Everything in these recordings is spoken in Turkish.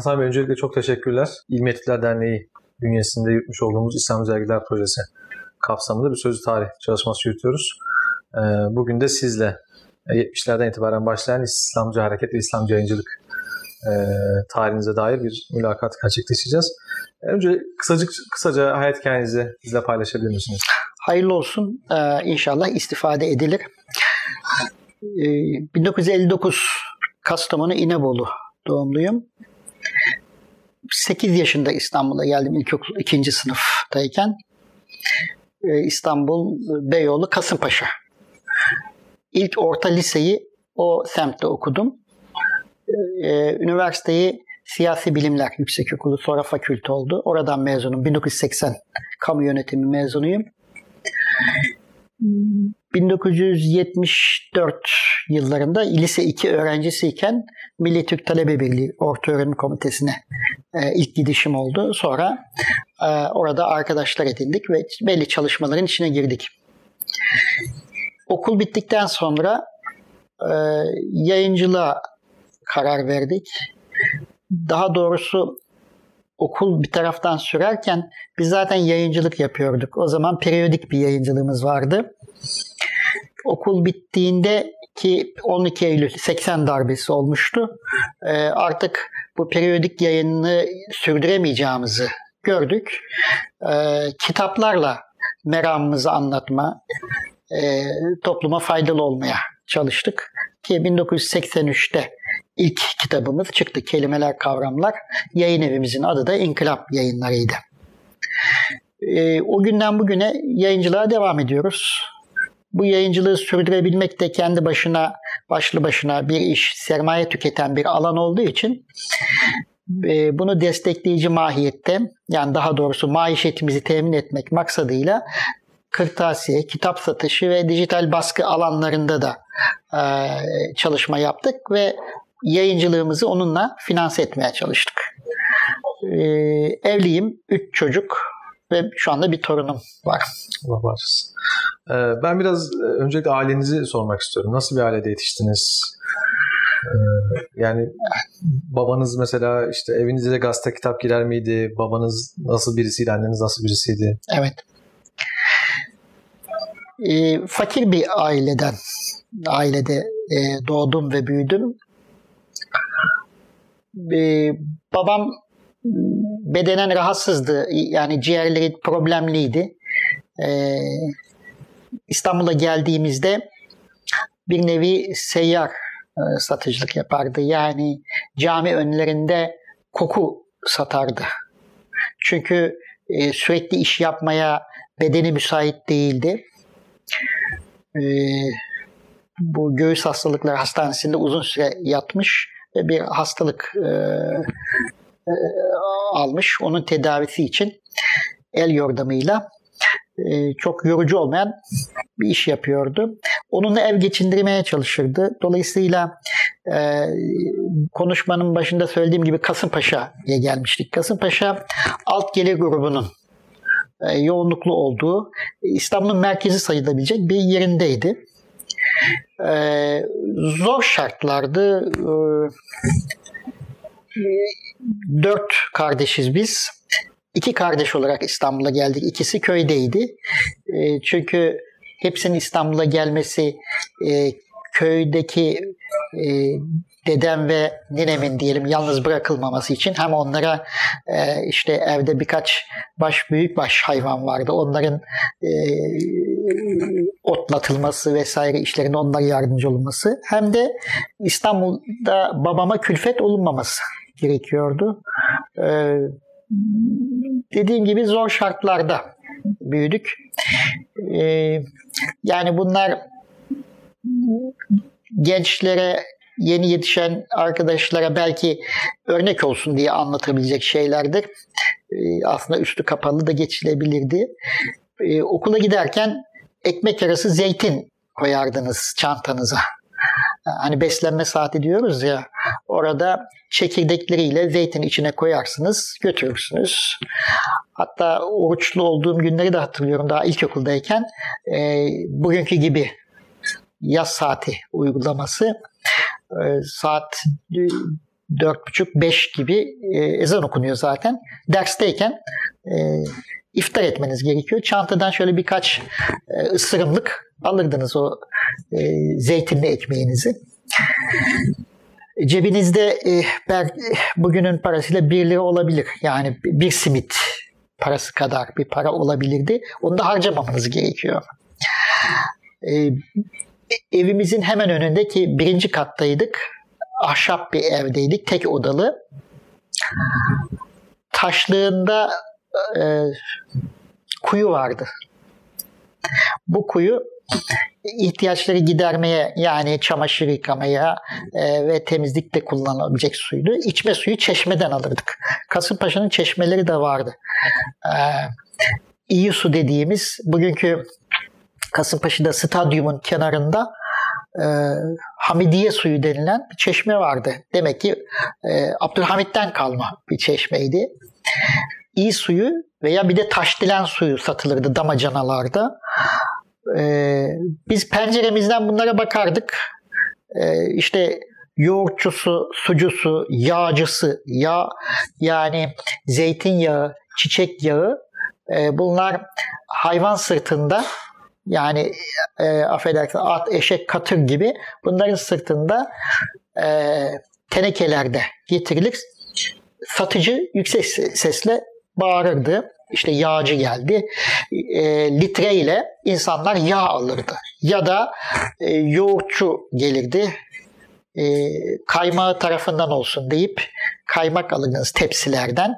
Hasan Bey, öncelikle çok teşekkürler. İlmi Etkiler Derneği bünyesinde yürütmüş olduğumuz İslamcı Dergiler Projesi kapsamında bir sözlü tarih çalışması yürütüyoruz. Bugün de sizle 70'lerden itibaren başlayan İslamcı hareket ve İslamcı yayıncılık tarihinize dair bir mülakat gerçekleştireceğiz. Önce kısaca hayat hikayenizi bizle paylaşabilir misiniz? Hayırlı olsun. İnşallah istifade edilir. 1959 Kastamonu İnebolu doğumluyum. 8 yaşında İstanbul'a geldim ilkokul 2. sınıftayken. İstanbul Beyoğlu Kasımpaşa. İlk orta liseyi o semtte okudum. Üniversiteyi Siyasi Bilimler Yüksekokulu, sonra fakülte oldu. Oradan mezunum. 1980 kamu yönetimi mezunuyum. 1974 yıllarında lise 2 öğrencisiyken Milli Türk Talebe Birliği Orta Öğrenim Komitesi'ne ilk gidişim oldu. Sonra orada arkadaşlar edindik ve belli çalışmaların içine girdik. Okul bittikten sonra yayıncılığa karar verdik. Daha doğrusu okul bir taraftan sürerken biz zaten yayıncılık yapıyorduk. O zaman periyodik bir yayıncılığımız vardı. Okul bittiğinde ki 12 Eylül 80 darbesi olmuştu. Artık bu periyodik yayını sürdüremeyeceğimizi gördük. Kitaplarla meramımızı anlatma, topluma faydalı olmaya çalıştık. Ki 1983'te ilk kitabımız çıktı. Kelimeler, Kavramlar. Yayın evimizin adı da İnkılap Yayınları'ydı. O günden bugüne yayıncılığa devam ediyoruz. Bu yayıncılığı sürdürebilmek de kendi başlı başına bir iş, sermaye tüketen bir alan olduğu için bunu destekleyici mahiyette, yani daha doğrusu maişetimizi temin etmek maksadıyla kırtasiye, kitap satışı ve dijital baskı alanlarında da çalışma yaptık ve yayıncılığımızı onunla finanse etmeye çalıştık. Evliyim, 3 çocuk ve şu anda bir torunum var. Allah bağışlasın. Ben biraz öncelikle ailenizi sormak istiyorum. Nasıl bir ailede yetiştiniz? Yani babanız mesela işte evinize gazete kitap girer miydi? Babanız nasıl birisiydi? Anneniz nasıl birisiydi? Evet. Fakir bir ailede doğdum ve büyüdüm. Babam bedenen rahatsızdı. Yani ciğerleri problemliydi. İstanbul'a geldiğimizde bir nevi seyyar satıcılık yapardı. Yani cami önlerinde koku satardı. Çünkü sürekli iş yapmaya bedeni müsait değildi. Bu göğüs hastalıkları hastanesinde uzun süre yatmış ve bir hastalık almış. Onun tedavisi için el yordamıyla çok yorucu olmayan bir iş yapıyordu. Onunla ev geçindirmeye çalışırdı. Dolayısıyla konuşmanın başında söylediğim gibi Kasımpaşa'ya gelmiştik. Kasımpaşa alt gelir grubunun yoğunluklu olduğu İstanbul'un merkezi sayılabilecek bir yerindeydi. Zor şartlardı. 4 kardeşiz biz. 2 kardeş olarak İstanbul'a geldik. İkisi köydeydi. Çünkü hepsinin İstanbul'a gelmesi köydeki dedem ve ninemin diyelim yalnız bırakılmaması için hem onlara işte evde birkaç büyükbaş hayvan vardı. Onların otlatılması vesaire işlerinde onlara yardımcı olunması hem de İstanbul'da babama külfet olunmaması gerekiyordu. Dediğim gibi zor şartlarda büyüdük. Yani bunlar gençlere, yeni yetişen arkadaşlara belki örnek olsun diye anlatabilecek şeylerdir. Aslında üstü kapalı da geçilebilirdi. Okula giderken ekmek arası zeytin koyardınız çantanıza. Hani beslenme saati diyoruz ya, orada çekirdekleriyle zeytin içine koyarsınız, götürürsünüz. Hatta oruçlu olduğum günleri de hatırlıyorum daha ilkokuldayken. Bugünkü gibi yaz saati uygulaması. Saat 4.30-5 gibi ezan okunuyor zaten. Dersteyken iftar etmeniz gerekiyor. Çantadan şöyle birkaç ısırımlık alırdınız o zeytinli ekmeğinizi. Cebinizde bugünün parasıyla 1 lira olabilir. Yani bir simit parası kadar bir para olabilirdi. Onu da harcamamanız gerekiyor. Evimizin hemen önündeki 1. kattaydık. Ahşap bir evdeydik. Tek odalı. Taşlığında kuyu vardı. Bu kuyu ihtiyaçları gidermeye, yani çamaşır yıkamaya ve temizlikte kullanılabilecek suydu. İçme suyu çeşmeden alırdık. Kasımpaşa'nın çeşmeleri de vardı. İyi su dediğimiz, bugünkü Kasımpaşa'da stadyumun kenarında Hamidiye suyu denilen bir çeşme vardı. Demek ki Abdülhamit'ten kalma bir çeşmeydi. İyi suyu veya bir de taşdilen suyu satılırdı damacanalarda. Biz penceremizden bunlara bakardık. İşte yoğurtçusu, sucusu, yağcısı, yağ yani zeytinyağı, çiçek yağı, bunlar hayvan sırtında, yani affedersin at, eşek, katır gibi bunların sırtında tenekelerde getirilir. Satıcı yüksek sesle bağırırdı. İşte yağcı geldi. Litreyle insanlar yağ alırdı. Ya da yoğurtçu gelirdi. Kaymağı tarafından olsun deyip kaymak alırdınız tepsilerden.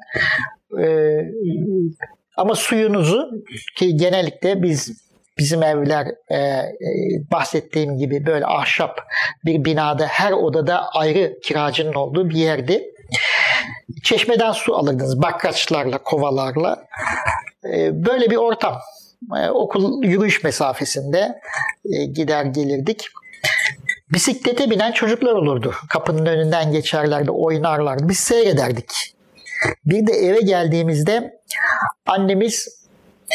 Ama suyunuzu, ki genellikle bizim evler bahsettiğim gibi böyle ahşap bir binada, her odada ayrı kiracının olduğu bir yerdi. Çeşmeden su alırdınız bakraçlarla, kovalarla. Böyle bir ortam. Okul yürüyüş mesafesinde gider gelirdik. Bisiklete binen çocuklar olurdu. Kapının önünden geçerlerdi, oynarlardı. Biz seyrederdik. Bir de eve geldiğimizde annemiz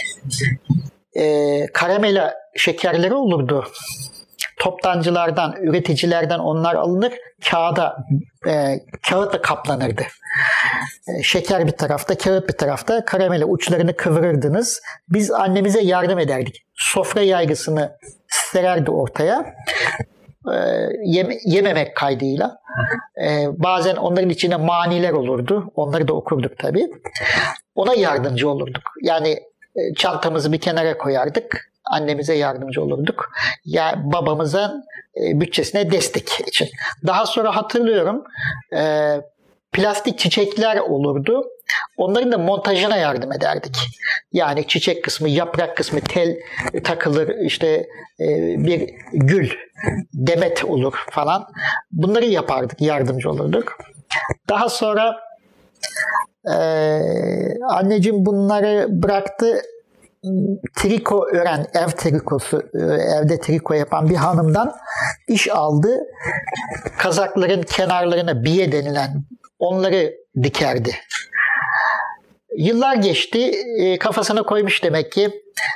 karamela şekerleri olurdu. Toptancılardan, üreticilerden onlar alınır, kağıtla kaplanırdı. Şeker bir tarafta, kağıt bir tarafta, karamela uçlarını kıvırırdınız. Biz annemize yardım ederdik. Sofra yaygısını sererdi ortaya. Yememek kaydıyla. Bazen onların içine maniler olurdu. Onları da okurduk tabii. Ona yardımcı olurduk. Yani çantamızı bir kenara koyardık. Annemize yardımcı olurduk. Ya babamızın bütçesine destek için. Daha sonra hatırlıyorum, plastik çiçekler olurdu. Onların da montajına yardım ederdik. Yani çiçek kısmı, yaprak kısmı tel takılır, işte bir gül, demet olur falan. Bunları yapardık, yardımcı olurduk. Daha sonra anneciğim bunları bıraktı. Triko ören, ev trikosu, evde triko yapan bir hanımdan iş aldı. Kazakların kenarlarına biye denilen, onları dikerdi. Yıllar geçti, kafasına koymuş demek ki.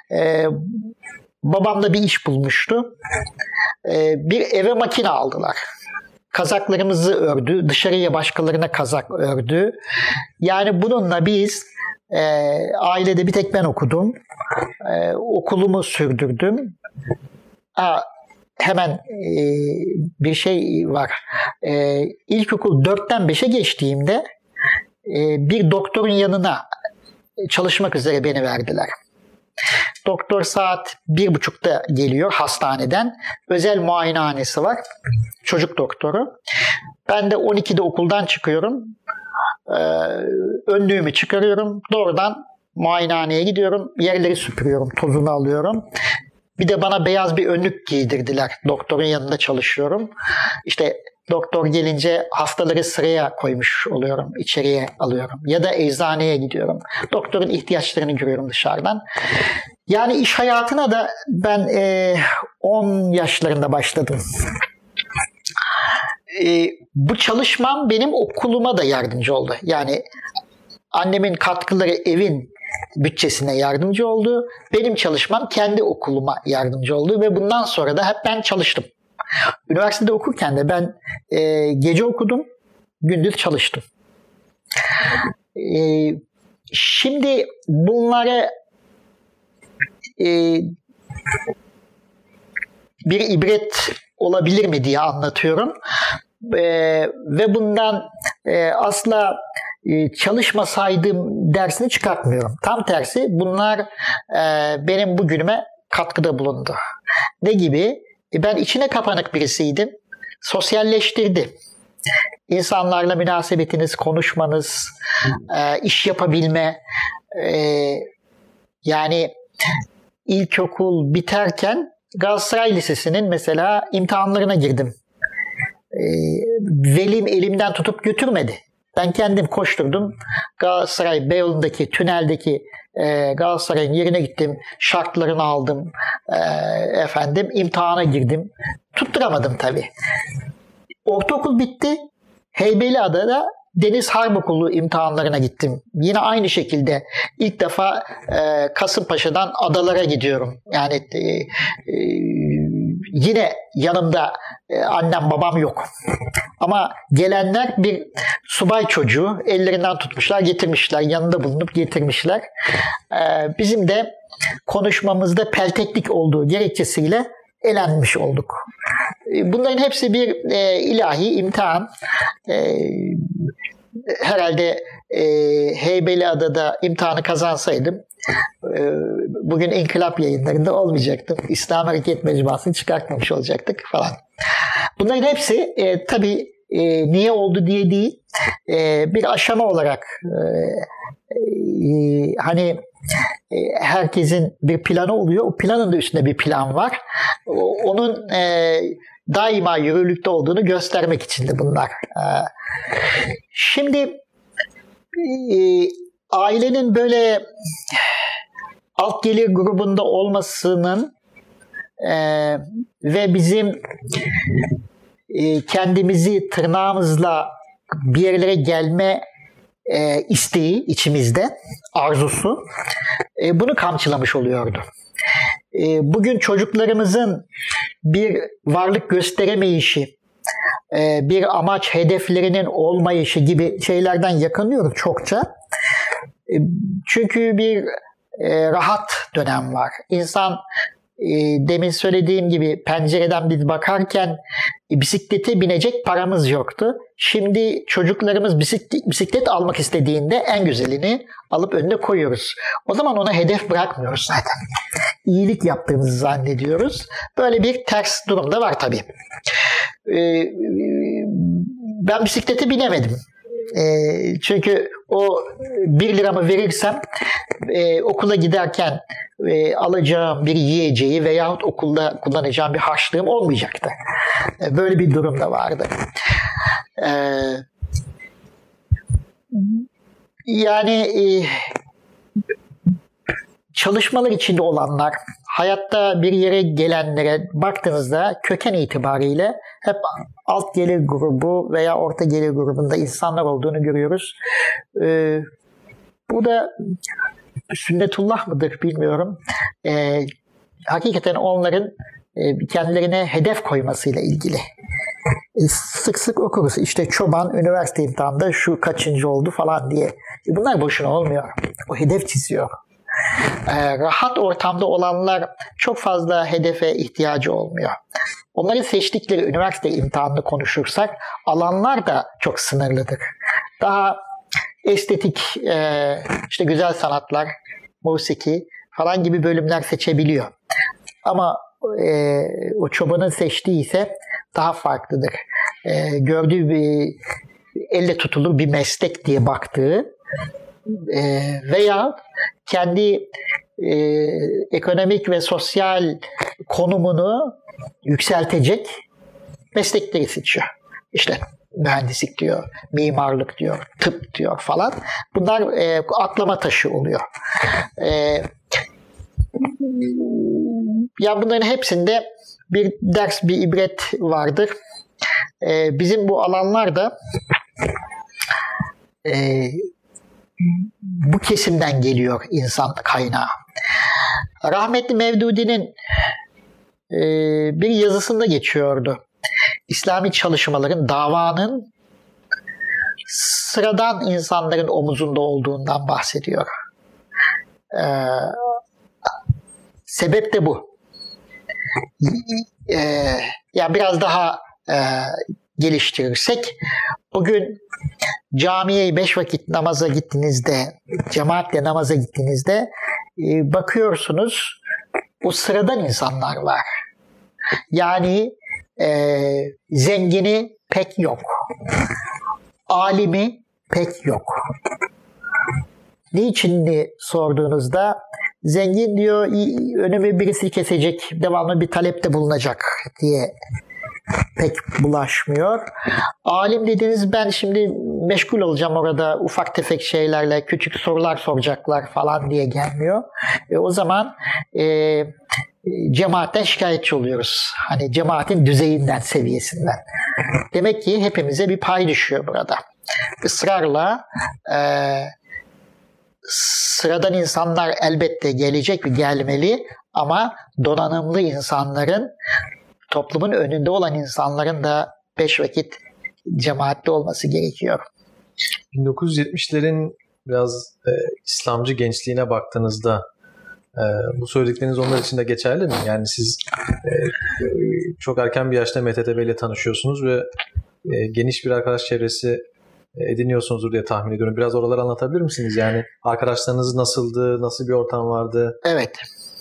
Babam da bir iş bulmuştu. Bir eve makine aldılar. Kazaklarımızı ördü, dışarıya başkalarına kazak ördü. Yani bununla biz ailede bir tek ben okudum. Okulumu sürdürdüm. Hemen bir şey var. İlkokul 4'ten 5'e geçtiğimde bir doktorun yanına çalışmak üzere beni verdiler. Doktor saat 1.30'da geliyor hastaneden. Özel muayenehanesi var. Çocuk doktoru. Ben de 12'de okuldan çıkıyorum. Önlüğümü çıkarıyorum. Doğrudan muayenehaneye gidiyorum. Yerleri süpürüyorum. Tozunu alıyorum. Bir de bana beyaz bir önlük giydirdiler. Doktorun yanında çalışıyorum. İşte doktor gelince hastaları sıraya koymuş oluyorum. İçeriye alıyorum. Ya da eczaneye gidiyorum. Doktorun ihtiyaçlarını görüyorum dışarıdan. Yani iş hayatına da ben 10 yaşlarında başladım. Bu çalışmam benim okuluma da yardımcı oldu. Yani annemin katkıları evin bütçesine yardımcı oldu. Benim çalışmam kendi okuluma yardımcı oldu ve bundan sonra da hep ben çalıştım. Üniversitede okurken de ben gece okudum. gündüz çalıştım. Şimdi bunları bir ibret olabilir mi diye anlatıyorum. Ve bundan asla çalışmasaydım dersini çıkartmıyorum. Tam tersi bunlar benim bugünüme katkıda bulundu. Ne gibi? Ben içine kapanık birisiydim. Sosyalleştirdi. İnsanlarla münasebetiniz, konuşmanız, iş yapabilme, yani ilkokul biterken Galatasaray Lisesi'nin mesela imtihanlarına girdim. Velim elimden tutup götürmedi. Ben kendim koşturdum. Galatasaray Beyoğlu'ndaki tüneldeki Galatasaray'ın yerine gittim. Şartlarını aldım. İmtihana girdim. Tutturamadım tabii. Ortaokul bitti. Heybeliada'da Deniz Harp Okulu imtihanlarına gittim. Yine aynı şekilde ilk defa Kasımpaşa'dan adalara gidiyorum. Yani yine yanımda annem babam yok. Ama gelenler bir subay çocuğu, ellerinden tutmuşlar, getirmişler. Yanında bulunup getirmişler. Bizim de konuşmamızda pelteklik olduğu gerekçesiyle elenmiş olduk. Bunların hepsi bir ilahi imtihan. Herhalde Heybeliada'da imtihanı kazansaydım bugün İnkılap Yayınları'nda olmayacaktım. İslam Hareket Mecmuası'nı çıkartmamış olacaktık falan. Bunların hepsi tabii niye oldu diye değil, bir aşama olarak hani herkesin bir planı oluyor. O planın da üstünde bir plan var. Onun daima yürürlükte olduğunu göstermek için de bunlar. Şimdi ailenin böyle alt gelir grubunda olmasının ve bizim kendimizi tırnağımızla bir yerlere gelme isteği içimizde, arzusu bunu kamçılamış oluyordu. Bugün çocuklarımızın bir varlık gösteremeyişi, bir amaç hedeflerinin olmayışı gibi şeylerden yakınıyoruz çokça. Çünkü bir rahat dönem var. İnsan demin söylediğim gibi pencereden bir bakarken bisiklete binecek paramız yoktu. Şimdi çocuklarımız bisiklet almak istediğinde en güzelini alıp önüne koyuyoruz. O zaman ona hedef bırakmıyoruz zaten. İyilik yaptığımızı zannediyoruz. Böyle bir ters durum da var tabii. Ben bisiklete binemedim. Çünkü o 1 liramı verirsem okula giderken alacağım bir yiyeceği veyahut okulda kullanacağım bir harçlığım olmayacaktı. Böyle bir durum da vardı. Yani çalışmalar içinde olanlar, hayatta bir yere gelenlere baktığınızda köken itibariyle hep alt gelir grubu veya orta gelir grubunda insanlar olduğunu görüyoruz. Bu da sünnetullah mıdır bilmiyorum. Hakikaten onların kendilerine hedef koymasıyla ilgili. Sık sık okuruz. İşte çoban üniversite imtihanında şu kaçıncı oldu falan diye. Bunlar boşuna olmuyor. O hedef çiziyor. Rahat ortamda olanlar çok fazla hedefe ihtiyacı olmuyor. Onların seçtikleri üniversite imtihanını konuşursak alanlar da çok sınırlıdır. Daha estetik, işte güzel sanatlar, musiki falan gibi bölümler seçebiliyor. Ama o çobanın seçtiği ise daha farklıdır. Gördüğü bir elle tutulur bir meslek diye baktığı veya kendi ekonomik ve sosyal konumunu yükseltecek meslekleri seçiyor. İşte mühendislik diyor, mimarlık diyor, tıp diyor falan. Bunlar atlama taşı oluyor. Ya bunların hepsinde bir ders, bir ibret vardır. Bizim bu alanlar da bu kesimden geliyor insan kaynağı. Rahmetli Mevdudi'nin bir yazısında geçiyordu. İslami çalışmaların, davanın sıradan insanların omuzunda olduğundan bahsediyor. Sebep de bu. Ya biraz daha geliştirirsek, bugün camiye 5 vakit namaza gittiğinizde, cemaatle namaza gittiğinizde bakıyorsunuz o sıradan insanlar var. Yani zengini pek yok. Alimi pek yok. Niçin diye sorduğunuzda zengin diyor önüme birisi kesecek, devamlı bir talepte bulunacak diye pek bulaşmıyor. Alim dediğiniz ben şimdi meşgul olacağım orada ufak tefek şeylerle, küçük sorular soracaklar falan diye gelmiyor. O zaman cemaatten şikayetçi oluyoruz. Hani cemaatin düzeyinden, seviyesinden. Demek ki hepimize bir pay düşüyor burada. Israrla sıradan insanlar elbette gelecek ve gelmeli ama donanımlı insanların, toplumun önünde olan insanların da 5 vakit cemaatli olması gerekiyor. 1970'lerin biraz İslamcı gençliğine baktığınızda bu söyledikleriniz onlar için de geçerli mi? Yani siz çok erken bir yaşta MTTB ile tanışıyorsunuz ve geniş bir arkadaş çevresi ediniyorsunuzdur diye tahmin ediyorum. Biraz oraları anlatabilir misiniz? Yani arkadaşlarınız nasıldı? Nasıl bir ortam vardı? Evet.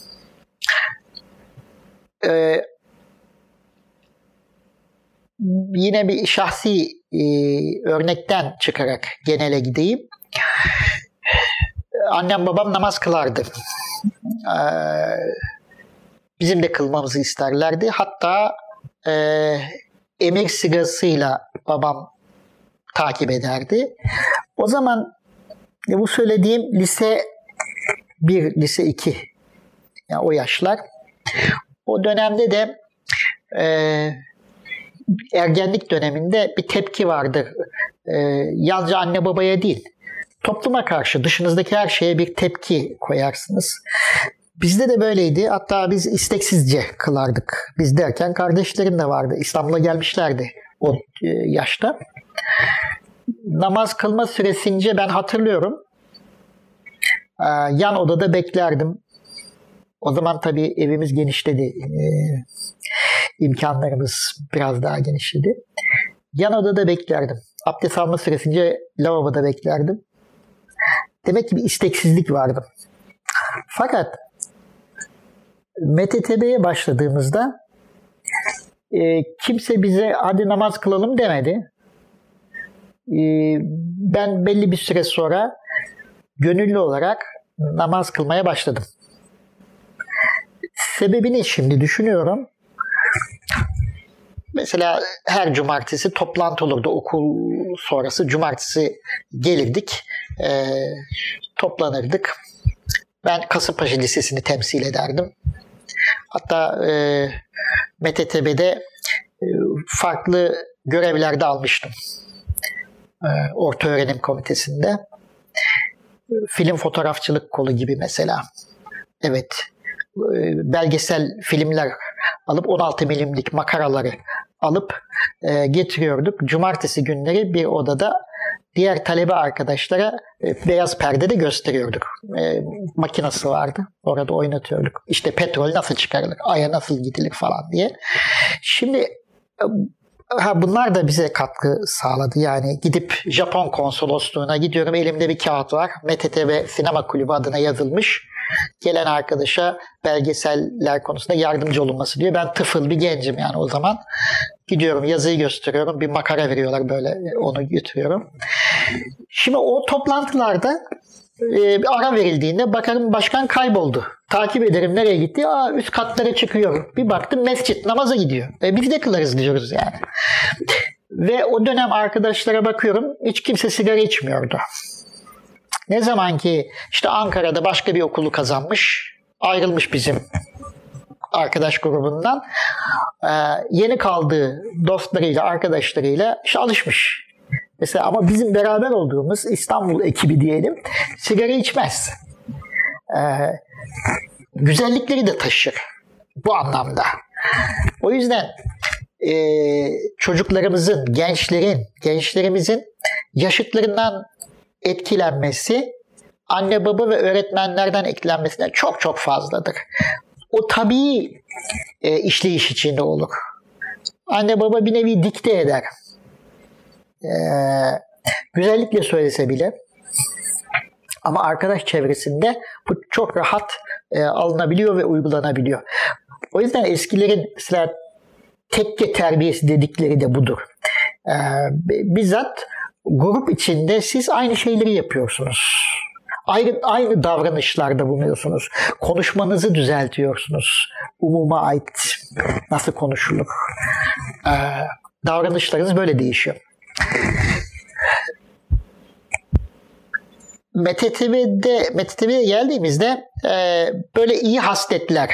Yine bir şahsi örnekten çıkarak genele gideyim. Annem babam namaz kılardı. Bizim de kılmamızı isterlerdi. Hatta emir sigasıyla babam takip ederdi. O zaman bu söylediğim lise 1, lise 2 yani o yaşlar. O dönemde de ergenlik döneminde bir tepki vardır. Yalnızca anne babaya değil, topluma karşı, dışınızdaki her şeye bir tepki koyarsınız. Bizde de böyleydi. Hatta biz isteksizce kılardık. Biz derken kardeşlerim de vardı. İstanbul'a gelmişlerdi o yaşta. Namaz kılma süresince ben hatırlıyorum. Yan odada beklerdim. O zaman tabii evimiz genişledi. İmkanlarımız biraz daha genişledi. Yan odada beklerdim. Abdest alma süresince lavaboda beklerdim. Demek ki bir isteksizlik vardı. Fakat MTTB'ye başladığımızda kimse bize hadi namaz kılalım demedi. Ben belli bir süre sonra gönüllü olarak namaz kılmaya başladım. Sebebini şimdi düşünüyorum. Mesela her cumartesi toplantı olurdu okul sonrası. Cumartesi gelirdik, toplanırdık. Ben Kasımpaşa Lisesi'ni temsil ederdim. Hatta MTTB'de farklı görevlerde almıştım. Orta öğrenim komitesinde. Film fotoğrafçılık kolu gibi mesela. Evet. Belgesel filmler alıp 16 milimlik makaraları alıp getiriyorduk. Cumartesi günleri bir odada diğer talebe arkadaşlara beyaz perdede gösteriyorduk. Makinası vardı. Orada oynatıyorduk. İşte petrol nasıl çıkarılır, aya nasıl gidilir falan diye. Şimdi bunlar da bize katkı sağladı. Yani gidip Japon konsolosluğuna gidiyorum. Elimde bir kağıt var. MTTB Sinema Kulübü adına yazılmış. Gelen arkadaşa belgeseller konusunda yardımcı olunması diyor. Ben tıfıl bir gencim yani o zaman. Gidiyorum, yazıyı gösteriyorum. Bir makara veriyorlar böyle, onu götürüyorum. Şimdi o toplantılarda bir ara verildiğinde bakarım başkan kayboldu. Takip ederim nereye gitti. Üst katlara çıkıyor. Bir baktım mescit namaza gidiyor. Biz de kılarız diyoruz yani. Ve o dönem arkadaşlara bakıyorum hiç kimse sigara içmiyordu. Ne zaman ki işte Ankara'da başka bir okulu kazanmış, ayrılmış bizim arkadaş grubundan, yeni kaldığı dostlarıyla, arkadaşlarıyla işte alışmış. Mesela ama bizim beraber olduğumuz İstanbul ekibi diyelim, sigara içmez. Güzellikleri de taşır bu anlamda. O yüzden çocuklarımızın, gençlerimizin yaşıtlarından etkilenmesi anne baba ve öğretmenlerden etkilenmesinden çok çok fazladır. O tabii işleyiş içinde olur. Anne baba bir nevi dikte eder. Güzellikle söylese bile, ama arkadaş çevresinde bu çok rahat alınabiliyor ve uygulanabiliyor. O yüzden eskilerin mesela tekke terbiyesi dedikleri de budur. Bizzat grup içinde siz aynı şeyleri yapıyorsunuz. Aynı davranışlarda bulunuyorsunuz. Konuşmanızı düzeltiyorsunuz. Umuma ait nasıl konuşulur? Davranışlarınız böyle değişiyor. MTTB'ye geldiğimizde böyle iyi hasletler,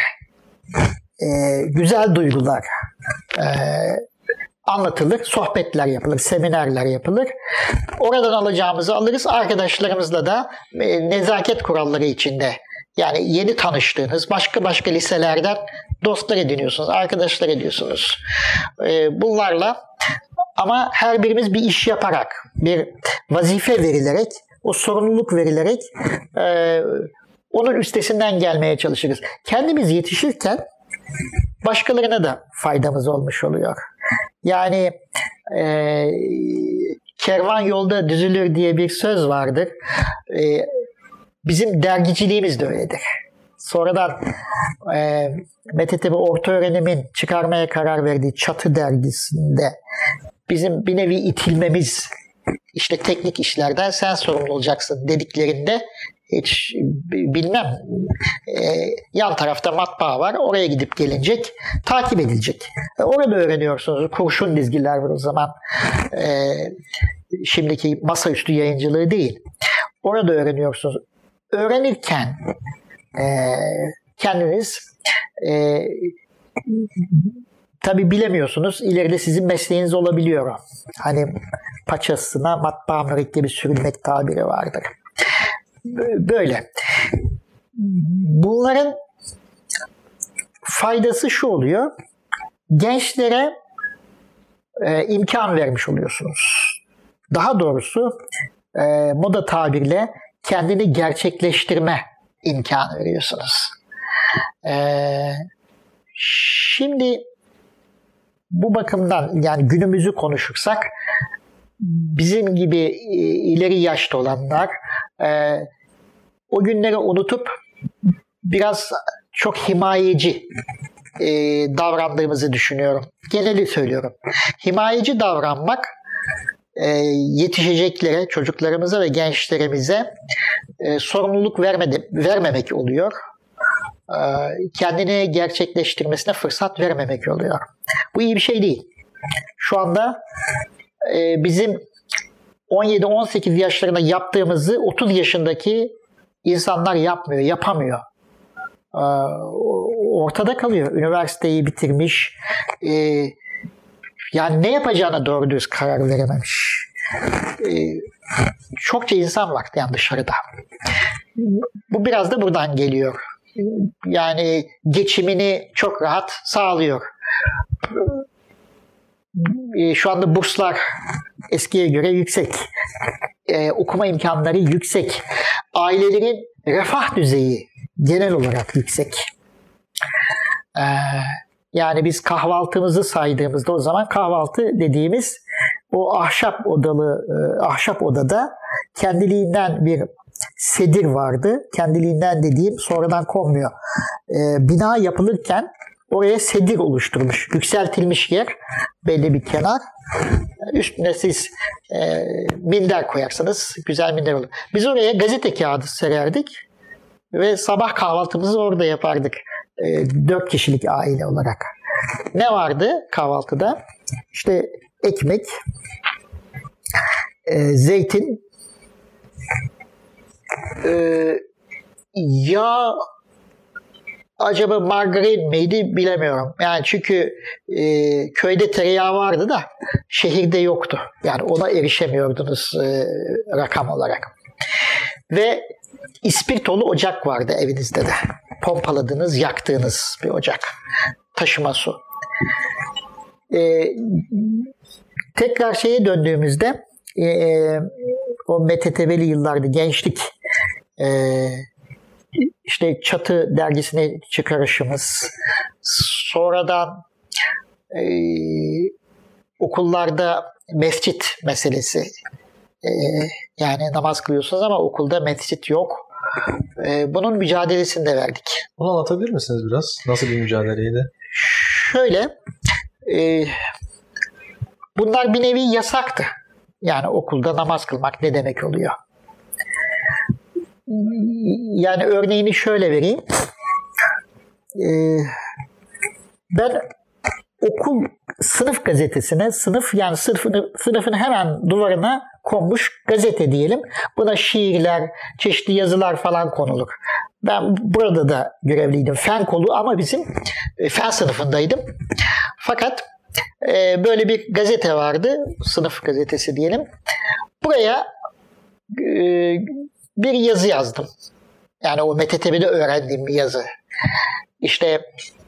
güzel duygular anlatılır, sohbetler yapılır, seminerler yapılır. Oradan alacağımızı alırız. Arkadaşlarımızla da nezaket kuralları içinde, yani yeni tanıştığınız başka liselerden dostlar ediniyorsunuz, arkadaşlar ediyorsunuz. Bunlarla, ama her birimiz bir iş yaparak, bir vazife verilerek, o sorumluluk verilerek onun üstesinden gelmeye çalışırız. Kendimiz yetişirken başkalarına da faydamız olmuş oluyor. Yani kervan yolda düzülür diye bir söz vardır. Bizim dergiciliğimiz de öyledir. Sonradan MTTB Orta Öğrenim'in çıkarmaya karar verdiği Çatı dergisinde bizim bir nevi itilmemiz, işte teknik işlerden sen sorumlu olacaksın dediklerinde hiç bilmem, yan tarafta matbaa var, oraya gidip gelinecek, takip edilecek. Orada öğreniyorsunuz. Kurşun dizgiler var o zaman. Şimdiki masaüstü yayıncılığı değil. Orada öğreniyorsunuz. Öğrenirken kendiniz tabii bilemiyorsunuz. İleride sizin mesleğiniz olabiliyor. Hani paçasına matbaa mürekkebi sürülmek tabiri vardır. Böyle. Bunların faydası şu oluyor. Gençlere imkan vermiş oluyorsunuz. Daha doğrusu moda tabirle kendini gerçekleştirme imkanı veriyorsunuz. Şimdi bu bakımdan, yani günümüzü konuşursak, bizim gibi ileri yaşta olanlar o günleri unutup biraz çok himayeci davrandığımızı düşünüyorum. Geneli söylüyorum. Himayeci davranmak yetişeceklere, çocuklarımıza ve gençlerimize sorumluluk vermemek oluyor. Kendini gerçekleştirmesine fırsat vermemek oluyor. Bu iyi bir şey değil. Şu anda bizim 17-18 yaşlarında yaptığımızı 30 yaşındaki insanlar yapmıyor, yapamıyor. Ortada kalıyor. Üniversiteyi bitirmiş, yani ne yapacağına doğru düz karar verememiş. Çokça insan var yani dışarıda. Bu biraz da buradan geliyor. Yani geçimini çok rahat sağlıyor. Şu anda burslar eskiye göre yüksek. Okuma imkanları yüksek. Ailelerin refah düzeyi genel olarak yüksek. Yani biz kahvaltımızı saydığımızda, o zaman kahvaltı dediğimiz o ahşap odada kendiliğinden bir sedir vardı. Kendiliğinden dediğim sonradan konmuyor. Bina yapılırken oraya sedir oluşturulmuş. Yükseltilmiş yer, belli bir kenar. Üstüne siz minder koyarsanız güzel minder olur. Biz oraya gazete kağıdı sererdik ve sabah kahvaltımızı orada yapardık. 4 kişilik aile olarak. Ne vardı kahvaltıda? İşte ekmek, zeytin, yağ, acaba margarin miydi bilemiyorum. Yani çünkü köyde tereyağı vardı da şehirde yoktu. Yani ona erişemiyordunuz rakam olarak. Ve ispirtolu ocak vardı evinizde de. Pompaladığınız, yaktığınız bir ocak. Taşıma su. Tekrar şeye döndüğümüzde, o MTTB'li yıllarda gençlik işte Çatı dergisine çıkarışımız, sonradan okullarda mescit meselesi, yani namaz kılıyorsunuz ama okulda mescit yok. Bunun mücadelesini de verdik. Bunu anlatabilir misiniz biraz? Nasıl bir mücadeleydi? Şöyle, bunlar bir nevi yasaktı. Yani okulda namaz kılmak ne demek oluyor? Yani örneğini şöyle vereyim. Ben okul sınıf gazetesine, yani sınıfın hemen duvarına konmuş gazete diyelim. Buna şiirler, çeşitli yazılar falan konulur. Ben burada da görevliydim. Fen kolu ama bizim fen sınıfındaydım. Fakat böyle bir gazete vardı. Sınıf gazetesi diyelim. Buraya bir yazı yazdım. Yani o MTTB'de öğrendiğim bir yazı. İşte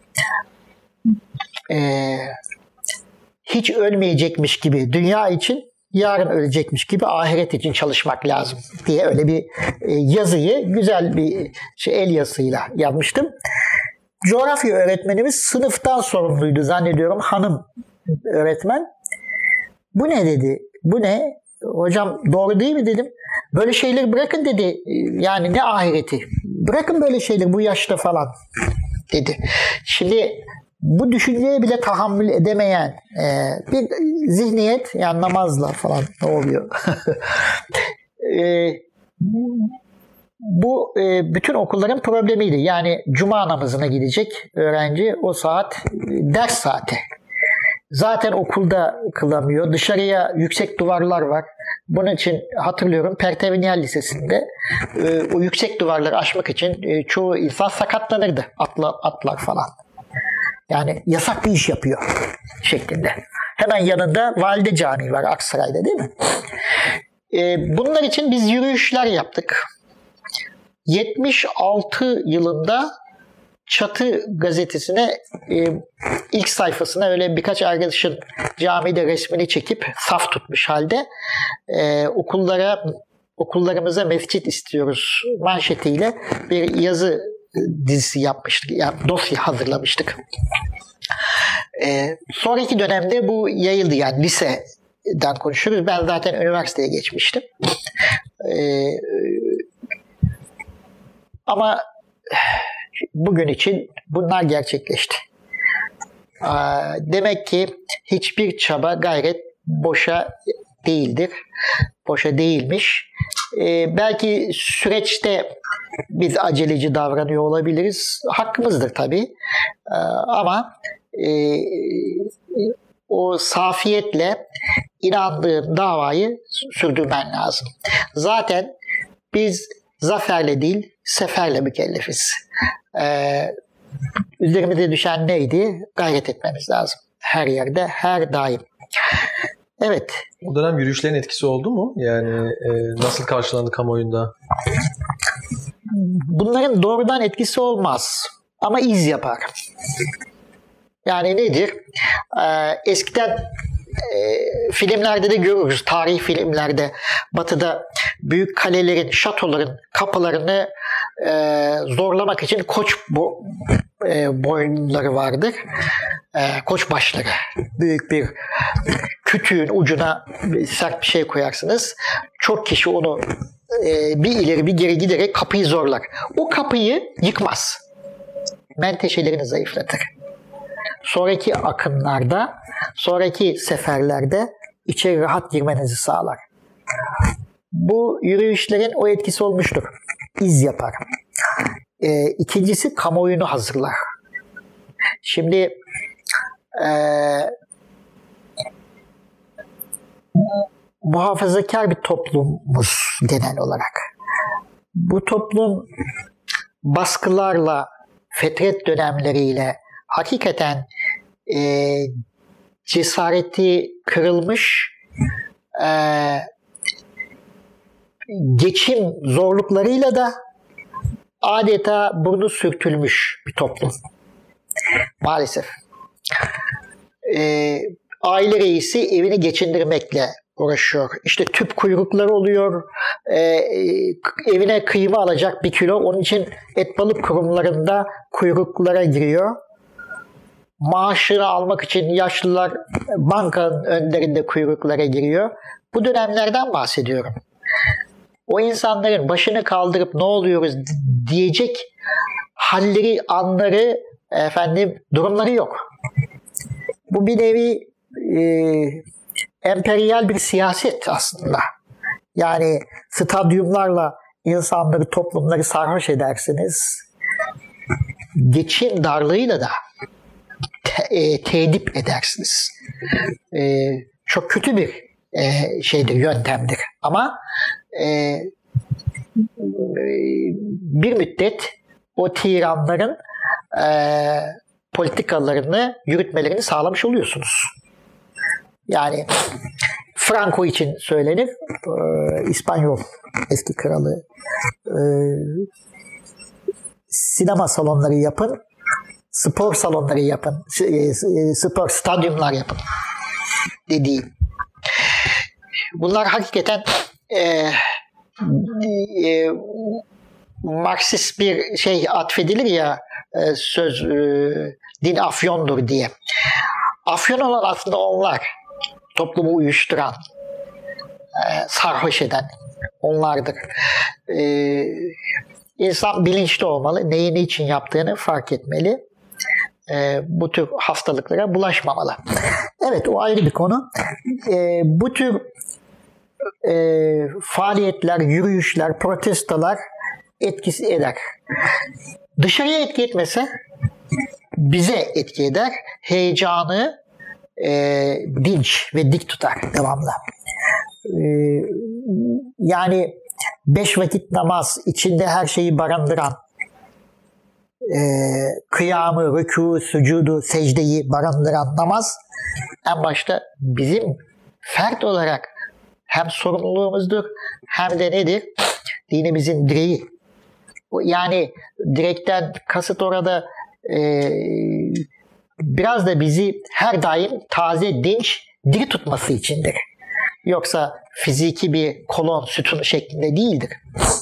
hiç ölmeyecekmiş gibi dünya için, yarın ölecekmiş gibi ahiret için çalışmak lazım diye öyle bir yazıyı güzel bir el yazısıyla yazmıştım. Coğrafya öğretmenimiz sınıftan sorumluydu zannediyorum, hanım öğretmen. Bu ne dedi? Bu ne? Hocam doğru değil mi dedim. Böyle şeyleri bırakın dedi. Yani ne ahireti? Bırakın böyle şeyleri bu yaşta falan dedi. Şimdi bu düşünceye bile tahammül edemeyen bir zihniyet, yani namazla falan ne oluyor? Bu bütün okulların problemiydi. Yani cuma namazına gidecek öğrenci o saat ders saati. Zaten okulda kılamıyor. Dışarıya yüksek duvarlar var. Bunun için hatırlıyorum Pertevniyal Lisesi'nde o yüksek duvarları aşmak için çoğu insan sakatlanırdı. Atlar falan. Yani yasak bir iş yapıyor şeklinde. Hemen yanında Valide Camii var Aksaray'da, değil mi? Bunlar için biz yürüyüşler yaptık. 76 yılında Çatı gazetesine ilk sayfasına öyle birkaç arkadaşın camide resmini çekip saf tutmuş halde okullarımıza mescit istiyoruz manşetiyle bir yazı dizisi yapmıştık. Yani dosya hazırlamıştık. Sonraki dönemde bu yayıldı, yani liseden konuşuyoruz. Ben zaten üniversiteye geçmiştim. Ama bugün için bunlar gerçekleşti. Demek ki hiçbir çaba, gayret boşa değildir. Boşa değilmiş. Belki süreçte biz aceleci davranıyor olabiliriz. Hakkımızdır tabii. Ama o safiyetle inandığın davayı sürdürmen lazım. Zaten biz zaferle değil, seferle mükellefiz. Üzerimize düşen neydi? Gayret etmemiz lazım. Her yerde, her daim. Evet. O dönem yürüyüşlerin etkisi oldu mu? Yani nasıl karşılandı kamuoyunda? Bunların doğrudan etkisi olmaz. Ama iz yapar. Yani nedir? Eskiden filmlerde de görürüz. Tarihi filmlerde Batı'da büyük kalelerin, şatoların kapılarını zorlamak için koç boynları vardır. Koç başları. Büyük bir kütüğün ucuna sert bir şey koyarsınız. Çok kişi onu bir ileri bir geri giderek kapıyı zorlar. O kapıyı yıkmaz. Menteşelerini zayıflatır. Sonraki akımlarda, sonraki seferlerde içeri rahat girmenizi sağlar. Bu yürüyüşlerin o etkisi olmuştur. İz yapar. İkincisi kamuoyunu hazırlar. Şimdi muhafazakar bir toplumuz genel olarak. Bu toplum baskılarla, fetret dönemleriyle hakikaten cesareti kırılmış, geçim zorluklarıyla da adeta burnu sürtülmüş bir toplum. Maalesef. Aile reisi evini geçindirmekle uğraşıyor. İşte tüp kuyrukları oluyor. Evine kıyma alacak 1 kilo. Onun için et balık kurumlarında kuyruklara giriyor. Maaşını almak için yaşlılar bankanın önlerinde kuyruklara giriyor. Bu dönemlerden bahsediyorum. O insanların başını kaldırıp ne oluyoruz diyecek halleri, anları, durumları yok. Bu bir nevi emperyal bir siyaset aslında. Yani stadyumlarla insanları, toplumları sarhoş edersiniz. Geçim darlığıyla da tedip edersiniz. Çok kötü bir yöntemdir. Ama bir müddet o tiranların politikalarını yürütmelerini sağlamış oluyorsunuz. Yani Franco için söylenir, İspanyol eski kralı, sinema salonları yapın, spor salonları yapın, spor stadyumlar yapın dediği. Bunlar hakikaten Marksist bir atfedilir ya, söz din afyondur diye. Afyon olan aslında onlar. Toplumu uyuşturan, sarhoş eden onlardır. İnsan bilinçli olmalı. Neyi niçin yaptığını fark etmeli. Bu tür hastalıklara bulaşmamalı. Evet, o ayrı bir konu. Bu tür faaliyetler, yürüyüşler, protestolar etkisi eder. Dışarıya etki etmese bize etki eder. Heyecanı dinç ve dik tutar devamlı. Yani 5 vakit namaz, içinde her şeyi barındıran, kıyamı, rükû, sücudu, secdeyi barındıran namaz en başta bizim fert olarak hem sorumluluğumuzdur hem de nedir? Dinimizin direği. Yani direkten kasıt orada biraz da bizi her daim taze, dinç, diri tutması içindir. Yoksa fiziki bir kolon, sütun şeklinde değildir.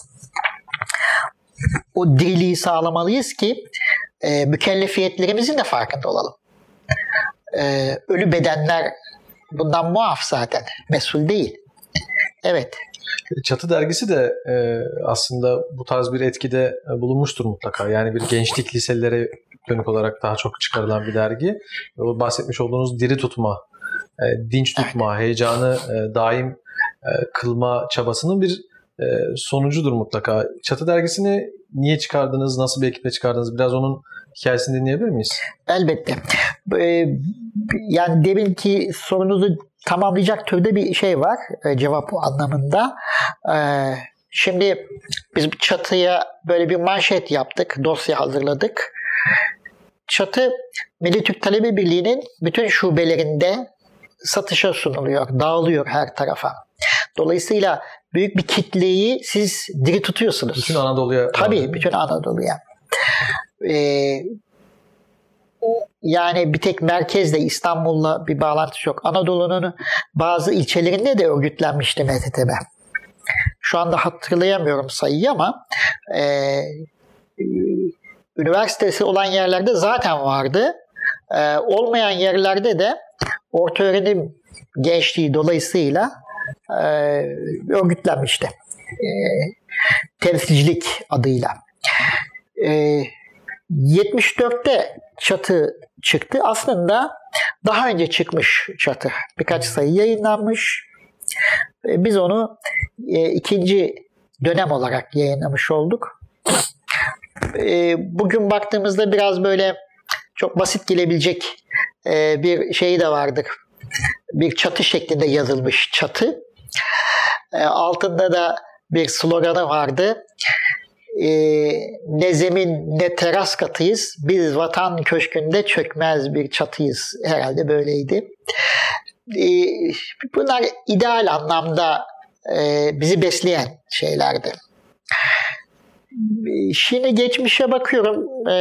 O diriliği sağlamalıyız ki mükellefiyetlerimizin de farkında olalım. Ölü bedenler bundan muaf zaten, mesul değil. Evet. Çatı dergisi de aslında bu tarz bir etkide bulunmuştur mutlaka. Yani bir gençlik liselere dönük olarak daha çok çıkarılan bir dergi. O bahsetmiş olduğunuz diri tutma, dinç tutma, evet, heyecanı daim kılma çabasının bir sonucudur mutlaka. Çatı dergisini niye çıkardınız? Nasıl bir ekiple çıkardınız? Biraz onun hikayesini dinleyebilir miyiz? Elbette. Yani deminki sorunuzu tamamlayacak türde bir şey var. Cevap anlamında. Şimdi biz çatıya böyle bir manşet yaptık. Dosya hazırladık. Çatı Milli Türk Talebe Birliği'nin bütün şubelerinde satışa sunuluyor. Dağılıyor her tarafa. Dolayısıyla büyük bir kitleyi siz diri tutuyorsunuz. Bütün Anadolu'ya. Tabii, bütün Anadolu'ya. Yani bir tek merkezle, İstanbul'la bir bağlantısı yok. Anadolu'nun bazı ilçelerinde de örgütlenmişti MTTB. Şu anda hatırlayamıyorum sayıyı ama üniversitesi olan yerlerde zaten vardı. Olmayan yerlerde de orta öğrenim gençliği dolayısıyla örgütlenmişti. Temsilcilik adıyla. 74'te çatı çıktı. Aslında daha önce çıkmış çatı. Birkaç sayı yayınlanmış. Biz onu ikinci dönem olarak yayınlamış olduk. Bugün baktığımızda biraz böyle çok basit gelebilecek bir şey de vardır. Bir çatı şeklinde yazılmış çatı. Altında da bir sloganı vardı. Ne zemin ne teras katıyız. Biz vatan köşkünde çökmez bir çatıyız. Herhalde böyleydi. Bunlar ideal anlamda bizi besleyen şeylerdi. Şimdi geçmişe bakıyorum.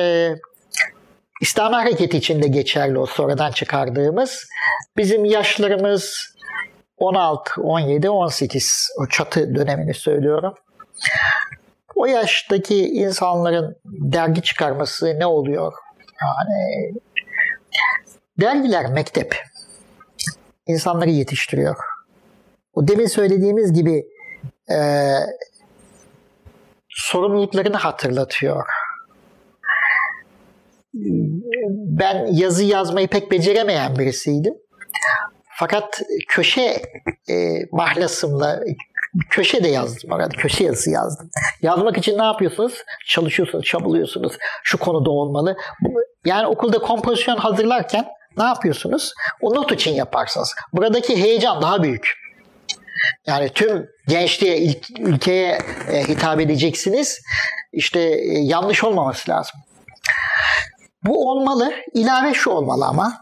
İslam Hareketi için de geçerli o sonradan çıkardığımız. Bizim yaşlarımız 16, 17, 18 o çatı dönemini söylüyorum. O yaştaki insanların dergi çıkarması ne oluyor? Yani dergiler mektep. İnsanları yetiştiriyor. O demin söylediğimiz gibi sorumluluklarını hatırlatıyor. Ben yazı yazmayı pek beceremeyen birisiydim. Fakat köşe mahlasımla köşe de yazdım orada. Köşe yazısı yazdım. Yazmak için ne yapıyorsunuz? Çalışıyorsunuz, çabalıyorsunuz. Şu konuda olmalı. Yani okulda kompozisyon hazırlarken ne yapıyorsunuz? O not için yaparsınız. Buradaki heyecan daha büyük. Yani tüm gençliğe, ülkeye hitap edeceksiniz. İşte yanlış olmaması lazım. Bu olmalı. İlave şu olmalı ama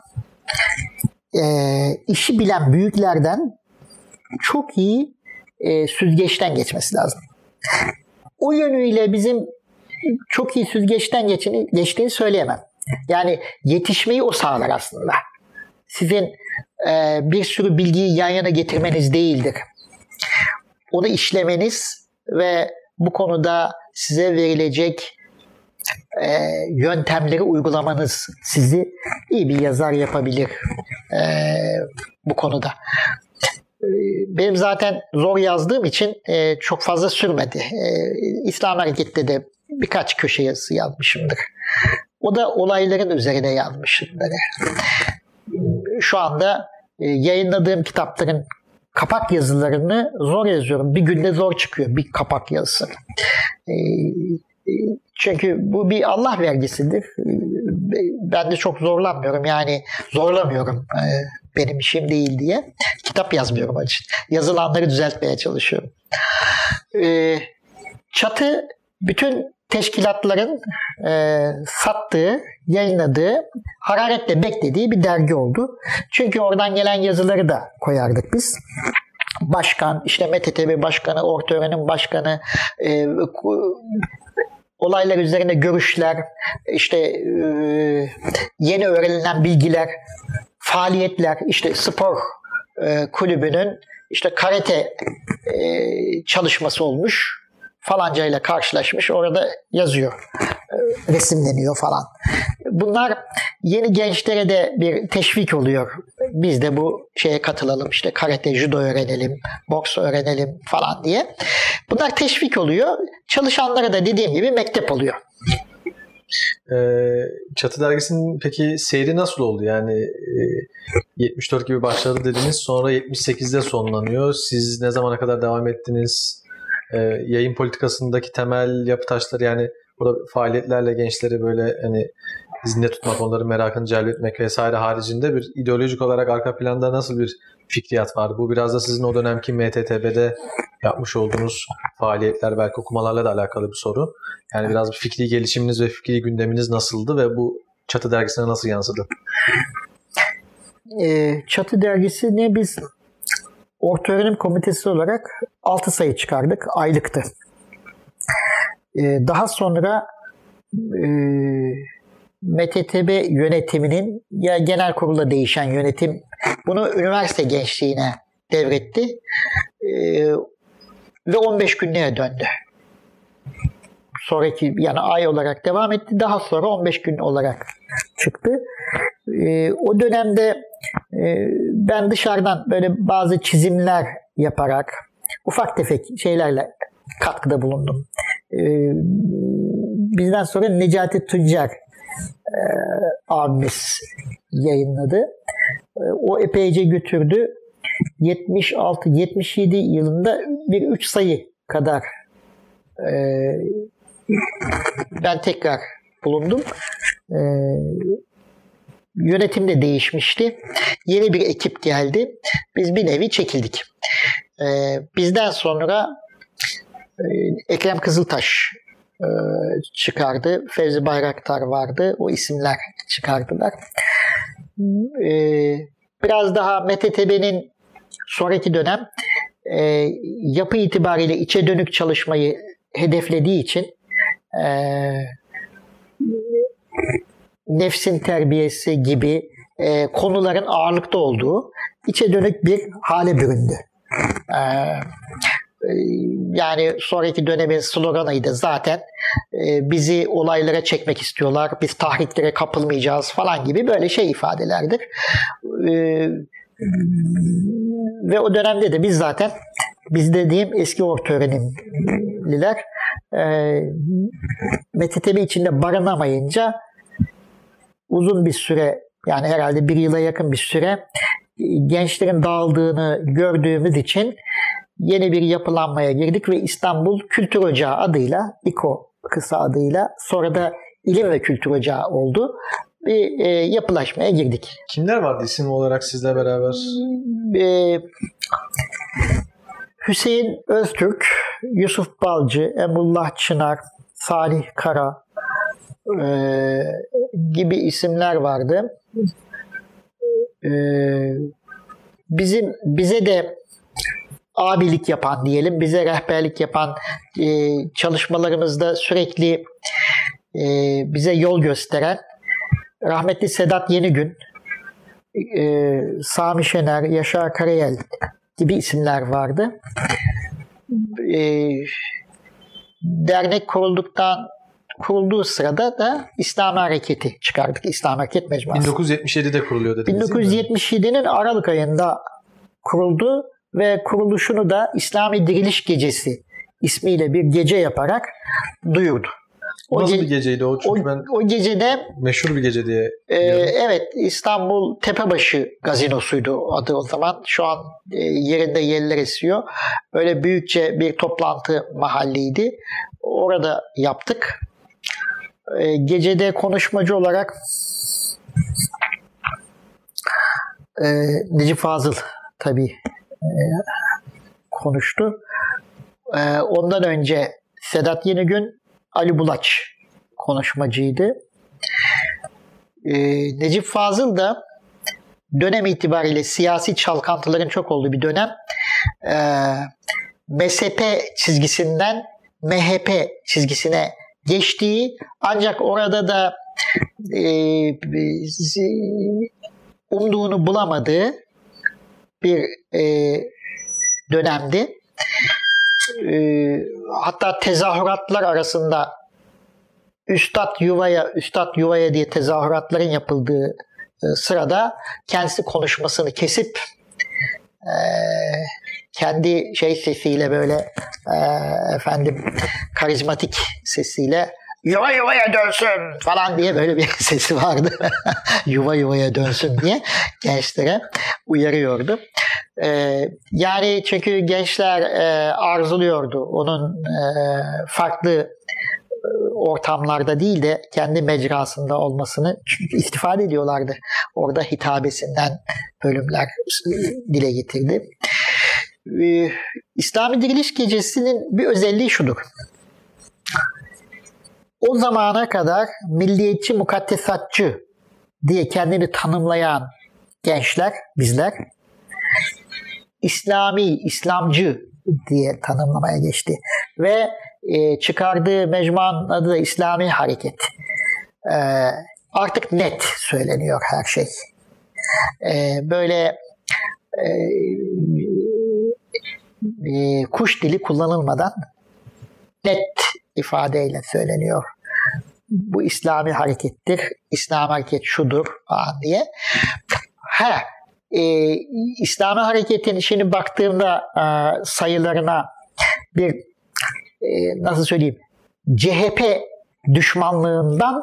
işi bilen büyüklerden çok iyi süzgeçten geçmesi lazım. O yönüyle bizim çok iyi süzgeçten geçtiğini söyleyemem. Yani yetişmeyi o sağlar aslında. Sizin bir sürü bilgiyi yan yana getirmeniz değildir. Onu işlemeniz ve bu konuda size verilecek yöntemleri uygulamanız sizi iyi bir yazar yapabilir bu konuda. Benim zaten zor yazdığım için çok fazla sürmedi. İslam Hareket'te de birkaç köşe yazısı yazmışımdır. O da olayların üzerine yazmışımdır. Şu anda yayınladığım kitapların kapak yazılarını zor yazıyorum. Bir günde zor çıkıyor bir kapak yazısı. Çünkü bu bir Allah vergisidir. Ben de çok zorlanmıyorum. Yani zorlamıyorum benim işim değil diye. Kitap yazmıyorum onun için. Yazılanları düzeltmeye çalışıyorum. Çatı bütün teşkilatların sattığı, yayınladığı, hararetle beklediği bir dergi oldu. Çünkü oradan gelen yazıları da koyardık biz. Başkan, işte MTTB Başkanı, Orta Öğrenim Başkanı, olaylar üzerine görüşler, işte yeni öğrenilen bilgiler, faaliyetler, işte spor kulübünün işte karate çalışması olmuş, falancayla karşılaşmış, orada yazıyor, resimleniyor falan. Bunlar yeni gençlere de bir teşvik oluyor. Biz de bu şeye katılalım, işte karate, judo öğrenelim, boks öğrenelim falan diye. Bunlar teşvik oluyor. Çalışanlara da dediğim gibi mektep oluyor. Çatı dergisinin peki seyri nasıl oldu? Yani 74 gibi başladı dediniz, sonra 78'de sonlanıyor. Siz ne zamana kadar devam ettiniz? Yayın politikasındaki temel yapı taşları, yani burada faaliyetlerle gençleri böyle hani zinde tutmak, onların merakını celbetmek vesaire haricinde bir ideolojik olarak arka planda nasıl bir fikriyat vardı? Bu biraz da sizin o dönemki MTTB'de yapmış olduğunuz faaliyetler, belki okumalarla da alakalı bir soru. Yani biraz bir fikri gelişiminiz ve fikri gündeminiz nasıldı ve bu Çatı dergisine nasıl yansıdı? Çatı dergisini biz Orta Öğrenim Komitesi olarak 6 sayı çıkardık. Aylıktı. Daha sonra MTTB yönetiminin, ya genel kurulda değişen yönetim bunu üniversite gençliğine devretti ve 15 günlüğe döndü. Sonraki yani ay olarak devam etti. Daha sonra 15 gün olarak çıktı. O dönemde ben dışarıdan böyle bazı çizimler yaparak ufak tefek şeylerle katkıda bulundum. Bizden sonra Necati Tuncer abimiz yayınladı. O epeyce götürdü. 76-77 yılında bir 3 sayı kadar ben tekrar bulundum. Yönetim de değişmişti. Yeni bir ekip geldi. Biz bir nevi çekildik. Bizden sonra Ekrem Kızıltaş çıkardı. Fevzi Bayraktar vardı. O isimler çıkardılar. Biraz daha MTTB'nin sonraki dönem yapı itibariyle içe dönük çalışmayı hedeflediği için nefsin terbiyesi gibi konuların ağırlıkta olduğu içe dönük bir hale büründü. Yani sonraki dönemin sloganıydı zaten, bizi olaylara çekmek istiyorlar, biz tahriklere kapılmayacağız falan gibi böyle ifadelerdir. Ve o dönemde de biz dediğim eski orta öğrenimliler Metin içinde barınamayınca uzun bir süre, yani herhalde bir yıla yakın bir süre gençlerin dağıldığını gördüğümüz için yeni bir yapılanmaya girdik ve İstanbul Kültür Ocağı adıyla, İKO kısa adıyla, sonra da İlim ve Kültür Ocağı oldu. Bir yapılaşmaya girdik. Kimler vardı isim olarak sizle beraber? Hüseyin Öztürk, Yusuf Balcı, Emrullah Çınar, Salih Kara gibi isimler vardı. Bize de abilik yapan diyelim, bize rehberlik yapan, çalışmalarımızda sürekli bize yol gösteren rahmetli Sedat Yenigün, Sami Şener, Yaşar Karayel gibi isimler vardı. Dernek kurulduğu sırada da İslami Hareketi çıkardık. İslami Hareket Mecmuası. 1977'de kuruluyor dediniz. 1977'nin Aralık ayında kuruldu ve kuruluşunu da İslami Diriliş Gecesi ismiyle bir gece yaparak duyurdu. Nasıl bir geceydi o? Çünkü o gecede meşhur bir gece diye evet, İstanbul Tepebaşı Gazinosu'ydu adı o zaman. Şu an yerinde yeller esiyor. Öyle büyükçe bir toplantı mahalliydi. Orada yaptık. Gecede konuşmacı olarak Necip Fazıl tabii konuştu. Ondan önce Sedat Yenigün, Ali Bulaç konuşmacıydı. Necip Fazıl da dönem itibariyle siyasi çalkantıların çok olduğu bir dönem. MSP çizgisinden MHP çizgisine geçtiği, ancak orada da umduğunu bulamadığı bir dönemdi. Hatta tezahüratlar arasında Üstad Yuvaya diye tezahüratların yapıldığı sırada kendisi konuşmasını kesip kendi sesiyle böyle karizmatik sesiyle yuva yuvaya dönsün falan diye böyle bir sesi vardı. Yuva yuvaya dönsün diye gençlere uyarıyordu. Yani çünkü gençler arzuluyordu onun farklı ortamlarda değil de kendi mecrasında olmasını, çünkü istifade ediyorlardı. Orada hitabesinden bölümler dile getirdi. İslami Diriliş Gecesi'nin bir özelliği şudur. O zamana kadar milliyetçi, mukaddesatçı diye kendini tanımlayan gençler, bizler, İslamcı diye tanımlamaya geçti. Ve çıkardığı mecmuanın adı da İslami Hareket. Artık net söyleniyor her şey. Böyle kuş dili kullanılmadan net ifadeyle söyleniyor. Bu İslami harekettir, İslami hareket şudur falan diye. İslami hareketin şimdi baktığımda sayılarına bir nasıl söyleyeyim, CHP düşmanlığından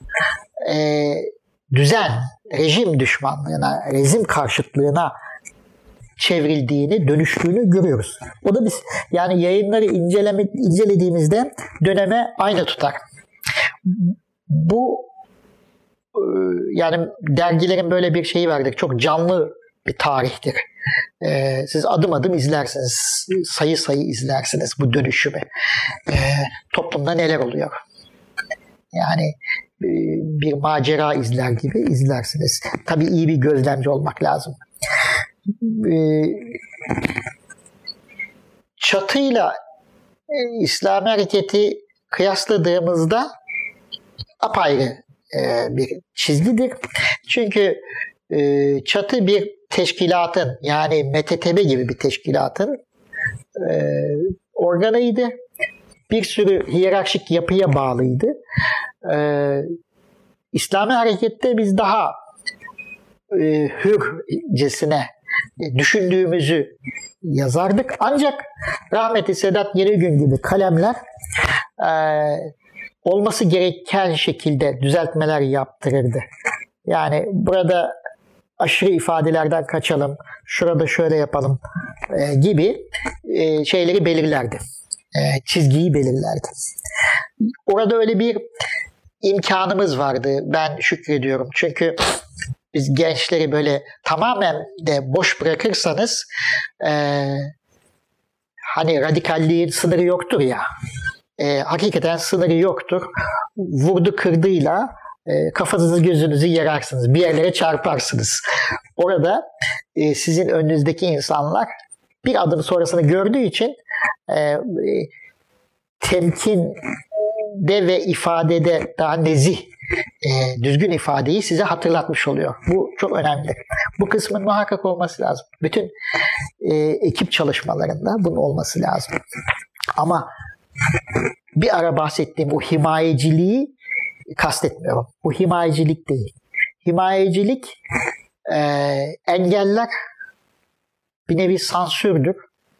rejim düşmanlığına, rejim karşıtlığına çevrildiğini, dönüştüğünü görüyoruz. O da biz yani yayınları incelediğimizde döneme aynı tutar. Bu yani dergilerin böyle bir şeyi vardır. Çok canlı bir tarihtir. Siz adım adım izlersiniz. Sayı sayı izlersiniz bu dönüşümü. Toplumda neler oluyor? Yani bir macera izler gibi izlersiniz. Tabii iyi bir gözlemci olmak lazım. Çatıyla İslami hareketi kıyasladığımızda apayrı bir çizgidir. Çünkü çatı bir teşkilatın, yani MTTB gibi bir teşkilatın organıydı. Bir sürü hiyerarşik yapıya bağlıydı. İslami harekette biz daha hürcesine düşündüğümüzü yazardık. Ancak rahmetli Sedat Yenigün gibi kalemler olması gereken şekilde düzeltmeler yaptırırdı. Yani burada aşırı ifadelerden kaçalım, şurada şöyle yapalım gibi şeyleri belirlerdi. Çizgiyi belirlerdi. Orada öyle bir imkanımız vardı. Ben şükrediyorum. Çünkü biz gençleri böyle tamamen de boş bırakırsanız hani radikalliğin sınırı yoktur ya. Hakikaten sınırı yoktur. Vurdu kırdıyla kafanızı gözünüzü yararsınız. Bir yerlere çarparsınız. Orada sizin önünüzdeki insanlar bir adım sonrasını gördüğü için temkinde ve ifadede daha nezih, düzgün ifadeyi size hatırlatmış oluyor. Bu çok önemli. Bu kısmın muhakkak olması lazım. Bütün ekip çalışmalarında bunun olması lazım. Ama bir ara bahsettiğim o himayeciliği kastetmiyorum. Bu himayecilik değil. Himayecilik engeller, bir nevi sansürdür.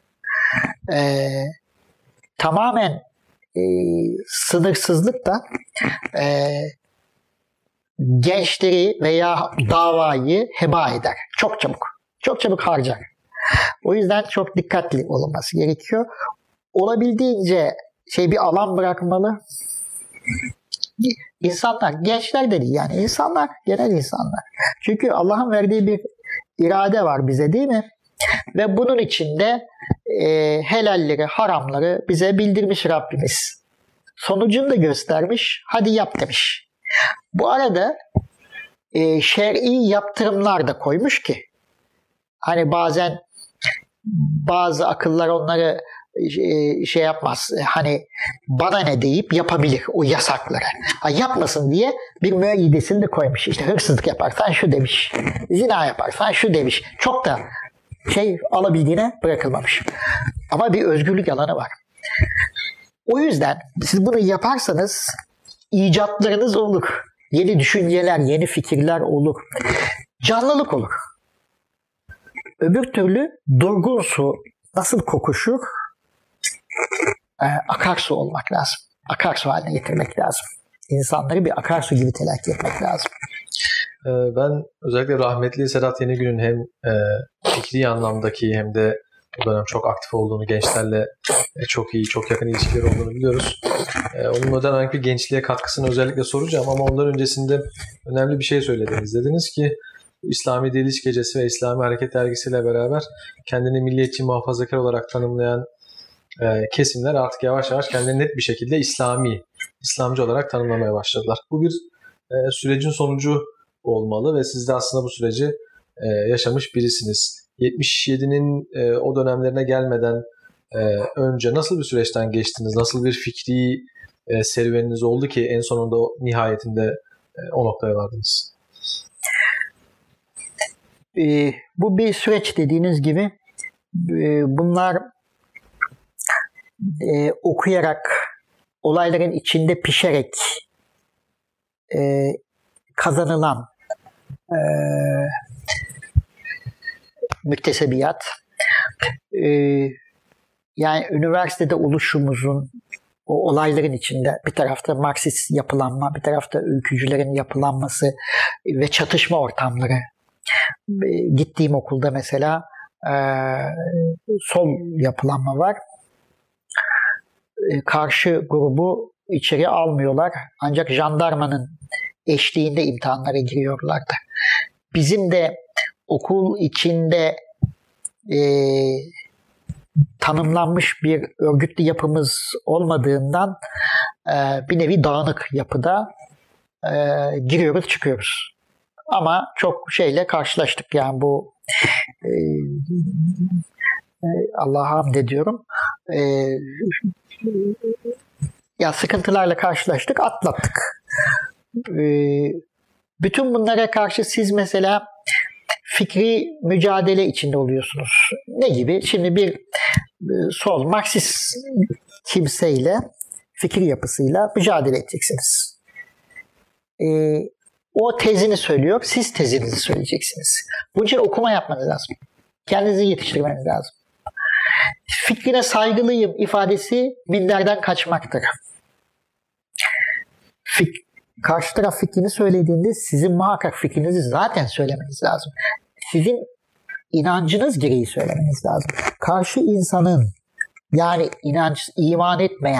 Tamamen sınırsızlık da gençleri veya davayı heba eder. Çok çabuk. Çok çabuk harcar. O yüzden çok dikkatli olunması gerekiyor. Olabildiğince bir alan bırakmalı. İnsanlar, gençler de değil yani insanlar, genel insanlar. Çünkü Allah'ın verdiği bir irade var bize, değil mi? Ve bunun içinde helalleri, haramları bize bildirmiş Rabbimiz. Sonucunu da göstermiş, hadi yap demiş. Bu arada şer'i yaptırımlar da koymuş ki hani bazen bazı akıllar onları yapmaz. Hani bana ne deyip yapabilir o yasakları. Yapmasın diye bir müeyyidesini de koymuş. İşte hırsızlık yaparsan şu demiş. Zina yaparsan şu demiş. Çok da alabildiğine bırakılmamış. Ama bir özgürlük alanı var. O yüzden siz bunu yaparsanız icatlarınız olur. Yeni düşünceler, yeni fikirler olur. Canlılık olur. Öbür türlü durgun su nasıl kokuşur? Akarsu olmak lazım. Akarsu haline getirmek lazım. İnsanları bir akarsu gibi telakki etmek lazım. Ben özellikle rahmetli Sedat Yenigün'ün hem fikri anlamdaki hem de bu dönem çok aktif olduğunu, gençlerle çok iyi, çok yakın ilişkiler olduğunu biliyoruz. Onun o dönemki gençliğe katkısını özellikle soracağım ama ondan öncesinde önemli bir şey söylediniz. Dediniz ki İslami Diriliş Gecesi ve İslami Hareket Dergisi'yle beraber kendini milliyetçi, muhafazakar olarak tanımlayan kesimler artık yavaş yavaş kendilerini net bir şekilde İslamcı olarak tanımlamaya başladılar. Bu bir sürecin sonucu olmalı ve siz de aslında bu süreci yaşamış birisiniz. 77'nin o dönemlerine gelmeden önce nasıl bir süreçten geçtiniz? Nasıl bir fikri serüveniniz oldu ki en sonunda nihayetinde o noktaya vardınız? Bu bir süreç dediğiniz gibi. Bunlar okuyarak, olayların içinde pişerek kazanılan müktesebiyat. Yani üniversitede oluşumuzun o olayların içinde bir tarafta Marksist yapılanma, bir tarafta ülkücülerin yapılanması ve çatışma ortamları. Gittiğim okulda mesela sol yapılanma var. Karşı grubu içeri almıyorlar. Ancak jandarmanın eşliğinde imtihanlara giriyorlardı. Bizim de okul içinde tanımlanmış bir örgütlü yapımız olmadığından bir nevi dağınık yapıda giriyoruz çıkıyoruz. Ama çok şeyle karşılaştık yani bu Allah'a hamd ediyorum. Ya sıkıntılarla karşılaştık, atlattık. Bütün bunlara karşı siz mesela fikri mücadele içinde oluyorsunuz. Ne gibi? Şimdi bir sol Marksist kimseyle, fikir yapısıyla mücadele edeceksiniz. O tezini söylüyor, siz tezinizi söyleyeceksiniz. Bunun için okuma yapmanız lazım. Kendinizi yetiştirmeniz lazım. Fikrine saygılıyım ifadesi minderden kaçmaktır. Karşı taraf fikrini söylediğinde sizin muhakkak fikrinizi zaten söylemeniz lazım. Sizin inancınız gereği söylemeniz lazım. Karşı insanın, yani iman etmeyen,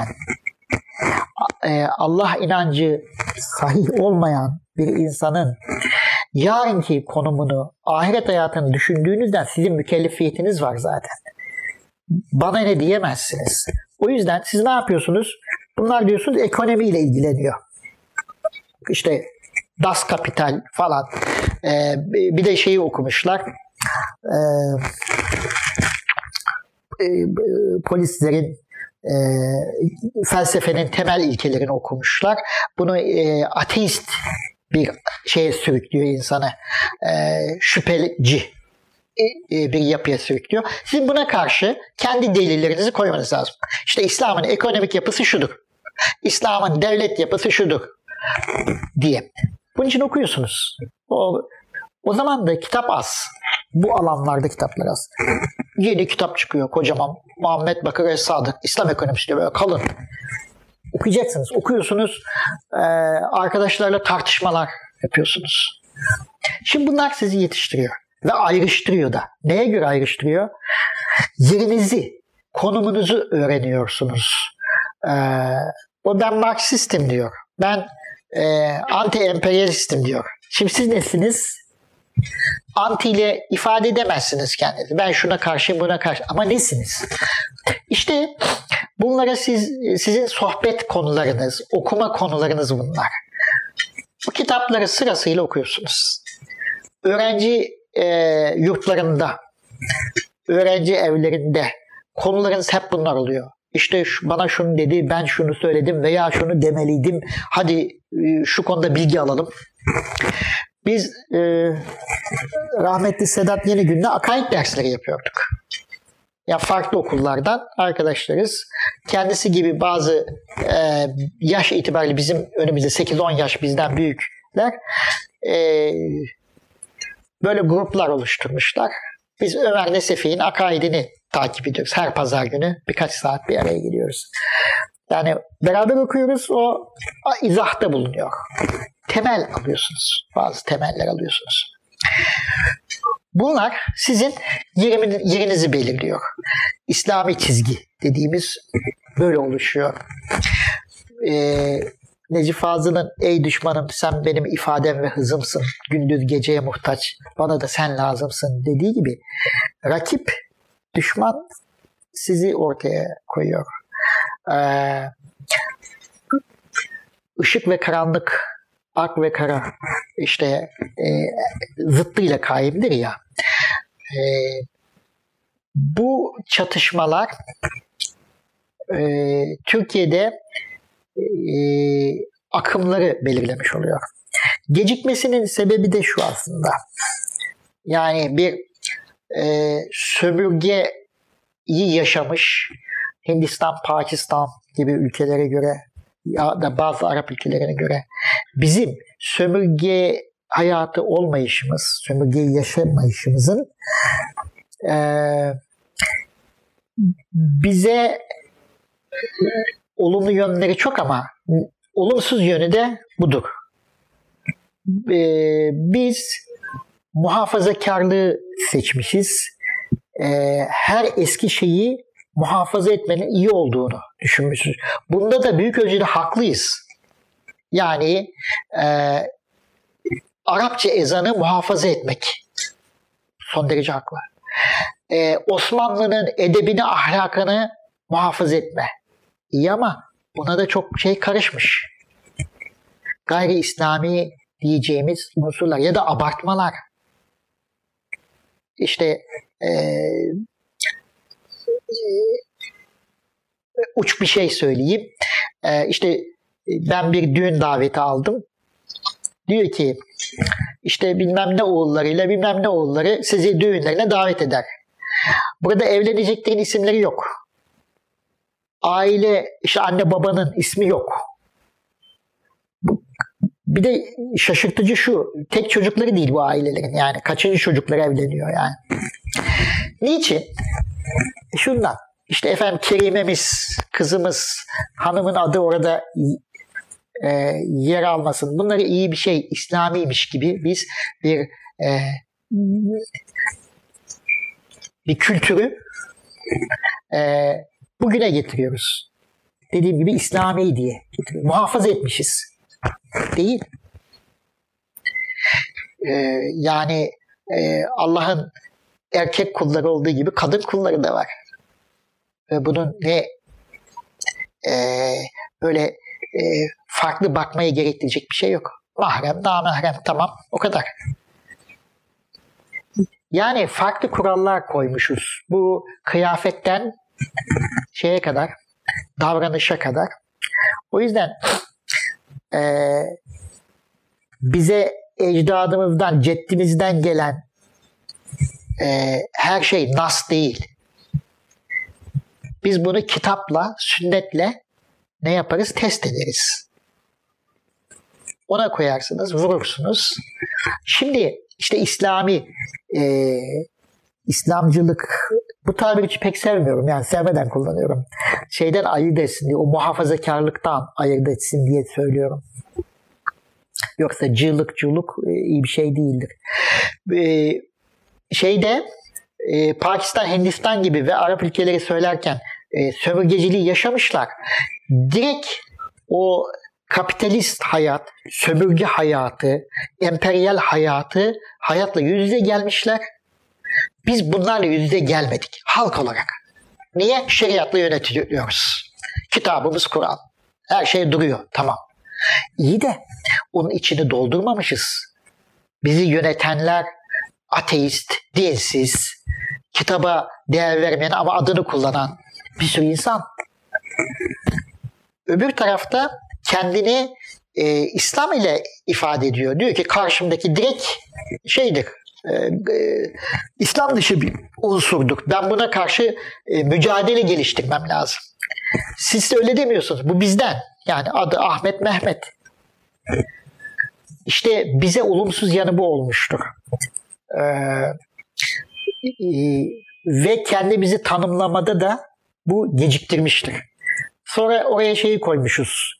Allah inancı sahih olmayan bir insanın yarınki konumunu, ahiret hayatını düşündüğünüzden sizin mükellefiyetiniz var zaten. Bana ne diyemezsiniz. O yüzden siz ne yapıyorsunuz? Bunlar diyorsunuz ekonomiyle ilgileniyor. İşte Das Kapital falan. Bir de şeyi okumuşlar. Polislerin felsefenin temel ilkelerini okumuşlar. Bunu ateist bir şeye sürüklüyor insanı. Şüpheci bir yapıya sürüklüyor. Sizin buna karşı kendi delillerinizi koymanız lazım. İşte İslam'ın ekonomik yapısı şudur. İslam'ın devlet yapısı şudur diye. Bunun için okuyorsunuz. O zaman da kitap az. Bu alanlarda kitaplar az. Yeni kitap çıkıyor kocaman. Muhammed Bakır Es-Sadık. İslam ekonomisi diyor, böyle kalın. Okuyacaksınız. Okuyorsunuz. Arkadaşlarla tartışmalar yapıyorsunuz. Şimdi bunlar sizi yetiştiriyor. Ve ayrıştırıyor da. Neye göre ayrıştırıyor? Yerinizi, konumunuzu öğreniyorsunuz. O ben Marksistim diyor. Ben anti-emperyalistim diyor. Şimdi siz nesiniz? Anti ile ifade edemezsiniz kendinizi. Ben şuna karşıyım, buna karşı. Ama nesiniz? İşte bunlara sizin sohbet konularınız, okuma konularınız bunlar. Bu kitapları sırasıyla okuyorsunuz. Öğrenci yurtlarında, öğrenci evlerinde konularınız hep bunlar oluyor. İşte bana şunu dedi, ben şunu söyledim veya şunu demeliydim. Hadi şu konuda bilgi alalım. Biz rahmetli Sedat Yenigün'le akaid dersleri yapıyorduk. Ya farklı okullardan arkadaşlarız. Kendisi gibi bazı yaş itibariyle bizim önümüzde 8-10 yaş bizden büyükler böyle gruplar oluşturmuşlar. Biz Ömer Nesefi'nin akaidini takip ediyoruz. Her pazar günü birkaç saat bir araya geliyoruz. Yani beraber okuyoruz, o izahta bulunuyor. Temel alıyorsunuz. Bazı temeller alıyorsunuz. Bunlar sizin yerinizi belirliyor. İslami çizgi dediğimiz böyle oluşuyor. Necip Fazıl'ın ey düşmanım sen benim ifadem ve hızımsın, gündüz geceye muhtaç, bana da sen lazımsın dediği gibi rakip, düşman sizi ortaya koyuyor. Işık ve karanlık, ak ve kara işte zıttıyla kaimdir ya. Bu çatışmalar Türkiye'de akımları belirlemiş oluyor. Gecikmesinin sebebi de şu aslında. Yani bir sömürgeyi yaşamış Hindistan, Pakistan gibi ülkelere göre ya da bazı Arap ülkelerine göre bizim sömürge hayatı olmayışımız, sömürgeyi yaşamayışımızın bize olumlu yönleri çok ama olumsuz yönü de budur. Biz muhafazakarlığı seçmişiz. Her eski şeyi muhafaza etmenin iyi olduğunu düşünmüşüz. Bunda da büyük ölçüde haklıyız. Yani Arapça ezanı muhafaza etmek son derece haklı. Osmanlı'nın edebini, ahlakını muhafaza etme. İyi ama buna da çok şey karışmış. Gayri İslami diyeceğimiz unsurlar ya da abartmalar. İşte uç bir şey söyleyeyim. İşte ben bir düğün daveti aldım. Diyor ki işte bilmem ne oğullarıyla bilmem ne oğulları sizi düğünlerine davet eder. Burada evleneceklerin isimleri yok. Aile, işte anne babanın ismi yok. Bir de şaşırtıcı şu, tek çocukları değil bu ailelerin, yani kaçıncı çocukları evleniyor yani. Niçin? Şundan, işte efendim Kerime'miz, kızımız, hanımın adı orada yer almasın. Bunları iyi bir şey, İslamiymiş gibi biz bir kültürü bugüne getiriyoruz. Dediğim gibi İslami diye getiriyoruz. Muhafaza etmişiz. Değil. Yani Allah'ın erkek kulları olduğu gibi kadın kulları da var. Ve bunun ne böyle farklı bakmaya gerektirecek bir şey yok. Mahrem, namahrem, tamam, o kadar. Yani farklı kurallar koymuşuz. Bu kıyafetten şeye kadar, davranışa kadar. O yüzden bize ecdadımızdan, ceddimizden gelen her şey nas değil. Biz bunu kitapla, sünnetle ne yaparız? Test ederiz. Ona koyarsınız, vurursunuz. Şimdi işte İslamcılık, bu tabiri hiç pek sevmiyorum. Yani sevmeden kullanıyorum. Şeyden ayırt etsin diye, o muhafazakarlıktan ayırt etsin diye söylüyorum. Yoksa cılık iyi bir şey değildir. Pakistan, Hindistan gibi ve Arap ülkeleri söylerken sömürgeciliği yaşamışlar. Direkt o kapitalist hayat, sömürge hayatı, emperyal hayatla yüz yüze gelmişler. Biz bunlarla yüz yüze gelmedik halk olarak. Niye? Şeriatla yönetiliyoruz. Kitabımız Kur'an. Her şey duruyor. Tamam. İyi de onun içini doldurmamışız. Bizi yönetenler ateist, dinsiz, kitaba değer vermeyen ama adını kullanan bir sürü insan. Öbür tarafta kendini İslam ile ifade ediyor. Diyor ki karşımdaki direkt şeydir, İslam dışı bir unsurdur. Ben buna karşı mücadele geliştirmem lazım. Siz de öyle demiyorsunuz. Bu bizden. Yani adı Ahmet Mehmet. İşte bize olumsuz yanı bu olmuştur. Ve kendimizi tanımlamada da bu geciktirmiştir. Sonra oraya şeyi koymuşuz.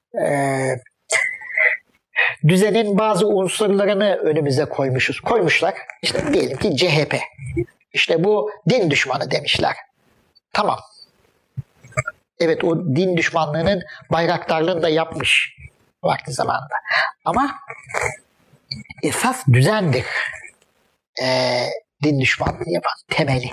Düzenin bazı unsurlarını önümüze koymuşlar. İşte diyelim ki CHP. İşte bu din düşmanı demişler. Tamam. Evet, o din düşmanlığının bayraktarlığını da yapmış vakti zamanında. Ama esas düzendir din düşmanlığı yapan temeli.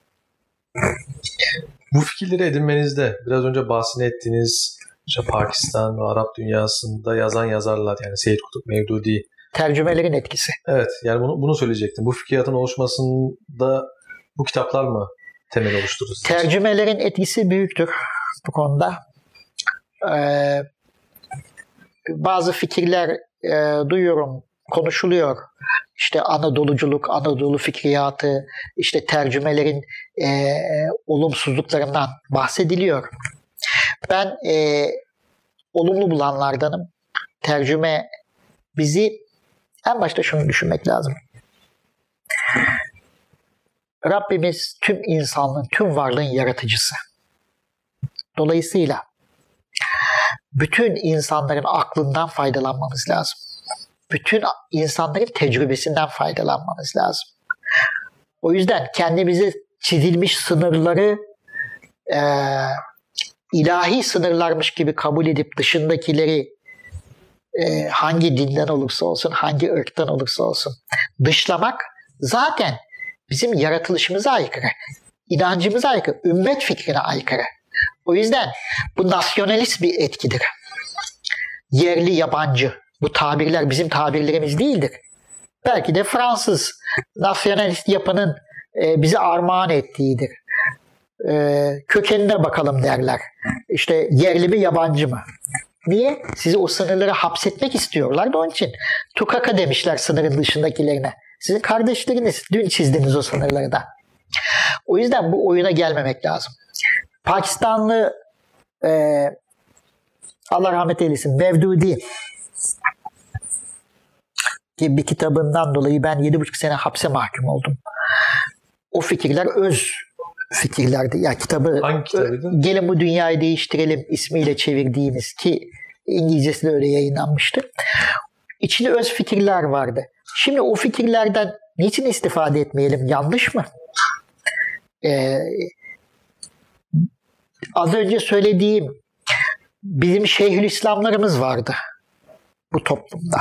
Bu fikirleri edinmenizde biraz önce bahsettiğiniz işte Pakistan ve Arap dünyasında yazan yazarlar, yani Seyyid Kutup, Mevdudi. Tercümelerin etkisi. Evet, yani bunu söyleyecektim. Bu fikriyatın oluşmasında bu kitaplar mı temel oluşturdu? Tercümelerin etkisi büyüktür bu konuda. Bazı fikirler duyuyorum, konuşuluyor. İşte Anadoluculuk, Anadolu fikriyatı, işte tercümelerin olumsuzluklarından bahsediliyor. Ben olumlu bulanlardanım. Tercüme bizi, en başta şunu düşünmek lazım. Rabbimiz tüm insanlığın, tüm varlığın yaratıcısı. Dolayısıyla bütün insanların aklından faydalanmamız lazım. Bütün insanların tecrübesinden faydalanmamız lazım. O yüzden kendimize çizilmiş sınırları ilahi sınırlarmış gibi kabul edip dışındakileri hangi dinden olursa olsun, hangi ırktan olursa olsun dışlamak zaten bizim yaratılışımıza aykırı, inancımıza aykırı, ümmet fikrine aykırı. O yüzden bu nasyonalist bir etkidir. Yerli, yabancı. Bu tabirler bizim tabirlerimiz değildir. Belki de Fransız nasyonalist yapının bize armağan ettiğidir. Kökenine bakalım derler. İşte yerli mi, yabancı mı? Niye? Sizi o sınırlara hapsetmek istiyorlar da onun için. Tukaka demişler sınırın dışındakilerine. Sizin kardeşleriniz. Dün çizdiniz o sınırları da. O yüzden bu oyuna gelmemek lazım. Pakistanlı Allah rahmet eylesin Mevdudi ki bir kitabından dolayı ben 7,5 sene hapse mahkum oldum. O fikirler öz fikirlerdi. Ya kitabı hangi kitabıydı? Gelin bu dünyayı değiştirelim ismiyle çevirdiğimiz ki İngilizcesi de öyle yayınlanmıştı. İçinde öz fikirler vardı. Şimdi o fikirlerden niçin istifade etmeyelim? Yanlış mı? Az önce söylediğim bizim Şeyhülislamlarımız vardı bu toplumda.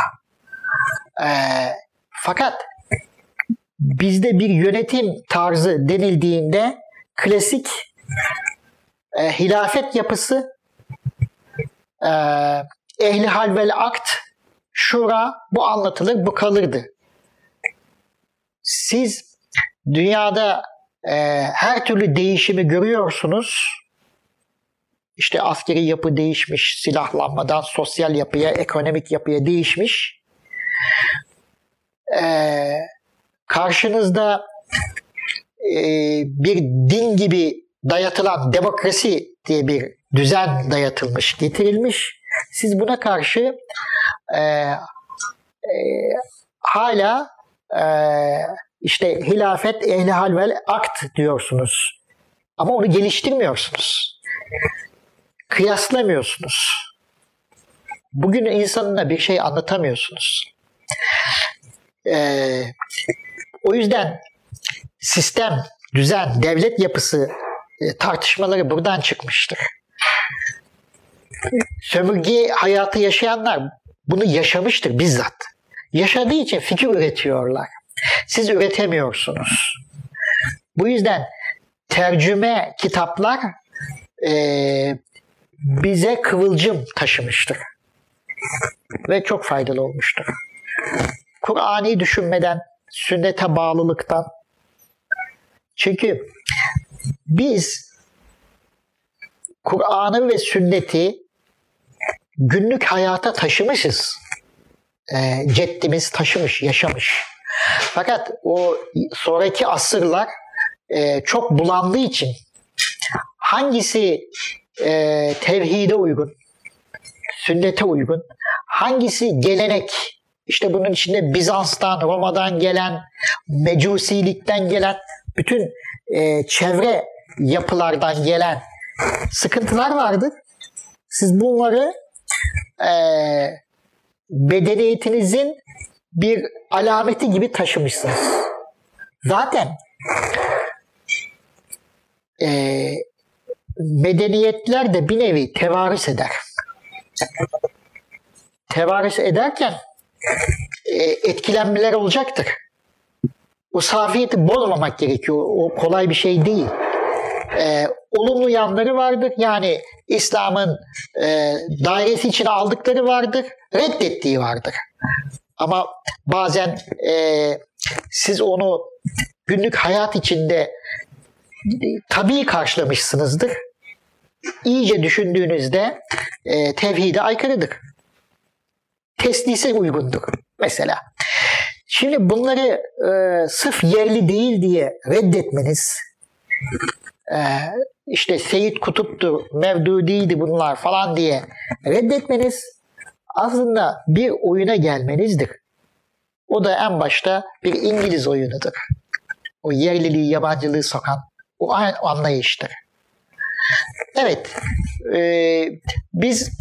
Fakat bizde bir yönetim tarzı denildiğinde klasik hilafet yapısı, ehli hal vel akt, şura, bu anlatılır, bu kalırdı. Siz dünyada her türlü değişimi görüyorsunuz. İşte askeri yapı değişmiş, silahlanmadan sosyal yapıya, ekonomik yapıya değişmiş. Karşınızda bir din gibi dayatılan demokrasi diye bir düzen dayatılmış, getirilmiş. Siz buna karşı hala işte hilafet, ehli hal vel akt diyorsunuz. Ama onu geliştirmiyorsunuz. Kıyaslamıyorsunuz. Bugünün insanına bir şey anlatamıyorsunuz. O yüzden sistem, düzen, devlet yapısı tartışmaları buradan çıkmıştır. Sömürge hayatı yaşayanlar bunu yaşamıştır bizzat. Yaşadığı için fikir üretiyorlar. Siz üretemiyorsunuz. Bu yüzden tercüme kitaplar bize kıvılcım taşımıştır. Ve çok faydalı olmuştur. Kur'an'ı düşünmeden, sünnete bağlılıktan. Çünkü biz Kur'an'ı ve sünneti günlük hayata taşımışız. Ceddimiz taşımış, yaşamış. Fakat o sonraki asırlar çok bulandığı için hangisi tevhide uygun, sünnete uygun, hangisi gelenek, işte bunun içinde Bizans'tan, Roma'dan gelen, Mecusilikten gelen, bütün çevre yapılardan gelen sıkıntılar vardır. Siz bunları medeniyetinizin bir alameti gibi taşımışsınız. Zaten medeniyetler de bir nevi tevarüs eder. Tevarüs ederken etkilenmeler olacaktır. O safiyeti bozmamak gerekiyor. O kolay bir şey değil. Olumlu yanları vardır. Yani İslam'ın dairesi içine aldıkları vardır. Reddettiği vardır. Ama bazen siz onu günlük hayat içinde tabii karşılamışsınızdır. İyice düşündüğünüzde tevhide aykırıdır. Teslise uygundur mesela. Şimdi bunları sırf yerli değil diye reddetmeniz, işte Seyyid Kutup'tu, Mevdudi'ydi bunlar falan diye reddetmeniz aslında bir oyuna gelmenizdir. O da en başta bir İngiliz oyunudur. O yerliliği, yabancılığı sokan o anlayıştır. Evet, biz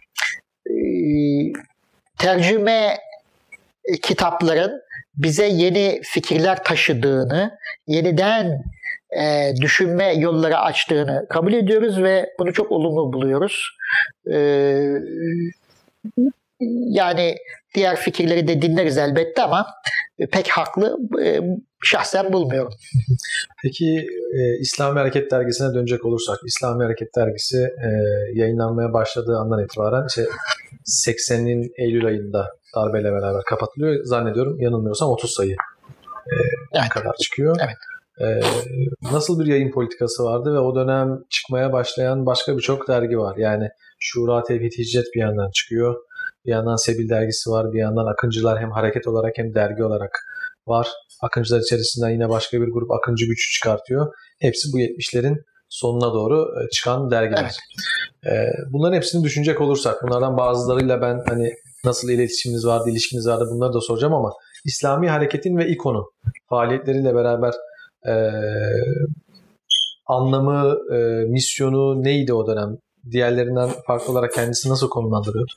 tercüme kitapların bize yeni fikirler taşıdığını, yeniden düşünme yolları açtığını kabul ediyoruz ve bunu çok olumlu buluyoruz. Yani diğer fikirleri de dinleriz elbette ama pek haklı şahsen bulmuyorum. Peki İslami Hareket Dergisi'ne dönecek olursak, İslami Hareket Dergisi yayınlanmaya başladığı andan itibaren 80'in Eylül ayında darbeyle beraber kapatılıyor. Zannediyorum yanılmıyorsam 30 sayı evet. kadar çıkıyor. Evet. Nasıl bir yayın politikası vardı ve o dönem çıkmaya başlayan başka birçok dergi var. Yani Şura, Tevhid, Hicret bir yandan çıkıyor. Bir yandan Sebil dergisi var. Bir yandan Akıncılar hem hareket olarak hem dergi olarak var. Akıncılar içerisinden yine başka bir grup Akıncı Güç çıkartıyor. Hepsi bu 70'lerin sonuna doğru çıkan dergiler. Evet. Bunların hepsini düşünecek olursak, bunlardan bazılarıyla ben hani nasıl iletişiminiz vardı, ilişkiniz vardı, bunları da soracağım ama İslami hareketin ve İKO'nun faaliyetleriyle beraber anlamı, misyonu neydi o dönem? Diğerlerinden farklı olarak kendisi nasıl konumlandırıyordu?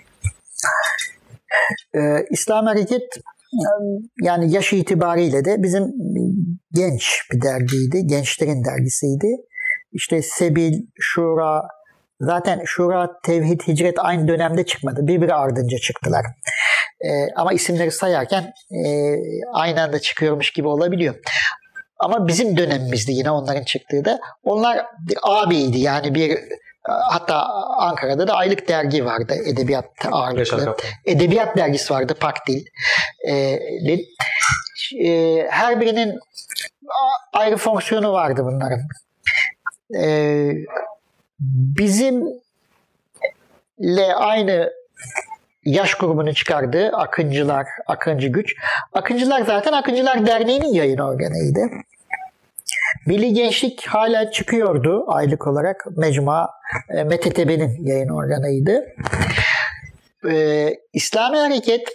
İslam Hareket yani yaş itibariyle de bizim genç bir dergiydi. Gençlerin dergisiydi. İşte Sebil, Şura, zaten Şura, Tevhid, Hicret aynı dönemde çıkmadı. Birbiri ardınca çıktılar. Ama isimleri sayarken aynı anda çıkıyormuş gibi olabiliyor. Ama bizim dönemimizdi yine onların çıktığı da. Onlar bir abiydi yani hatta Ankara'da da aylık dergi vardı. Edebiyat ağırlıklı. Edebiyat dergisi vardı Pakdil. Her birinin ayrı fonksiyonu vardı bunların. Bizimle aynı yaş grubunu çıkardığı Akıncılar, Akıncı Güç. Akıncılar zaten Akıncılar Derneği'nin yayın organıydı. Milli Gençlik hala çıkıyordu aylık olarak. Mecmua MTTB'nin yayın organıydı. İslami Hareket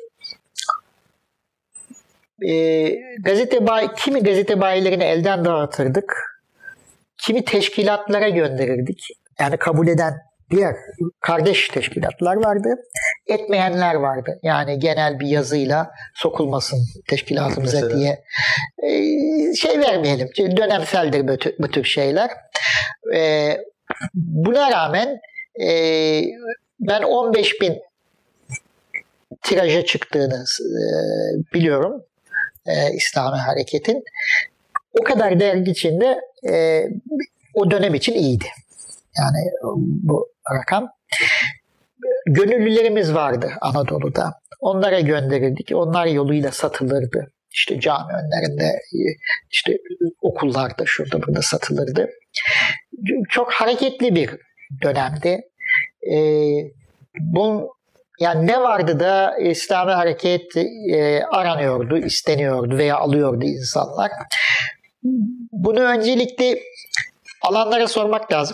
kimi gazete bayilerini elden dağıtırdık. Kimi teşkilatlara gönderirdik. Yani kabul eden diğer kardeş teşkilatlar vardı. Etmeyenler vardı. Yani genel bir yazıyla sokulmasın teşkilatımıza mesela diye şey vermeyelim. Dönemseldir bu tür şeyler. Buna rağmen ben 15.000 tiraja çıktığını biliyorum İslami Hareket'in. O kadar dergi içinde o dönem için iyiydi. Yani bu rakam. Gönüllülerimiz vardı Anadolu'da. Onlara gönderirdik. Onlar yoluyla satılırdı. İşte cami önlerinde, işte okullarda, şurada burada satılırdı. Çok hareketli bir dönemdi. Yani ne vardı da İslami Hareket aranıyordu, isteniyordu veya alıyordu insanlar. Bunu öncelikle alanlara sormak lazım.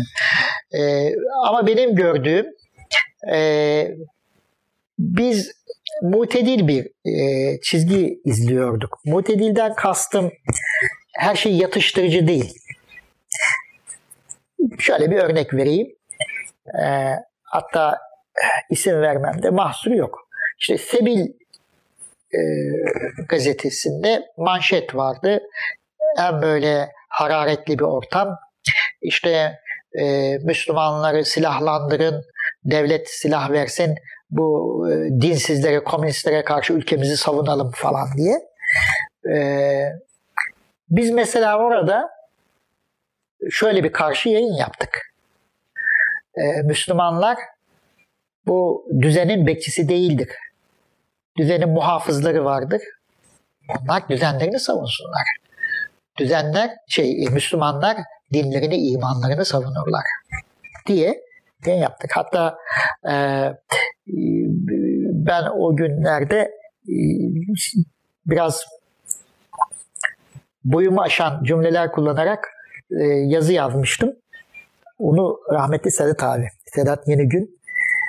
Ama benim gördüğüm biz mutedil bir çizgi izliyorduk. Mutedilden kastım her şey yatıştırıcı değil. Şöyle bir örnek vereyim. Hatta isim vermemde mahsur yok. İşte Sebil gazetesinde manşet vardı. En böyle hararetli bir ortam. İşte Müslümanları silahlandırın, devlet silah versin, bu dinsizlere, komünistlere karşı ülkemizi savunalım falan diye. Biz mesela orada şöyle bir karşı yayın yaptık. Müslümanlar bu düzenin bekçisi değildir. Düzenin muhafızları vardır. Onlar düzenlerini savunsunlar. Müslümanlar dinlerini, imanlarını savunurlar diye yaptık. Hatta ben o günlerde biraz boyumu aşan cümleler kullanarak yazı yazmıştım. Onu rahmetli Sedat Yenigün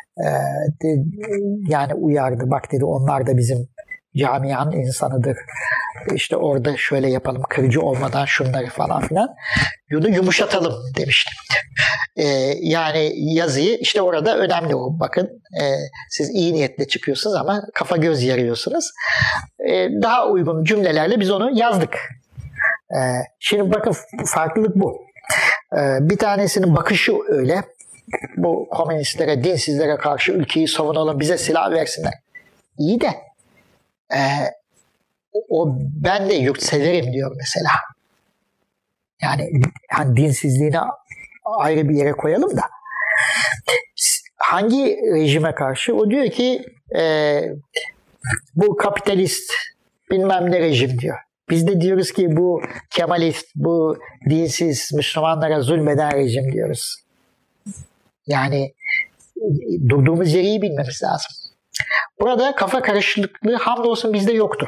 yani uyardı. Bak dedi, onlar da bizim camianın insanıdır. İşte orada şöyle yapalım, kırıcı olmadan şunları falan filan. Bunu yumuşatalım demiştim. Yani yazıyı işte orada önemli o. Bakın siz iyi niyetle çıkıyorsunuz ama kafa göz yarıyorsunuz. Daha uygun cümlelerle biz onu yazdık. Şimdi bakın farklılık bu. Bir tanesinin bakışı öyle. Bu komünistlere, dinsizlere karşı ülkeyi savunalım, bize silah versinler. İyi de ben de yurtseverim diyor mesela. Yani dinsizliğini ayrı bir yere koyalım da. Hangi rejime karşı? O diyor ki bu kapitalist bilmem ne rejim diyor. Biz de diyoruz ki bu Kemalist, bu dinsiz Müslümanlara zulmeden rejim diyoruz. Yani durduğumuz yeri iyi bilmemiz lazım. Burada kafa karışıklığı hamdolsun bizde yoktu.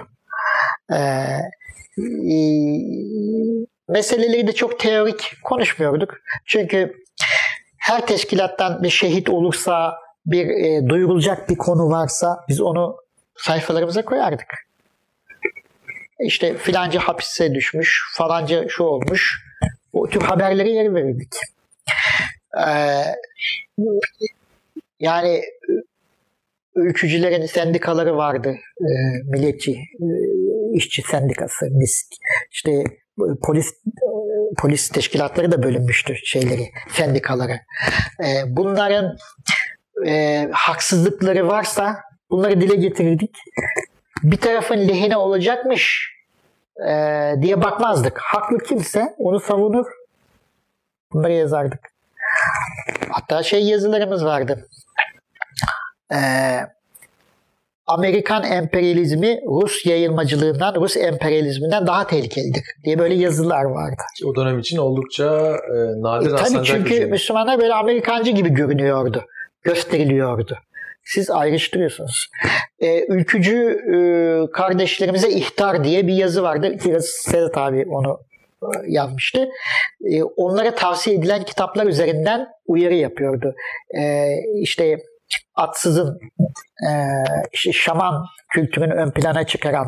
Meseleleri de çok teorik konuşmuyorduk. Çünkü her teşkilattan bir şehit olursa, bir duyurulacak bir konu varsa biz onu sayfalarımıza koyardık. İşte filanca hapise düşmüş, falanca şu olmuş. O tür haberleri yer verirdik. Yani ülkücülerin sendikaları vardı. Milliyetçi işçi sendikası, MİSK. İşte polis teşkilatları da bölünmüştü sendikaları. Bunların haksızlıkları varsa bunları dile getirirdik. Bir tarafın lehine olacakmış diye bakmazdık. Haklı kimse onu savunur. Bunları yazardık. Hatta yazılarımız vardı. Amerikan emperyalizmi Rus yayılmacılığından, Rus emperyalizminden daha tehlikelidir diye böyle yazılar vardı. O dönem için oldukça nadir tabii çünkü Müslümanlar böyle Amerikancı gibi görünüyordu, gösteriliyordu. Siz ayrıştırıyorsunuz. Ülkücü kardeşlerimize ihtar diye bir yazı vardı. Sedat abi onu yazmıştı. Onlara tavsiye edilen kitaplar üzerinden uyarı yapıyordu. İşte atsızın şaman kültürünü ön plana çıkaran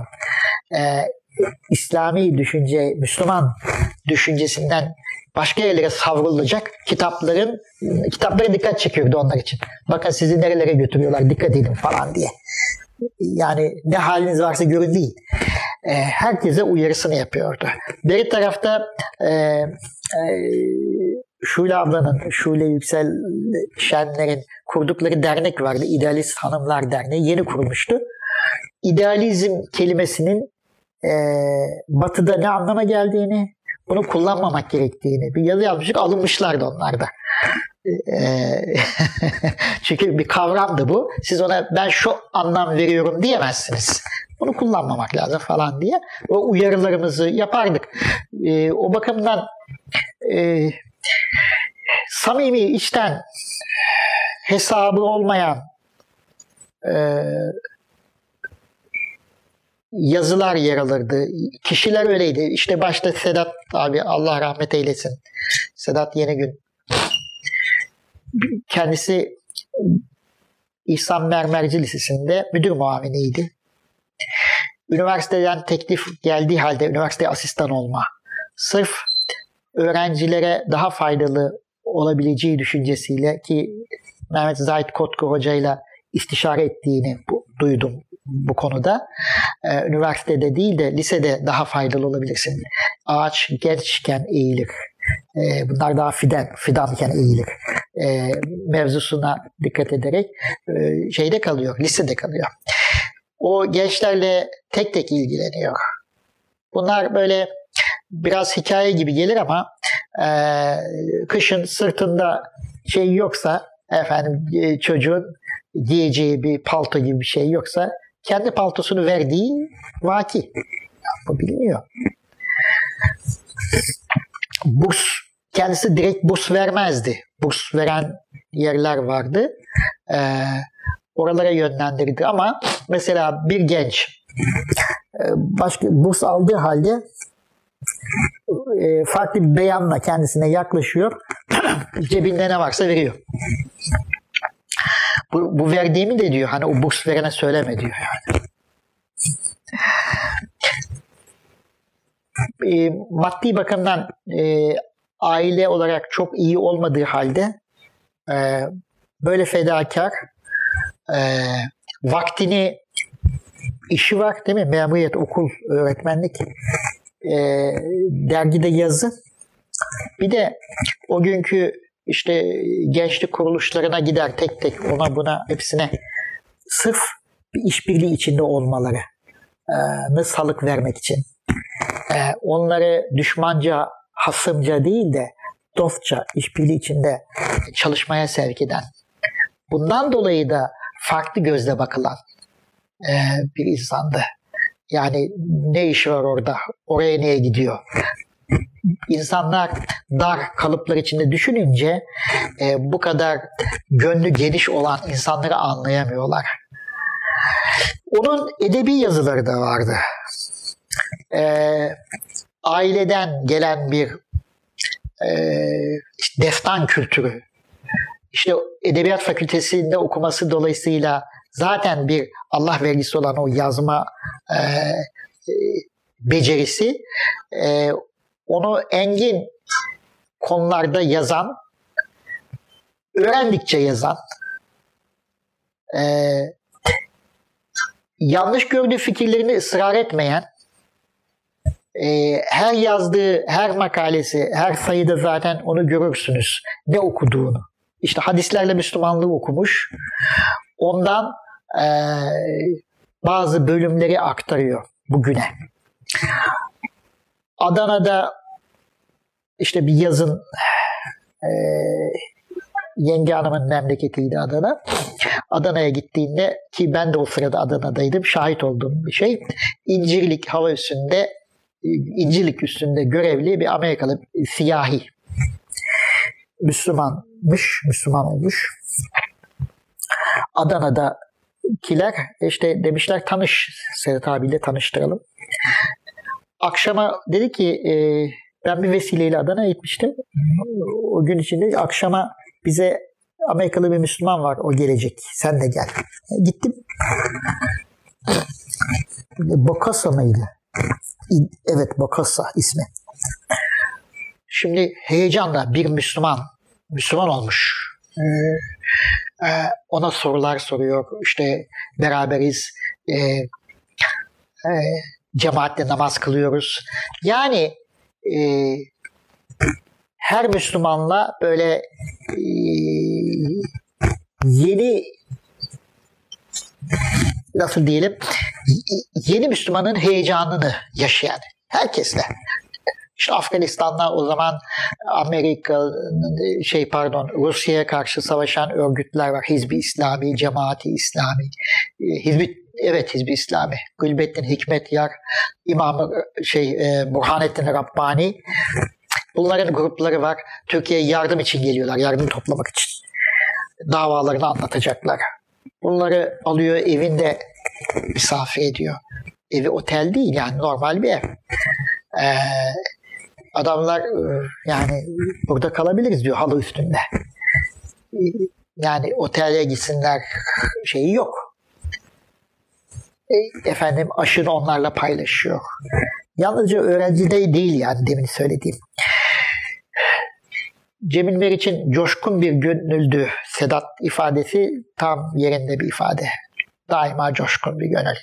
İslami düşünce, Müslüman düşüncesinden başka yerlere savrulacak kitaplara dikkat çekiyordu onlar için. Bakın sizi nerelere götürüyorlar, dikkat edin falan diye. Yani ne haliniz varsa görün değil. Herkese uyarısını yapıyordu. Bir tarafta Şule ablanın, Şule Yüksel Şenler'in kurdukları dernek vardı. İdealist Hanımlar Derneği yeni kurulmuştu. İdealizm kelimesinin Batı'da ne anlama geldiğini, bunu kullanmamak gerektiğini bir yazı yazmıştık. Alınmışlardı onlar da. Çünkü bir kavramdı bu. Siz ona ben şu anlam veriyorum diyemezsiniz. Bunu kullanmamak lazım falan diye. O uyarılarımızı yapardık. O bakımdan samimi, içten hesabı olmayan yazılar yer alırdı. Kişiler öyleydi. İşte başta Sedat abi, Allah rahmet eylesin. Sedat Yenigün. Kendisi İhsan Mermerci Lisesi'nde müdür muaviniydi. Üniversiteden teklif geldiği halde üniversiteye asistan olma. Sırf öğrencilere daha faydalı olabileceği düşüncesiyle, ki Mehmet Zahit Kotku hocayla istişare ettiğini duydum bu konuda. Üniversitede değil de lisede daha faydalı olabilirsin. Ağaç gençken eğilir. Bunlar daha fidanken eğilir. Mevzusuna dikkat ederek şeyde kalıyor, lisede kalıyor. O gençlerle tek tek ilgileniyor. Bunlar böyle biraz hikaye gibi gelir ama kışın sırtında yoksa, çocuğun giyeceği bir palto gibi bir şey yoksa kendi paltosunu verdiği vaki. Bu biliniyor. Burs, kendisi direkt burs vermezdi. Burs veren yerler vardı. Oralara yönlendirdi ama mesela bir genç başka burs aldığı halde farklı bir beyanla kendisine yaklaşıyor. Cebinde ne varsa veriyor. Bu verdiğimi de diyor. Hani o burs verene söyleme diyor yani. Maddi bakımdan aile olarak çok iyi olmadığı halde böyle fedakar, vaktini, işi var değil mi? Memuriyet, okul, öğretmenlik, dergide yazı. Bir de o günkü gençlik kuruluşlarına gider tek tek, ona buna hepsine sırf bir işbirliği içinde olmalarını salık vermek için. Onları düşmanca, hasımca değil de dostça, işbirliği içinde çalışmaya sevk eden. Bundan dolayı da farklı gözle bakılan bir insandı. Yani ne işi var orada? Oraya niye gidiyor? insanlar dar kalıplar içinde düşününce bu kadar gönlü geniş olan insanları anlayamıyorlar. Onun edebi yazıları da vardı. Aileden gelen bir destan kültürü, işte edebiyat fakültesinde okuması dolayısıyla zaten bir Allah vergisi olan o yazma becerisi, onu engin konularda yazan, öğrendikçe yazan, yanlış gördüğü fikirlerini ısrar etmeyen, her yazdığı, her makalesi, her sayıda zaten onu görürsünüz. Ne okuduğunu. İşte hadislerle Müslümanlığı okumuş. Ondan bazı bölümleri aktarıyor bugüne. Adana'da işte bir yazın yenge hanımın memleketiydi Adana. Adana'ya gittiğinde, ki ben de o sırada Adana'daydım, şahit olduğum bir şey. İncirlik hava üssünde, İncirlik üstünde görevli bir Amerikalı siyahi. Müslüman olmuş. Adana'dakiler işte demişler, tanış Sedat abiyle tanıştıralım. Akşama dedi ki ben bir vesileyle Adana'ya gitmiştim. O gün içinde akşama bize Amerikalı bir Müslüman var, o gelecek. Sen de gel. Gittim. Bokassa mıydı? Evet, Bokassa ismi. Şimdi heyecanla bir Müslüman olmuş. Ona sorular soruyor. İşte beraberiz. Cemaatle namaz kılıyoruz. Yani her Müslümanla böyle yeni, nasıl diyelim, yeni Müslümanın heyecanını yaşayan herkesle. İşte Afganistan'da o zaman Rusya'ya karşı savaşan örgütler var. Hizb-i İslami, Cemaat-i İslami, Hizb-i İslami, Gülbettin Hikmetyar, İmam Burhanettin Rabbani. Bunların grupları var. Türkiye'ye yardım için geliyorlar, yardım toplamak için. Davalarını anlatacaklar. Bunları alıyor, evinde misafir ediyor. Evi otel değil, yani normal bir ev. Adamlar yani burada kalabiliriz diyor, halı üstünde. Yani otele gitsinler şeyi yok. Aşırı onlarla paylaşıyor. Yalnızca öğrenci değil, yani demin söylediğim. Cemil Meriç'in coşkun bir gönüldü Sedat ifadesi tam yerinde bir ifade. Daima coşkun bir gönül.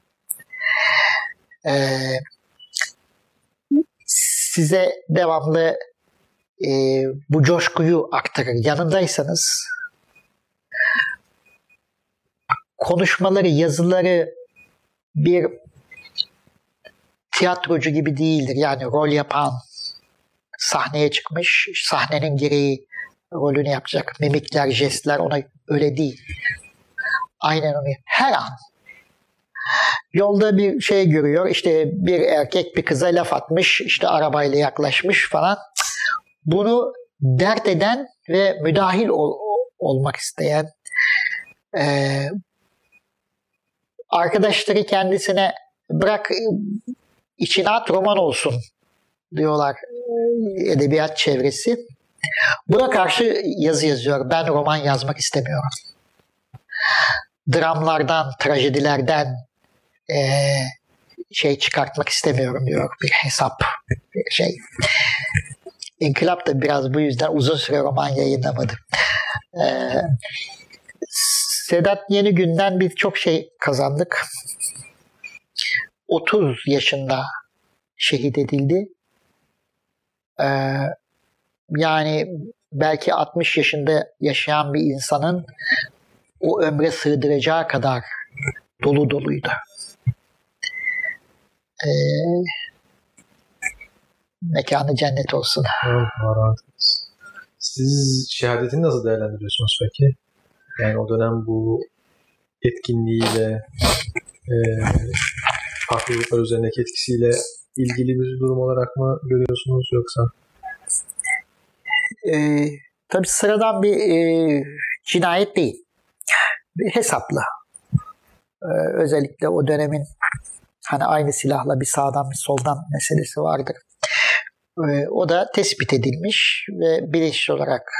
Size devamlı bu coşkuyu aktarır. Yanındaysanız konuşmaları, yazıları bir tiyatrocu gibi değildir. Yani rol yapan, sahneye çıkmış, sahnenin gereği rolünü yapacak. Mimikler, jestler ona öyle değil. Aynen onu. Her an. Yolda bir şey görüyor. İşte bir erkek bir kıza laf atmış. İşte arabayla yaklaşmış falan. Bunu dert eden ve müdahil olmak isteyen, arkadaşları kendisine bırak içine at, roman olsun diyorlar edebiyat çevresi. Buna karşı yazı yazıyor. Ben roman yazmak istemiyorum. Dramlardan, trajedilerden çıkartmak istemiyorum diyor. Bir hesap, bir şey. İnkılap da biraz bu yüzden uzun süre roman yayınlamadı. Sedat Yenigün'den biz çok şey kazandık. 30 yaşında şehit edildi. Yani belki 60 yaşında yaşayan bir insanın o ömre sığdıracağı kadar dolu doluydu. Mekanı cennet olsun. Evet, siz şehadetini nasıl değerlendiriyorsunuz peki? Yani o dönem bu etkinliğiyle, farklılıklar üzerindeki etkisiyle ilgili bir durum olarak mı görüyorsunuz yoksa? Tabii sıradan bir cinayet değil. Bir hesaplı. Özellikle o dönemin hani aynı silahla bir sağdan bir soldan meselesi vardır. O da tespit edilmiş ve bilinçli olarak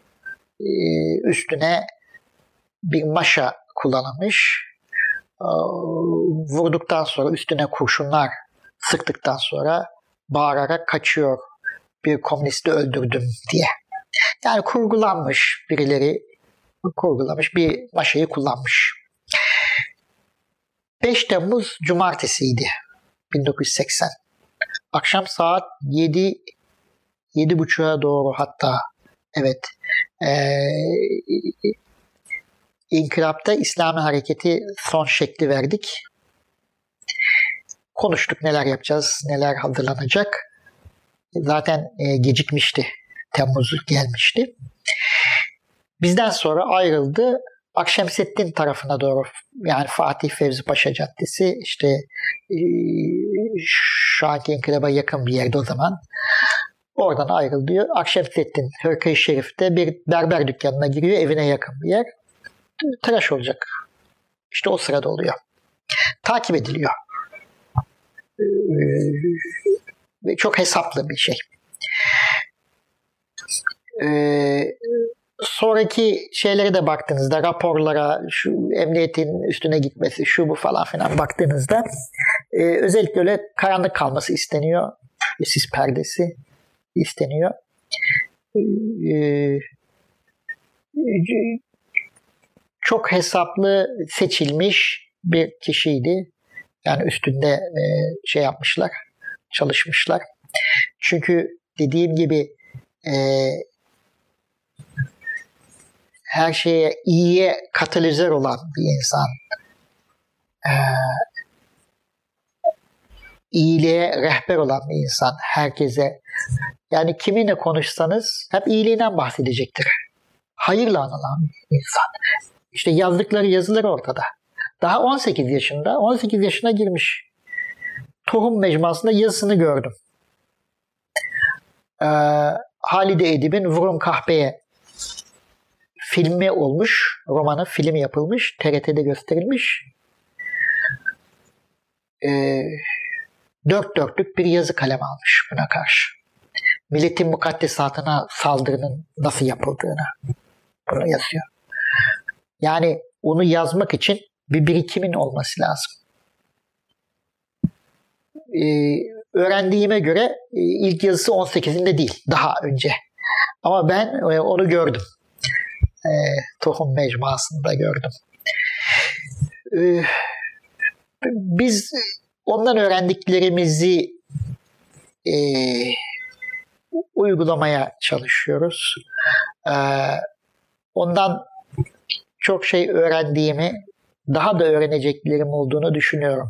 üstüne bir maşa kullanılmış. Vurduktan sonra üstüne kurşunlar sıktıktan sonra bağırarak kaçıyor, bir komünisti öldürdüm diye. Yani kurgulanmış, birileri kurgulamış, bir maşayı kullanmış. 5 Temmuz Cumartesiydi 1980. Akşam saat 7:30'a doğru hatta, evet, İnkılap'ta İslami Hareketi son şekli verdik. Konuştuk neler yapacağız, neler hazırlanacak. Zaten gecikmişti. Temmuz gelmişti. Bizden sonra ayrıldı. Akşemseddin tarafına doğru, yani Fatih Fevzi Paşa Caddesi, işte şu anki İnkılap'a yakın bir yerde o zaman. Oradan ayrılıyor. Akşemseddin Hırkayı Şerif'te bir berber dükkanına giriyor. Evine yakın bir yer. Tıraş olacak. İşte o sırada oluyor. Takip ediliyor. Ve çok hesaplı bir şey. Sonraki şeylere de baktığınızda, raporlara, şu emniyetin üstüne gitmesi, şu bu falan filan baktığınızda özellikle öyle karanlık kalması isteniyor. Sis perdesi isteniyor. Çok hesaplı seçilmiş bir kişiydi. Yani üstünde şey yapmışlar, çalışmışlar. Çünkü dediğim gibi her şeye iyiye katalizör olan bir insan. İyiliğe rehber olan bir insan. Herkese. Yani kiminle konuşsanız hep iyiliğinden bahsedecektir. Hayırla anılan bir insan. İşte yazdıkları yazılar ortada. Daha 18 yaşında, 18 yaşına girmiş. Tohum Mecmuası'nda yazısını gördüm. Halide Edip'in Vurun Kahpeye filmi olmuş. Romanı film yapılmış. TRT'de gösterilmiş. 4 dörtlük bir yazı kalem almış buna karşı. Milletin mukaddesatına saldırının nasıl yapıldığını bunu yazıyor. Yani onu yazmak için bir birikimin olması lazım. Öğrendiğime göre ilk yazısı 18'inde değil, daha önce. Ama ben onu gördüm. Tohum Mecmuası'nda gördüm. Biz ondan öğrendiklerimizi uygulamaya çalışıyoruz. Ondan çok şey öğrendiğimi, daha da öğreneceklerim olduğunu düşünüyorum.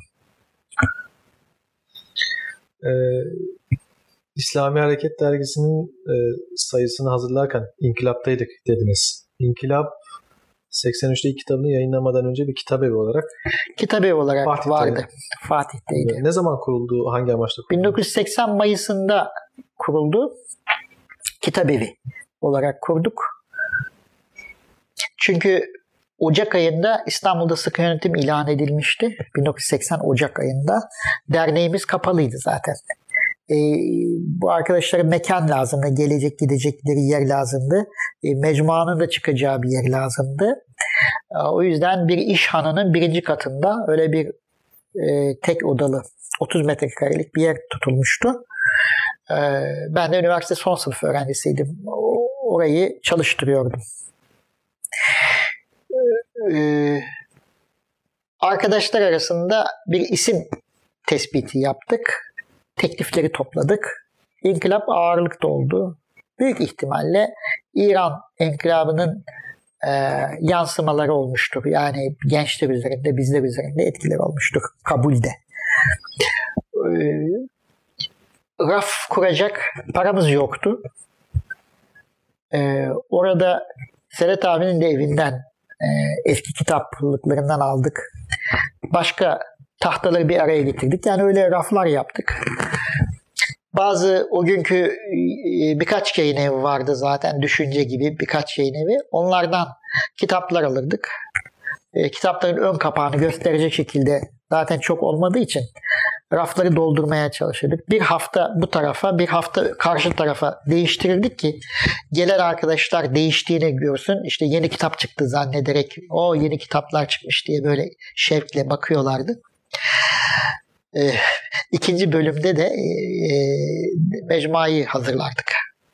İslami Hareket Dergisi'nin sayısını hazırlarken İnkılap'taydık dediniz. İnkılap 83'te ilk kitabını yayınlamadan önce bir kitabevi olarak vardı. Fatih'teydi. Ne zaman kuruldu? Hangi amaçla kuruldu? 1980 Mayıs'ında kuruldu. Kitabevi olarak kurduk. Çünkü Ocak ayında İstanbul'da sıkı yönetim ilan edilmişti. 1980 Ocak ayında. Derneğimiz kapalıydı zaten. Bu arkadaşlara mekan lazımdı. Gelecek gidecekleri yer lazımdı. Mecmuanın da çıkacağı bir yer lazımdı. O yüzden bir işhanının 1. katında öyle bir tek odalı 30 metrekarelik bir yer tutulmuştu. Ben de üniversite son sınıf öğrencisiydim. Orayı çalıştırıyordum. Arkadaşlar arasında bir isim tespiti yaptık. Teklifleri topladık. İnkılap ağırlıkta oldu. Büyük ihtimalle İran inkılabının yansımaları olmuştur. Yani gençler üzerinde, bizler üzerinde etkileri olmuştur. Kabulde. Raf kuracak paramız yoktu. Orada Serhat abinin de evinden eski kitaplıklarından aldık. Başka tahtaları bir araya getirdik. Yani öyle raflar yaptık. bazı o günkü birkaç yayın evi vardı zaten, Düşünce gibi birkaç yayın evi. Onlardan kitaplar alırdık. Kitapların ön kapağını gösterecek şekilde, zaten çok olmadığı için rafları doldurmaya çalışırdık. Bir hafta bu tarafa, bir hafta karşı tarafa değiştirirdik ki gelen arkadaşlar değiştiğini görsün. İşte yeni kitap çıktı zannederek, o yeni kitaplar çıkmış diye böyle şevkle bakıyorlardı. İkinci bölümde de mecmuayı hazırlardık.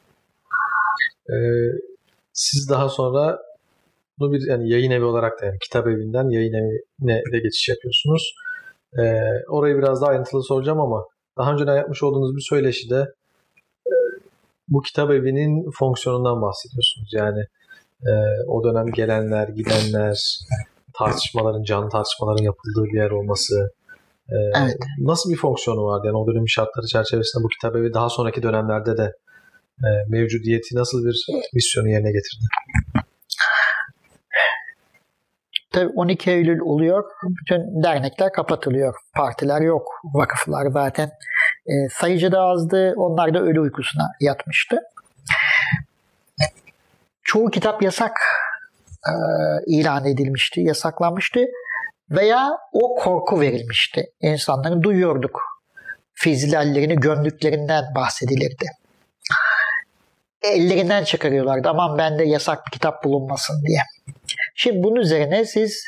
Siz daha sonra bunu bir yani yayın evi olarak da, yani kitap evinden yayın evine de geçiş yapıyorsunuz. Orayı biraz daha ayrıntılı soracağım ama daha önceden yapmış olduğunuz bir söyleşide bu kitap evinin fonksiyonundan bahsediyorsunuz. Yani o dönem gelenler, gidenler, tartışmaların, canlı tartışmaların yapıldığı bir yer olması. Evet. Nasıl bir fonksiyonu vardı? Yani o dönemin şartları çerçevesinde bu kitap evi daha sonraki dönemlerde de mevcudiyeti nasıl bir misyonu yerine getirdi? Tabii 12 Eylül oluyor. Bütün dernekler kapatılıyor. Partiler yok. Vakıflar zaten sayıcı da azdı. Onlar da ölü uykusuna yatmıştı. Çoğu kitap yasak ilan edilmişti, yasaklanmıştı. Veya o korku verilmişti. İnsanların duyuyorduk. Fizlallerini gömdüklerinden bahsedilirdi. Ellerinden çıkarıyorlardı. Aman bende yasak bir kitap bulunmasın diye. Şimdi bunun üzerine siz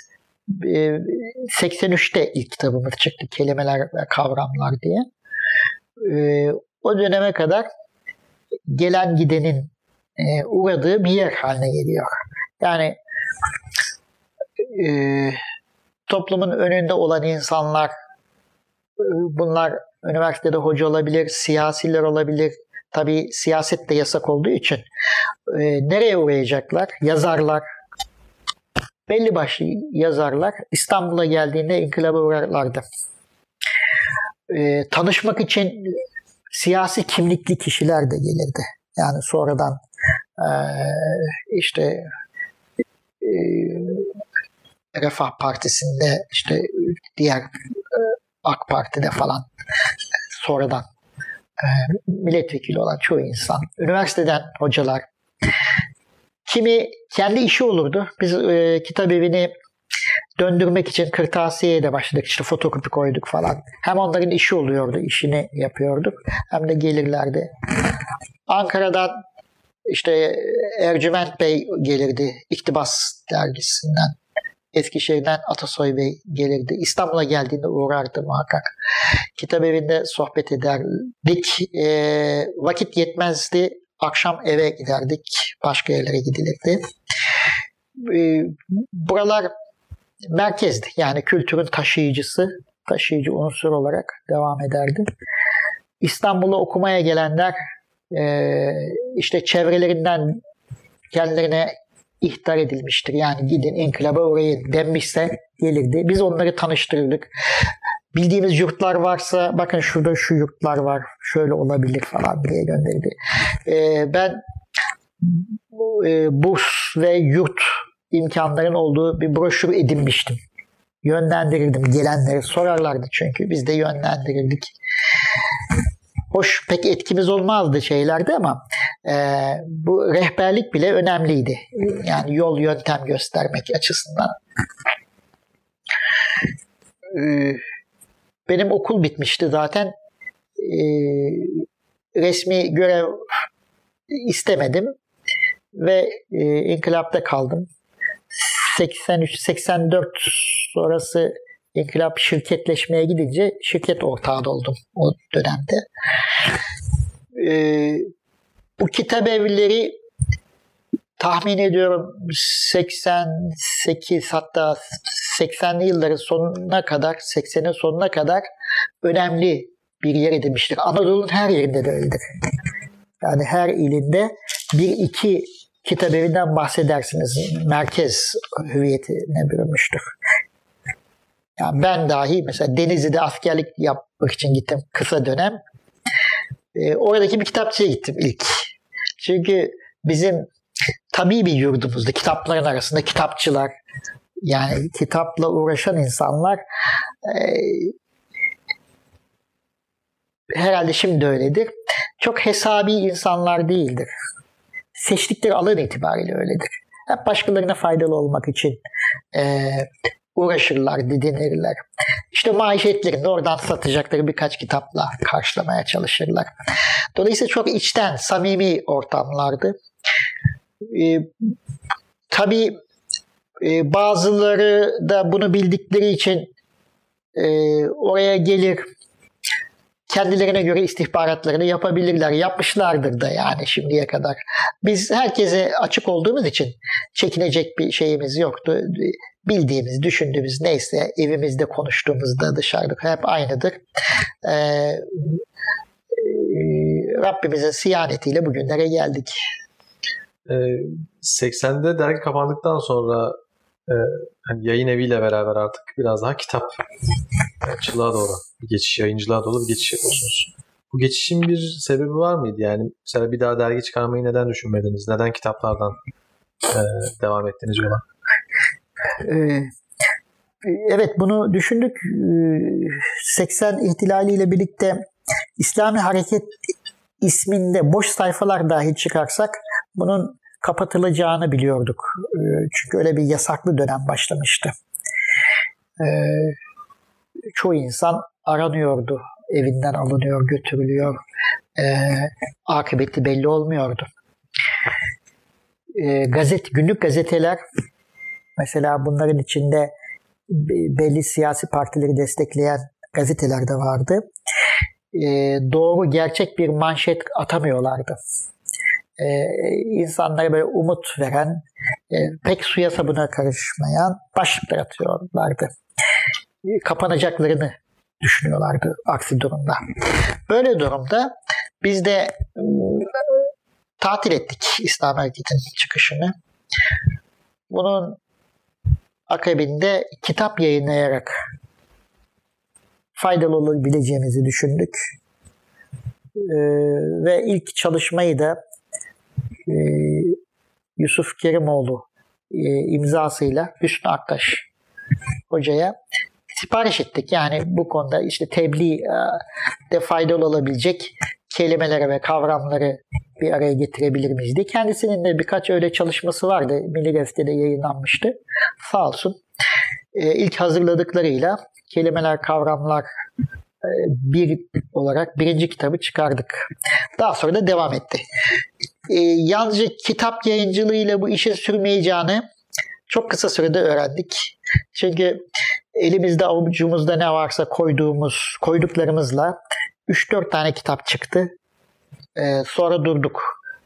83'te ilk kitabımız çıktı. Kelimeler ve Kavramlar diye. O döneme kadar gelen gidenin uğradığı bir yer haline geliyor. Yani toplumun önünde olan insanlar, bunlar üniversitede hoca olabilir, siyasiler olabilir. Tabii siyaset de yasak olduğu için nereye uğrayacaklar? Yazarlar. Belli başlı yazarlar İstanbul'a geldiğinde inkılaba uğrarlardı. Tanışmak için siyasi kimlikli kişiler de gelirdi. Yani sonradan işte Refah Partisi'nde, işte diğer AK Parti'de falan sonradan milletvekili olan çoğu insan, üniversiteden hocalar, kimi kendi işi olurdu. Biz kitap evini döndürmek için kırtasiyeye de başladık. İşte fotokopi koyduk falan. Hem onların işi oluyordu, işini yapıyorduk. Hem de gelirlerdi. Ankara'dan işte Ercüment Bey gelirdi, İktibas dergisinden. Eskişehir'den Atasoy Bey gelirdi. İstanbul'a geldiğinde uğrardı muhakkak. Kitap evinde sohbet ederdik. Vakit yetmezdi. Akşam eve giderdik. Başka yerlere gidilirdi. Buralar merkezdi. Yani kültürün taşıyıcı unsur olarak devam ederdi. İstanbul'a okumaya gelenler işte çevrelerinden kendilerine ihtar edilmiştir. Yani gidin inkılaba uğrayın denmişse gelirdi. Biz onları tanıştırırdık. Bildiğimiz yurtlar varsa bakın şurada şu yurtlar var, şöyle olabilir falan diye gönderdi. Ben burs ve yurt imkanların olduğu bir broşür edinmiştim. Yönlendirirdim gelenleri, sorarlardı çünkü biz de yönlendirirdik. Hoş, pek etkimiz olmazdı şeylerde ama bu rehberlik bile önemliydi. Yani yol yöntem göstermek açısından. Benim okul bitmişti zaten. Resmi görev istemedim ve inkılapta kaldım. 83-84 sonrası inkılap şirketleşmeye gidince şirket ortağı oldum o dönemde. Bu kitap evleri tahmin ediyorum 88 hatta 80'li yılların sonuna kadar, 80'in sonuna kadar önemli bir yer edinmiştir. Anadolu'nun her yerinde de öyledir. Yani her ilinde bir iki kitap evinden bahsedersiniz. Merkez hüviyetine bürünmüştür. Yani ben dahi mesela Denizli'de askerlik yapmak için gittim kısa dönem. Oradaki bir kitapçıya gittim ilk. Çünkü bizim tabii bir yurdumuzda kitapların arasında kitapçılar, yani kitapla uğraşan insanlar herhalde şimdi de öyledir. Çok hesabi insanlar değildir. Seçtikleri alan itibariyle öyledir. Hep başkalarına faydalı olmak için uğraşırlar, didinirler. İşte maişetlerini oradan satacakları birkaç kitapla karşılamaya çalışırlar. Dolayısıyla çok içten, samimi ortamlardı. Tabii bazıları da bunu bildikleri için oraya gelir, kendilerine göre istihbaratlarını yapabilirler. Yapmışlardır da yani şimdiye kadar. Biz herkese açık olduğumuz için çekinecek bir şeyimiz yoktu. Bildiğimiz, düşündüğümüz neyse evimizde konuştuğumuzda dışarıda hep aynıdır. Rabbimizin siyanetiyle bugünlere geldik. 80'de dergi kapandıktan sonra hani yayın eviyle beraber artık biraz daha kitapçılığa doğru bir geçiş, yayıncılığa doğru bir geçiş yapıyorsunuz. Bu geçişin bir sebebi var mıydı? Yani mesela bir daha dergi çıkarmayı neden düşünmediniz? Neden kitaplardan devam ettiniz yola? Evet, bunu düşündük. 80 ihtilaliyle birlikte İslami Hareket isminde boş sayfalar dahi çıkarsak bunun kapatılacağını biliyorduk. Çünkü öyle bir yasaklı dönem başlamıştı. Çoğu insan aranıyordu. Evinden alınıyor, götürülüyor. Akıbeti belli olmuyordu. Günlük gazeteler, mesela bunların içinde belli siyasi partileri destekleyen gazeteler de vardı. Doğru, gerçek bir manşet atamıyorlardı. İnsanlara böyle umut veren, pek suya sabuna karışmayan başlıklar atıyorlardı. Kapanacaklarını düşünüyorlardı aksi durumda. Böyle durumda biz de tatil ettik İslam Hareketi'nin çıkışını. Bunun akabinde kitap yayınlayarak faydalı olabileceğimizi düşündük. Ve ilk çalışmayı da Yusuf Kerimoğlu imzasıyla Hüsnü Aktaş hocaya sipariş ettik. Yani bu konuda işte tebliğde faydalı olabilecek kelimelere ve kavramları bir araya getirebilir miyiz diye. Kendisinin de birkaç öyle çalışması vardı. Milli Gazete'de yayınlanmıştı. Sağ olsun. İlk hazırladıklarıyla kelimeler, kavramlar olarak birinci kitabı çıkardık. Daha sonra da devam etti. Yalnızca kitap yayıncılığıyla bu işin sürmeyeceğini çok kısa sürede öğrendik. Çünkü elimizde, avucumuzda ne varsa koyduklarımızla 3-4 tane kitap çıktı. Sonra durduk.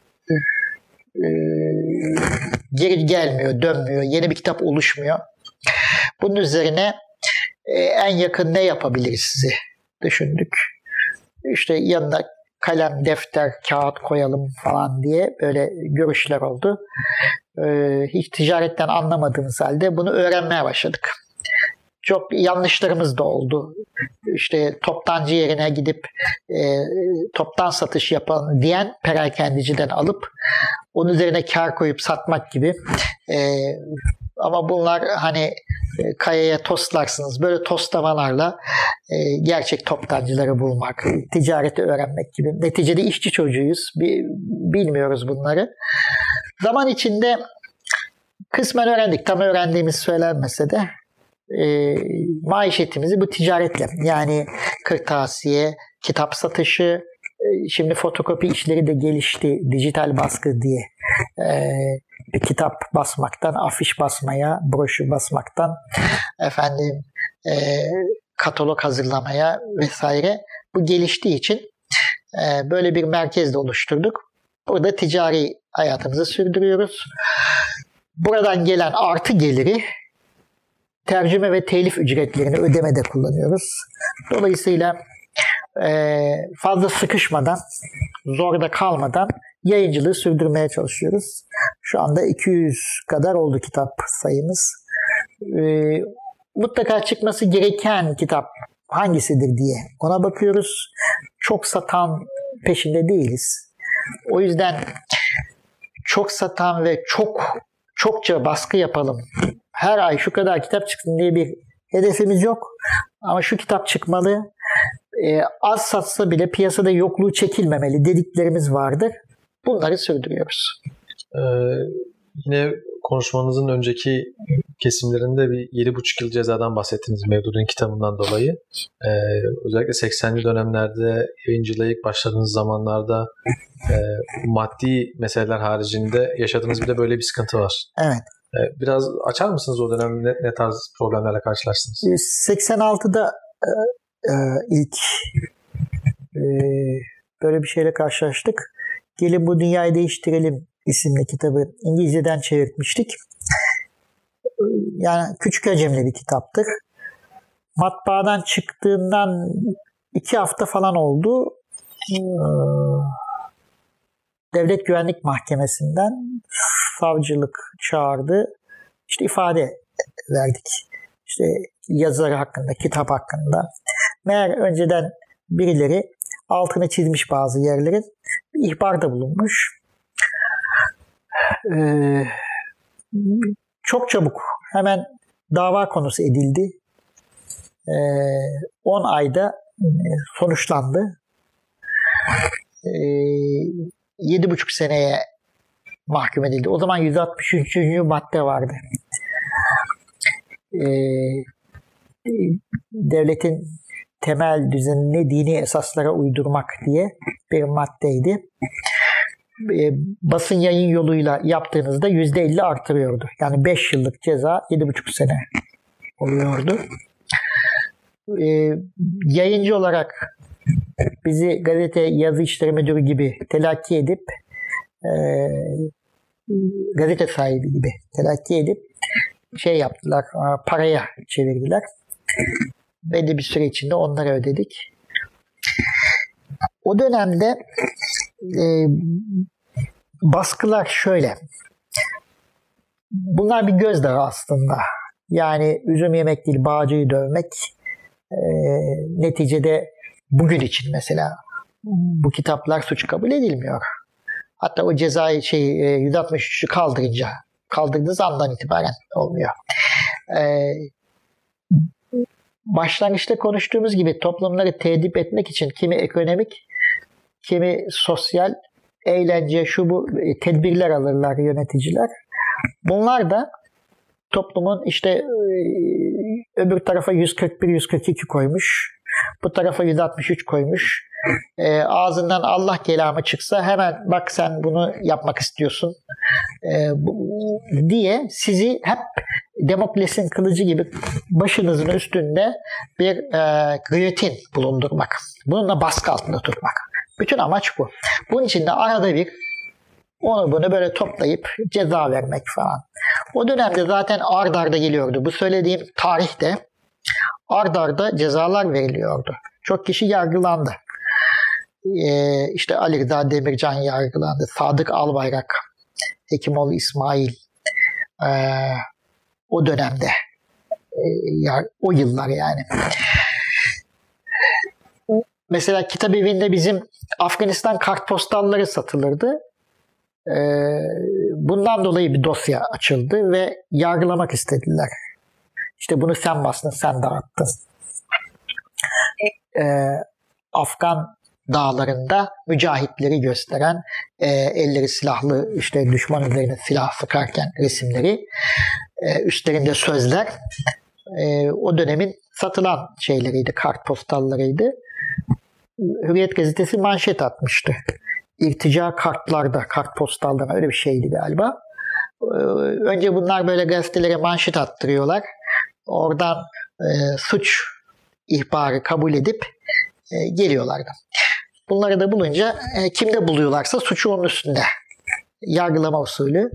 Geri gelmiyor, dönmüyor. Yeni bir kitap oluşmuyor. Bunun üzerine en yakın ne yapabiliriz size düşündük. İşte yanına kalem, defter, kağıt koyalım falan diye böyle görüşler oldu. Hiç ticaretten anlamadığımız halde bunu öğrenmeye başladık. Çok yanlışlarımız da oldu. İşte toptancı yerine gidip toptan satış yapan diyen perakendiciden alıp onun üzerine kar koyup satmak gibi. Ama bunlar hani kayaya tostlarsınız. Böyle tostlamalarla gerçek toptancıları bulmak, ticareti öğrenmek gibi. Neticede işçi çocuğuyuz. Bilmiyoruz bunları. Zaman içinde kısmen öğrendik. Tam öğrendiğimiz söylenmese de maişetimizi bu ticaretle, yani kırtasiye, kitap satışı, şimdi fotokopi işleri de gelişti, dijital baskı diye. Bir kitap basmaktan, afiş basmaya, broşür basmaktan, katalog hazırlamaya vesaire, bu geliştiği için böyle bir merkez de oluşturduk. Burada ticari hayatımızı sürdürüyoruz. Buradan gelen artı geliri tercüme ve telif ücretlerini ödemede kullanıyoruz. Dolayısıyla fazla sıkışmadan, zorda kalmadan yayıncılığı sürdürmeye çalışıyoruz. Şu anda 200 kadar oldu kitap sayımız. Mutlaka çıkması gereken kitap hangisidir diye ona bakıyoruz. Çok satan peşinde değiliz. O yüzden çok satan ve çokça baskı yapalım, her ay şu kadar kitap çıksın diye bir hedefimiz yok. Ama şu kitap çıkmalı, az satsa bile piyasada yokluğu çekilmemeli dediklerimiz vardır. Bunları sürdürüyoruz. Yine konuşmanızın önceki kesimlerinde bir 7,5 yıl cezadan bahsettiniz Mevdud'un kitabından dolayı. Özellikle 80'li dönemlerde yayıncılığa ilk başladığınız zamanlarda maddi meseleler haricinde yaşadığınız bir de böyle bir sıkıntı var. Evet. Biraz açar mısınız o dönem ne tarz problemlerle karşılaştınız? 86'da ilk böyle bir şeyle karşılaştık. Gelin bu dünyayı değiştirelim isimli kitabı İngilizceden çevirtmiştik. Yani küçük hacimli bir kitaptır. Matbaadan çıktığından 2 hafta falan oldu. Devlet Güvenlik Mahkemesi'nden savcılık çağırdı. İşte ifade verdik. İşte yazarı hakkında, kitap hakkında. Meğer önceden birileri altını çizmiş bazı yerlerin, ihbarda bulunmuş. Çok çabuk hemen dava konusu edildi. 10 ayda sonuçlandı. 7,5 seneye mahkum edildi. O zaman 163. madde vardı. Devletin temel düzenini dini esaslara uydurmak diye bir maddeydi. Basın yayın yoluyla yaptığınızda %50 artırıyordu. Yani 5 yıllık ceza 7,5 sene oluyordu. Yayıncı olarak bizi gazete yazı işleri müdürü gibi telakki edip gazete sahibi gibi telakki edip şey yaptılar, paraya çevirdiler. Belli bir süre içinde onları ödedik. O dönemde baskılar şöyle. Bunlar bir gözdağı aslında. Yani üzüm yemek değil, bağcıyı dövmek. Neticede bugün için mesela bu kitaplar suç kabul edilmiyor. Hatta o cezayı 163'ü kaldırdığınız andan itibaren olmuyor. Başlangıçta konuştuğumuz gibi toplumları tedip etmek için kimi ekonomik, kimi sosyal, eğlence, bu tedbirler alırlar yöneticiler. Bunlar da toplumun işte öbür tarafa 141-142 koymuş, bu tarafa 163 koymuş. Ağzından Allah kelamı çıksa hemen bak sen bunu yapmak istiyorsun diye sizi hep Demokles'in kılıcı gibi başınızın üstünde bir giyotin bulundurmak. Bununla baskı altında tutmak. Bütün amaç bu. Bunun için de arada bir onu bunu böyle toplayıp ceza vermek falan. O dönemde zaten ard arda geliyordu. Bu söylediğim tarihte ard arda cezalar veriliyordu. Çok kişi yargılandı. İşte Ali Rıza Demircan yargılandı. Sadık Albayrak, Hekimoğlu İsmail o dönemde o yıllar yani. Mesela kitap evinde bizim Afganistan kartpostalları satılırdı. Bundan dolayı bir dosya açıldı ve yargılamak istediler. İşte bunu sen bastın, sen dağıttın. Afgan dağlarında mücahitleri gösteren elleri silahlı işte düşman üzerine silah sıkarken resimleri, üstlerinde sözler o dönemin satılan şeyleriydi, kartpostallarıydı. Hürriyet gazetesi manşet atmıştı. İrtica kartlarda, kartpostaldan öyle bir şeydi galiba. Önce bunlar böyle gazetelere manşet attırıyorlar. Oradan suç ihbarı kabul edip geliyorlardı. Bunları da bulunca kimde buluyorlarsa suçu onun üstünde. Yargılama usulü.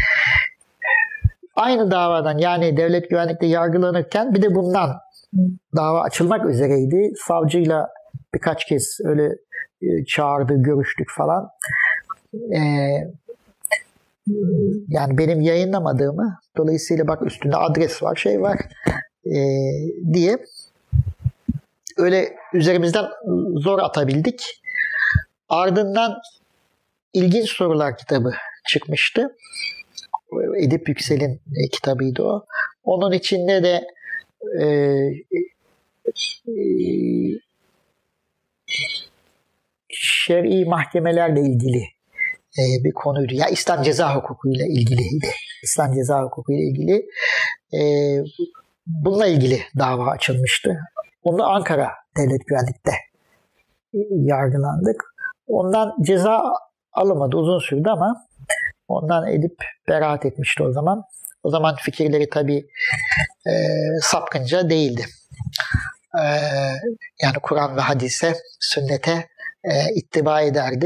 Aynı davadan yani devlet güvenlikte yargılanırken bir de bundan dava açılmak üzereydi. Savcıyla birkaç kez öyle çağırdı, görüştük falan. Yani benim yayınlamadığımı, dolayısıyla bak üstünde adres var, şey var diye öyle üzerimizden zor atabildik. Ardından İlginç Sorular kitabı çıkmıştı. Edip Yüksel'in kitabıydı o. Onun içinde de şer'i mahkemelerle ilgili bir konuydu. Ya İslam ceza hukukuyla ilgiliydi. İslam ceza hukukuyla ilgili. Bununla ilgili dava açılmıştı. Onu Ankara Devlet Güvenlik'te yargılandık. Ondan ceza alamadı. Uzun sürdü ama ondan edip beraat etmişti o zaman. O zaman fikirleri tabii sapkınca değildi. Yani Kur'an ve hadise, sünnete ittiba ederdi.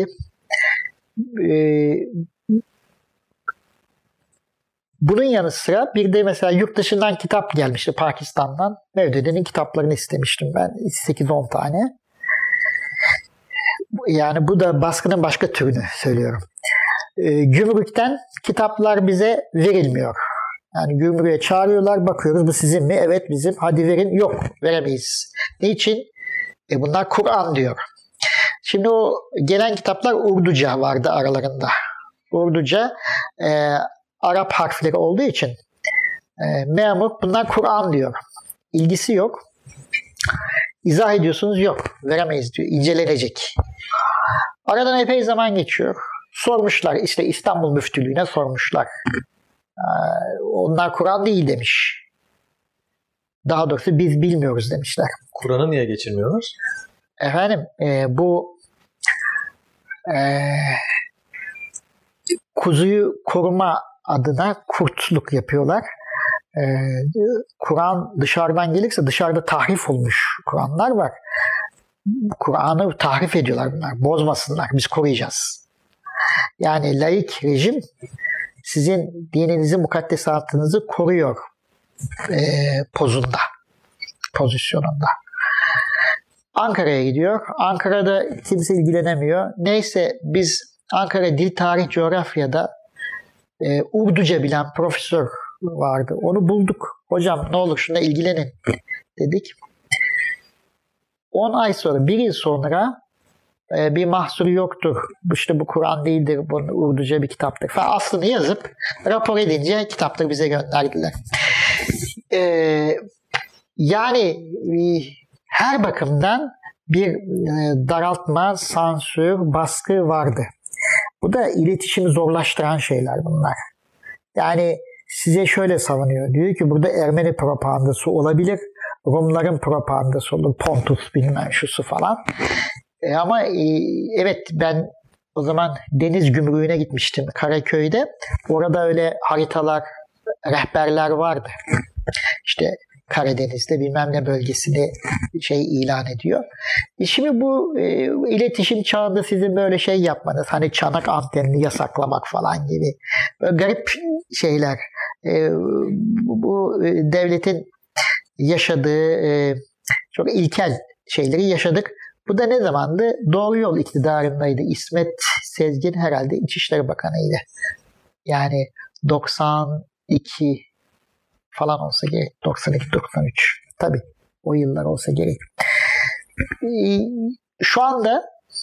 Bunun yanı sıra bir de mesela yurt dışından kitap gelmişti, Pakistan'dan. Mevdudi'nin kitaplarını istemiştim ben. 8-10 tane. Yani bu da baskının başka türünü söylüyorum. Gümrükten kitaplar bize verilmiyor. Yani gümrüğe çağırıyorlar, bakıyoruz bu sizin mi? Evet bizim, hadi verin. Yok, veremeyiz. Niçin? Bunlar Kur'an diyor. Şimdi o gelen kitaplar Urduca vardı aralarında. Urduca Arap harfleri olduğu için memur bunlar Kur'an diyor. İlgisi yok. İzah ediyorsunuz, yok veremeyiz diyor. İncelenecek. Aradan epey zaman geçiyor. Sormuşlar, işte İstanbul Müftülüğü'ne sormuşlar. Onlar Kur'an değil demiş. Daha doğrusu biz bilmiyoruz demişler. Kur'an'ı niye geçirmiyorlar? Efendim bu kuzuyu koruma adına kurtluk yapıyorlar. Kur'an dışarıdan gelirse dışarıda tahrif olmuş Kur'anlar var. Kur'an'ı tahrif ediyorlar bunlar. Bozmasınlar. Biz koruyacağız. Yani laik rejim sizin dininizi, mukaddesatınızı koruyor pozisyonunda. Ankara'ya gidiyor. Ankara'da kimse ilgilenemiyor. Neyse biz Ankara Dil Tarih Coğrafya'da Urduca bilen profesör vardı. Onu bulduk. Hocam ne olur şuna ilgilenin dedik. 10 ay sonra, 1 yıl sonra bir mahsuru yoktur. İşte bu Kur'an değildir, bu Urduca bir kitaptır falan. Aslını yazıp rapor edince kitapları bize gönderdiler. Yani her bakımdan bir daraltma, sansür, baskı vardı. Bu da iletişimi zorlaştıran şeyler bunlar. Yani size şöyle savunuyor. Diyor ki burada Ermeni propagandası olabilir. Rumların propagandası olur. Pontus bilmem şusu falan. Ama evet ben o zaman deniz gümrüğüne gitmiştim Karaköy'de. Orada öyle haritalar, rehberler vardı. İşte Karadeniz'de bilmem ne bölgesini ilan ediyor. Şimdi bu iletişim çağında sizin böyle şey yapmanız, hani çanak antenini yasaklamak falan gibi böyle garip şeyler. Bu devletin yaşadığı çok ilkel şeyleri yaşadık. Bu da ne zamandı? Doğru Yol iktidarındaydı. İsmet Sezgin herhalde İçişleri Bakanı'ydı. Yani 92 falan olsa gerek. 92-93. Tabii o yıllar olsa gerek. Şu anda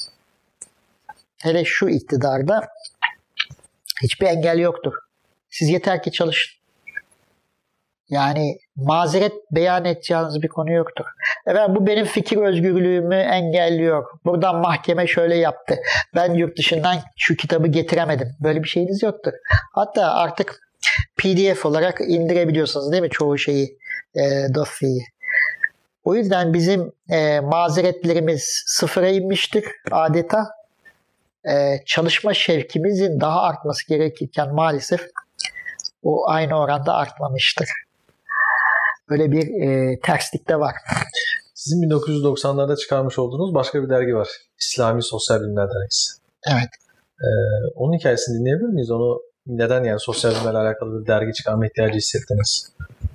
hele şu iktidarda hiçbir engel yoktur. Siz yeter ki çalışın. Yani mazeret beyan edeceğiniz bir konu yoktur. Evet, bu benim fikir özgürlüğümü engelliyor. Buradan mahkeme şöyle yaptı. Ben yurt dışından şu kitabı getiremedim. Böyle bir şeyiniz yoktur. Hatta artık PDF olarak indirebiliyorsunuz değil mi çoğu şeyi, dosyayı. O yüzden bizim mazeretlerimiz sıfıra inmiştir adeta. Çalışma şevkimizin daha artması gerekirken maalesef o aynı oranda artmamıştır. Böyle bir terslik de var. Sizin 1990'larda çıkarmış olduğunuz başka bir dergi var. İslami Sosyal Bilimler Dergisi. Evet. Onun hikayesini dinleyebilir miyiz? Onu neden yani sosyal bilimlerle alakalı bir dergi çıkarma ihtiyacı hissettiniz?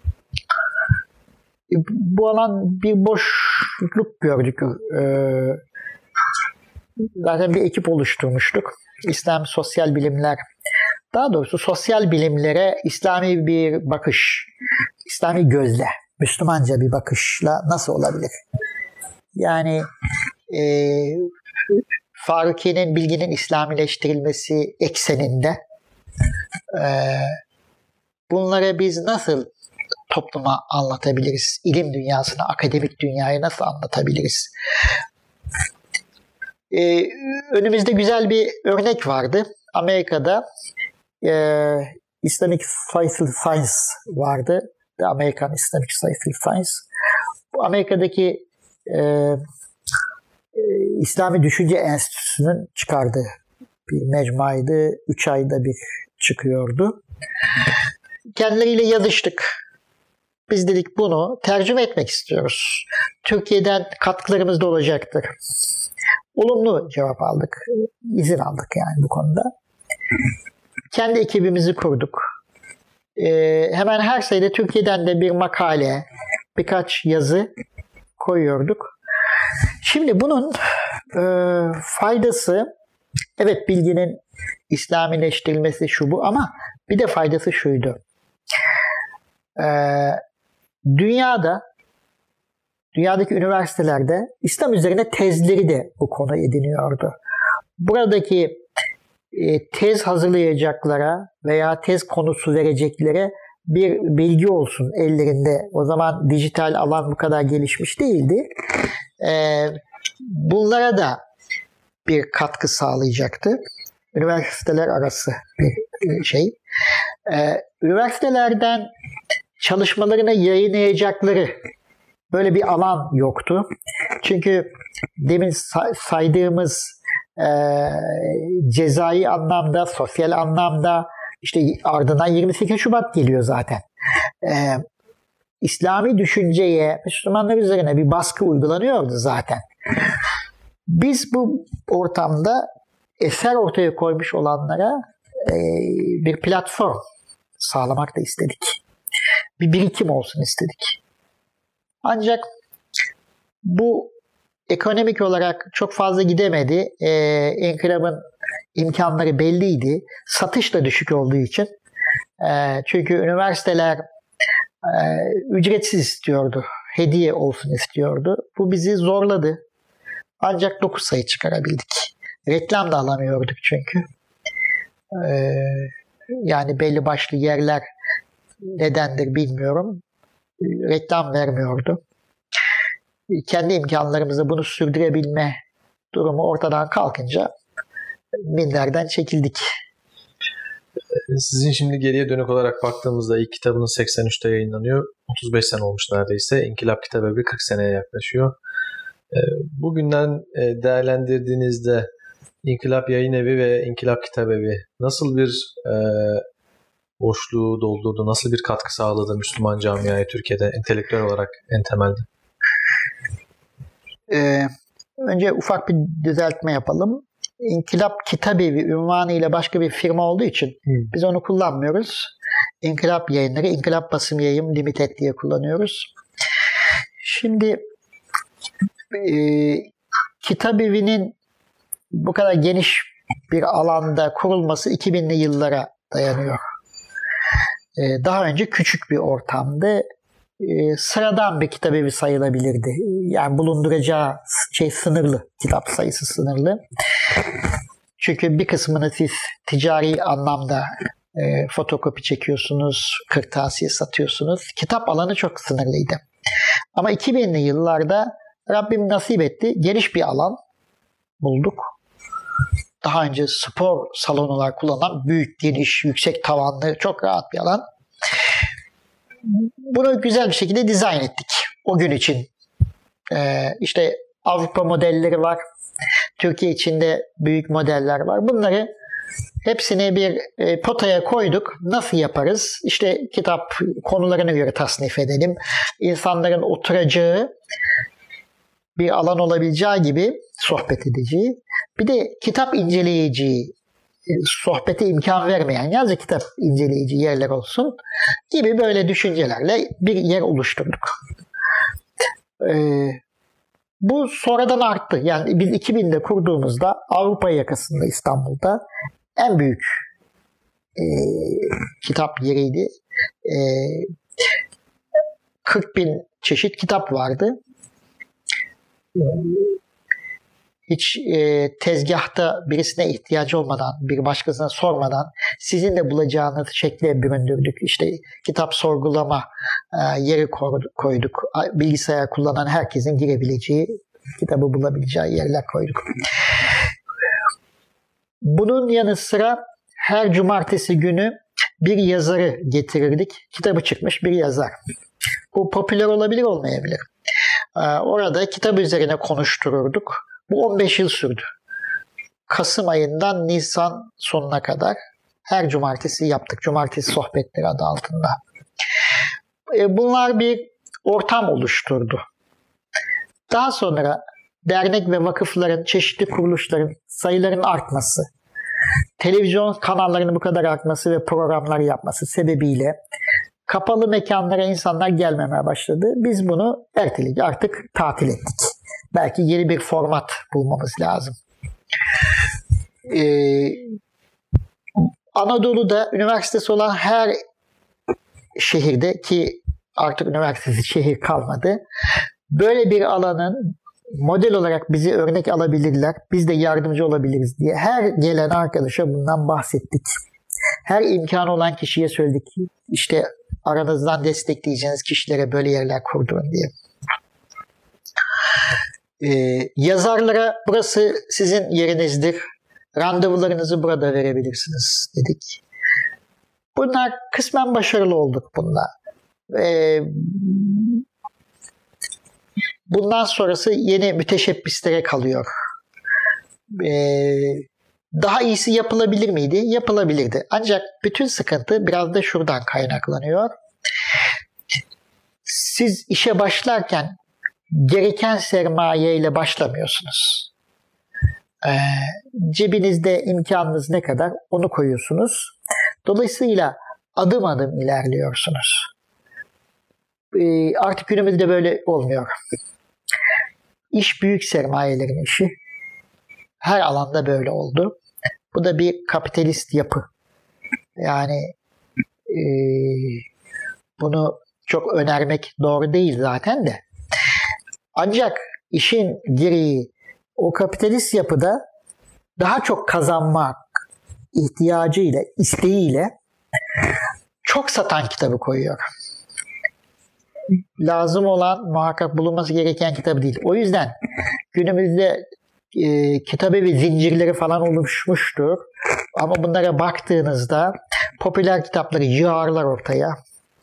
Bu alan bir boşluk gördük. Zaten bir ekip oluşturmuştuk. İslam Sosyal Bilimler, daha doğrusu sosyal bilimlere İslami bir bakış, İslami gözle, Müslümanca bir bakışla nasıl olabilir? Yani Faruki'nin bilginin İslamileştirilmesi ekseninde bunları biz nasıl topluma anlatabiliriz? İlim dünyasına, akademik dünyaya nasıl anlatabiliriz? Önümüzde güzel bir örnek vardı. Amerika'da Islamic Social Science vardı. The American Islamic Social Science. Bu Amerika'daki İslami Düşünce Enstitüsü'nün çıkardığı bir mecmuaydı. 3 ayda bir çıkıyordu. Kendileriyle yazıştık. Biz dedik bunu tercüme etmek istiyoruz. Türkiye'den katkılarımız da olacaktır. Olumlu cevap aldık. İzin aldık yani bu konuda. Kendi ekibimizi kurduk. Hemen her sayıda Türkiye'den de bir makale, birkaç yazı koyuyorduk. Şimdi bunun faydası, evet bilginin İslamileştirilmesi şu bu ama bir de faydası şuydu. Dünyadaki üniversitelerde İslam üzerine tezleri de bu konu ediniyordu. Buradaki tez hazırlayacaklara veya tez konusu vereceklere bir bilgi olsun ellerinde. O zaman dijital alan bu kadar gelişmiş değildi. Bunlara da bir katkı sağlayacaktı. Üniversiteler arası bir şey. Üniversitelerden çalışmalarını yayınlayacakları böyle bir alan yoktu. Çünkü demin saydığımız cezai anlamda, sosyal anlamda işte ardından 28 Şubat geliyor zaten. İslami düşünceye, Müslümanlar üzerine bir baskı uygulanıyordu zaten. Biz bu ortamda eser ortaya koymuş olanlara bir platform sağlamak da istedik. Bir birikim olsun istedik. Ancak bu ekonomik olarak çok fazla gidemedi. İnkılabın imkanları belliydi. Satış da düşük olduğu için. Çünkü üniversiteler ücretsiz istiyordu. Hediye olsun istiyordu. Bu bizi zorladı. Ancak 9 sayı çıkarabildik. Reklam da alamıyorduk çünkü. Yani belli başlı yerler nedendir bilmiyorum. Reklam vermiyordu. Kendi imkanlarımızla bunu sürdürebilme durumu ortadan kalkınca minderden çekildik. Sizin şimdi geriye dönük olarak baktığımızda ilk kitabınız 83'te yayınlanıyor. 35 sene olmuş neredeyse. İnkılap Kitabevi 40 seneye yaklaşıyor. Bugünden değerlendirdiğinizde İnkılap Yayınevi ve İnkılap Kitabevi nasıl bir boşluğu doldurdu, nasıl bir katkı sağladı Müslüman camiaya Türkiye'de entelektüel olarak en temelde? Önce ufak bir düzeltme yapalım. İnkılap Kitabevi ünvanıyla başka bir firma olduğu için biz onu kullanmıyoruz. İnkılap Yayınları, İnkılap Basım Yayım Limited diye kullanıyoruz. Şimdi Kitabevi'nin bu kadar geniş bir alanda kurulması 2000'li yıllara dayanıyor. Daha önce küçük bir ortamdı. Sıradan bir kitabevi sayılabilirdi. Yani bulunduracağı şey sınırlı, kitap sayısı sınırlı. Çünkü bir kısmını siz ticari anlamda fotokopi çekiyorsunuz, kırtasiye satıyorsunuz. Kitap alanı çok sınırlıydı. Ama 2000'li yıllarda Rabbim nasip etti. Geniş bir alan bulduk. Daha önce spor salonu olarak kullanılan büyük, geniş, yüksek tavanlı, çok rahat bir alan. Bunu güzel bir şekilde dizayn ettik. O gün için. İşte Avrupa modelleri var. Türkiye içinde büyük modeller var. Bunları hepsini bir potaya koyduk. Nasıl yaparız? İşte kitap konularına göre tasnif edelim. İnsanların oturacağı bir alan olabileceği gibi sohbet edeceği. Bir de kitap inceleyeceği, sohbete imkan vermeyen yazı kitap inceleyici yerler olsun gibi böyle düşüncelerle bir yer oluşturduk. Bu sonradan arttı. Yani biz 2000'de kurduğumuzda Avrupa yakasında İstanbul'da en büyük kitap yeriydi. 40.000 çeşit kitap vardı. Hiç tezgahta birisine ihtiyacı olmadan, bir başkasına sormadan sizin de bulacağınız şekle büründürdük. İşte kitap sorgulama yeri koyduk. Bilgisayar kullanan herkesin girebileceği, kitabı bulabileceği yerler koyduk. Bunun yanı sıra her cumartesi günü bir yazarı getirirdik. Kitabı çıkmış bir yazar. Bu popüler olabilir, olmayabilir. Orada kitap üzerine konuştururduk. Bu 15 yıl sürdü. Kasım ayından Nisan sonuna kadar her cumartesi yaptık. Cumartesi sohbetleri adı altında. Bunlar bir ortam oluşturdu. Daha sonra dernek ve vakıfların, çeşitli kuruluşların sayılarının artması, televizyon kanallarının bu kadar artması ve programlar yapması sebebiyle kapalı mekanlara insanlar gelmemeye başladı. Biz bunu erteledik, artık tatil ettik. Belki yeni bir format bulmamız lazım. Anadolu'da üniversitesi olan her şehirde, ki artık üniversitesi şehir kalmadı, böyle bir alanın model olarak bizi örnek alabilirler, biz de yardımcı olabiliriz diye her gelen arkadaşa bundan bahsettik. Her imkanı olan kişiye söyledik. İşte aranızdan destekleyeceğiniz kişilere böyle yerler kurdurun diye. Yazarlara burası sizin yerinizdir, randevularınızı burada verebilirsiniz dedik. Bunlar kısmen başarılı olduk bunda. Bundan sonrası yeni müteşebbislere kalıyor. Daha iyisi yapılabilir miydi? Yapılabilirdi. Ancak bütün sıkıntı biraz da şuradan kaynaklanıyor. Siz işe başlarken gereken sermaye ile başlamıyorsunuz. Cebinizde imkanınız ne kadar onu koyuyorsunuz. Dolayısıyla adım adım ilerliyorsunuz. Artık günümüzde böyle olmuyor. İş büyük sermayelerin işi. Her alanda böyle oldu. Bu da bir kapitalist yapı. Yani bunu çok önermek doğru değil zaten de. Ancak işin gereği o kapitalist yapıda daha çok kazanmak ihtiyacıyla, isteğiyle çok satan kitabı koyuyor. Lazım olan, muhakkak bulunması gereken kitabı değil. O yüzden günümüzde kitabevi zincirleri falan oluşmuştur. Ama bunlara baktığınızda popüler kitapları yığarlar ortaya.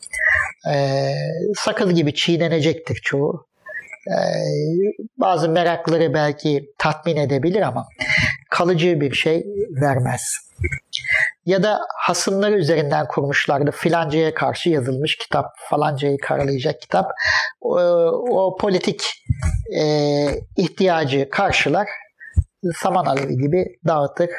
Sakız gibi çiğnenecektir çoğu. Bazı merakları belki tatmin edebilir ama kalıcı bir şey vermez. Ya da hasımları üzerinden kurmuşlardı. Filancaya karşı yazılmış kitap, falancayı karalayacak kitap. O politik ihtiyacı karşılar, saman alevi gibi dağıtır.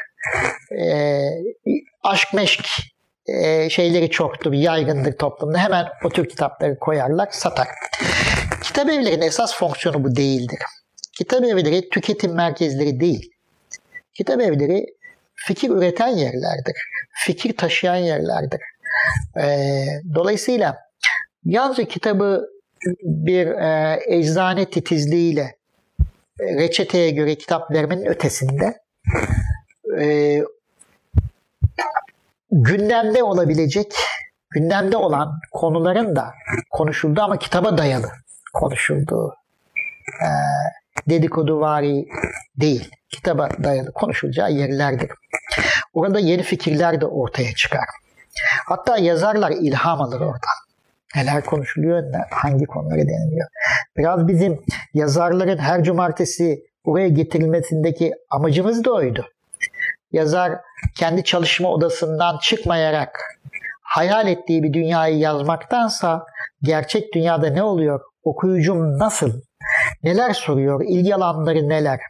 Aşk meşk şeyleri çoktur, yaygındır toplumda. Hemen o tür kitapları koyarlar, satar. Kitap evlerinin esas fonksiyonu bu değildir. Kitap evleri tüketim merkezleri değil. Kitap evleri fikir üreten yerlerdir. Fikir taşıyan yerlerdir. Dolayısıyla yalnızca kitabı bir eczane titizliğiyle reçeteye göre kitap vermenin ötesinde gündemde olabilecek, gündemde olan konuların da konuşulduğu ama kitaba dayalı konuşulduğu, dedikoduvari değil, kitaba dayalı konuşulacağı yerlerdir. Orada yeni fikirler de ortaya çıkar. Hatta yazarlar ilham alır oradan. Neler konuşuluyor, hangi konulara deniliyor. Biraz bizim yazarların her cumartesi buraya getirilmesindeki amacımız da oydu. Yazar kendi çalışma odasından çıkmayarak hayal ettiği bir dünyayı yazmaktansa gerçek dünyada ne oluyor, okuyucum nasıl, neler soruyor, ilgi alanları neler,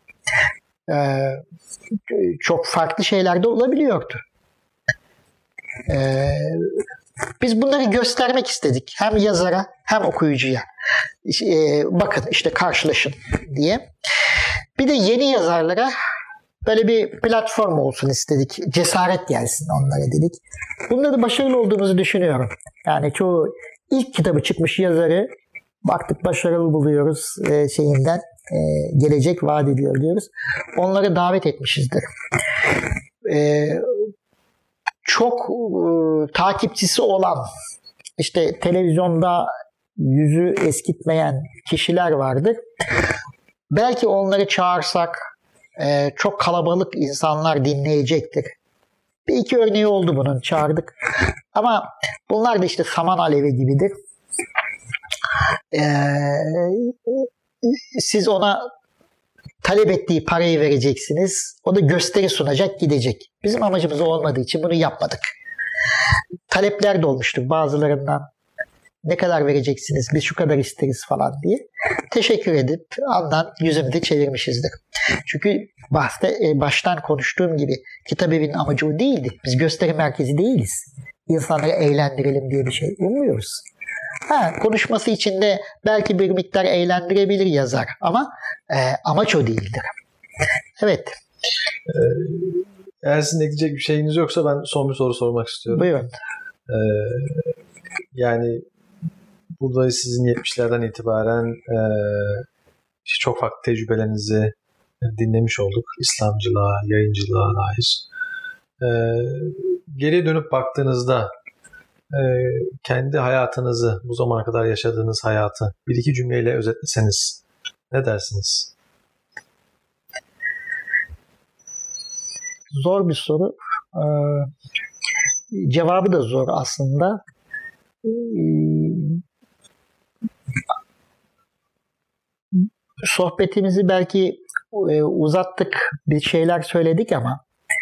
çok farklı şeyler de olabiliyordu. Biz bunları göstermek istedik. Hem yazara hem okuyucuya. Bakın işte karşılaşın diye. Bir de yeni yazarlara böyle bir platform olsun istedik. Cesaret gelsin onlara dedik. Bunda da başarılı olduğumuzu düşünüyorum. Yani çoğu ilk kitabı çıkmış yazarı baktık başarılı buluyoruz şeyinden. Gelecek vaat ediyor diyoruz. Onları davet etmişizdir. Çok takipçisi olan, işte televizyonda yüzü eskitmeyen kişiler vardır. Belki onları çağırsak, çok kalabalık insanlar dinleyecektir. Bir iki örneği oldu bunun, çağırdık. Ama bunlar da işte saman alevi gibidir. Siz ona talep ettiği parayı vereceksiniz. O da gösteri sunacak, gidecek. Bizim amacımız olmadığı için bunu yapmadık. Talepler de olmuştur bazılarından. Ne kadar vereceksiniz? Biz şu kadar isteriz falan diye. Teşekkür edip andan yüzümüzü çevirmişizdir. Çünkü baştan konuştuğum gibi Kitabevi'nin amacı o değildi. Biz gösteri merkezi değiliz. İnsanları eğlendirelim diye bir şey ummuyoruz. Konuşması için de belki bir miktar eğlendirebilir yazar ama amaç o değildir. Evet. Eğer sizin ekleyecek bir şeyiniz yoksa ben son bir soru sormak istiyorum. Buyurun. Yani burada sizin 70'lerden itibaren çok farklı tecrübelerinizi dinlemiş olduk. İslamcılığa, yayıncılığa dair. Geriye dönüp baktığınızda kendi hayatınızı, bu zamana kadar yaşadığınız hayatı bir iki cümleyle özetleseniz ne dersiniz? Zor bir soru. Cevabı da zor aslında. Sohbetimizi belki uzattık, bir şeyler söyledik ama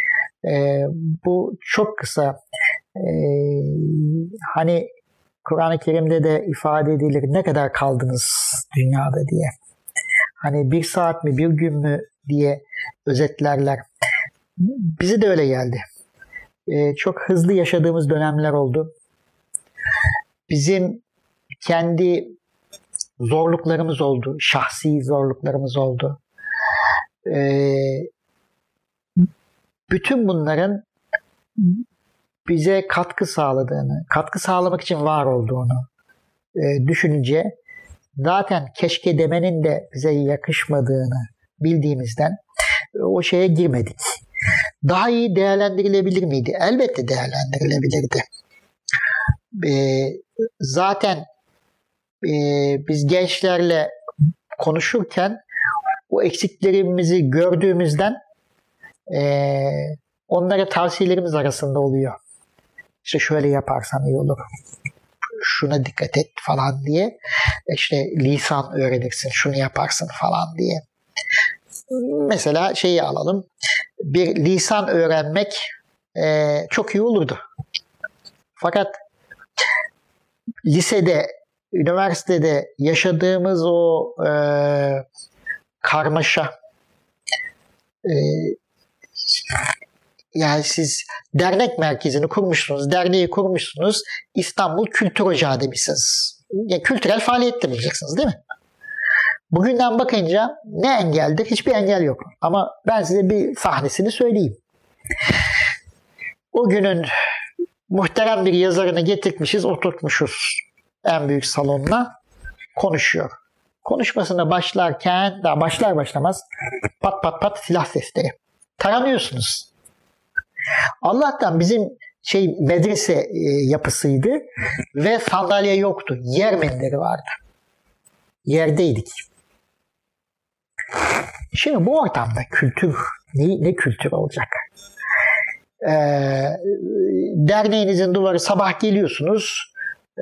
bu çok kısa. Hani Kur'an-ı Kerim'de de ifade edilir, ne kadar kaldınız dünyada diye. Hani 1 saat mi, 1 gün mü diye özetlerler. Bize de öyle geldi. Çok hızlı yaşadığımız dönemler oldu. Bizim kendi zorluklarımız oldu. Şahsi zorluklarımız oldu. Bütün bunların bize katkı sağladığını, katkı sağlamak için var olduğunu düşününce zaten keşke demenin de bize yakışmadığını bildiğimizden o şeye girmedik. Daha iyi değerlendirilebilir miydi? Elbette değerlendirilebilirdi. Zaten biz gençlerle konuşurken o eksiklerimizi gördüğümüzden onlara tavsiyelerimiz arasında oluyor. İşte şöyle yaparsan iyi olur. Şuna dikkat et falan diye. İşte lisan öğrenirsin, şunu yaparsın falan diye. Mesela şeyi alalım. Bir lisan öğrenmek çok iyi olurdu. Fakat lisede, üniversitede yaşadığımız o karmaşa, yani siz dernek merkezini kurmuşsunuz, derneği kurmuşsunuz, İstanbul Kültür Ocağı demişsiniz. Yani kültürel faaliyet de bulacaksınız değil mi? Bugünden bakınca ne engeldir? Hiçbir engel yok. Ama ben size bir sahnesini söyleyeyim. O günün muhterem bir yazarını getirtmişiz, oturtmuşuz en büyük salonuna, konuşuyor. Konuşmasına başlarken, daha başlar başlamaz pat pat pat silah sesleri. Taranıyorsunuz. Allah'tan bizim medrese yapısıydı ve sandalye yoktu. Yer minderi vardı. Yerdeydik. Şimdi bu ortamda kültür, ne kültür olacak? Derneğinizin duvarı, sabah geliyorsunuz,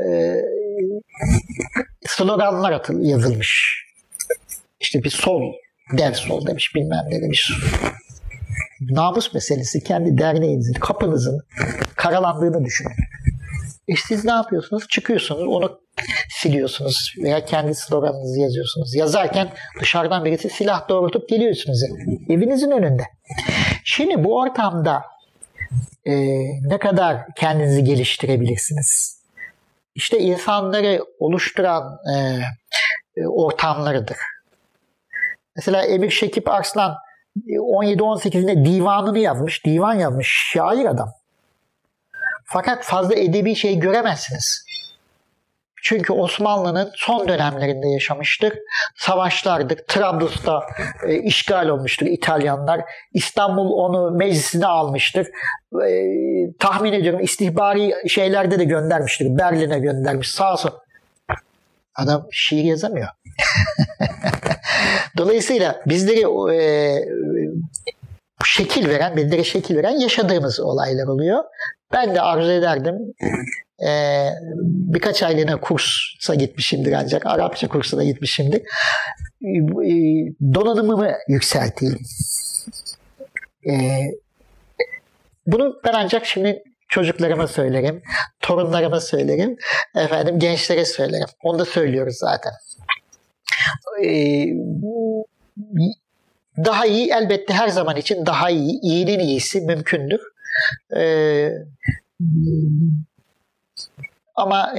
sloganlar yazılmış. İşte bir sol, dev sol demiş, bilmem ne demiş. Namus meselesi, kendi derneğinizin, kapınızın karalandığını düşünün. Siz ne yapıyorsunuz? Çıkıyorsunuz, onu siliyorsunuz veya kendi sloganınızı yazıyorsunuz. Yazarken dışarıdan birisi silah doğrultup geliyor üstünüze. Evinizin önünde. Şimdi bu ortamda ne kadar kendinizi geliştirebilirsiniz? İşte insanları oluşturan ortamlarıdır. Mesela Emir Şekip Arslan 17-18'inde divanını yazmış, divan yazmış, şair adam. Fakat fazla edebi şey göremezsiniz. Çünkü Osmanlı'nın son dönemlerinde yaşamıştır. Savaşlardır. Trablus'ta işgal olmuştur İtalyanlar. İstanbul onu meclisine almıştır. Tahmin ediyorum istihbari şeylerde de göndermiştir. Berlin'e göndermiş. Sağ olsun. Adam şiir yazamıyor. Dolayısıyla bizlere bizlere şekil veren yaşadığımız olaylar oluyor. Ben de arzu ederdim birkaç aylığına kursa gitmişimdir ancak Arapça kursuna gitmişimdir. Donanımımı yükselteyim. Bunu ben ancak şimdi çocuklarıma söylerim, torunlarıma söylerim, gençlere söylerim. Onu da söylüyoruz zaten. Daha iyi elbette her zaman için daha iyi, iyinin iyisi mümkündür. Ama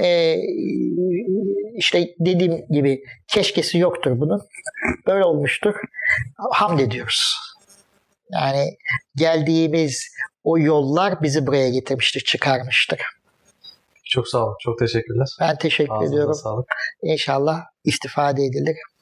işte dediğim gibi keşkesi yoktur bunun. Böyle olmuştur. Hamd ediyoruz. Yani geldiğimiz o yollar bizi buraya getirmiştir, çıkarmıştır. Çok sağ olun. Çok teşekkürler. Ben teşekkür ediyorum. Sağlık. İnşallah istifade edilir.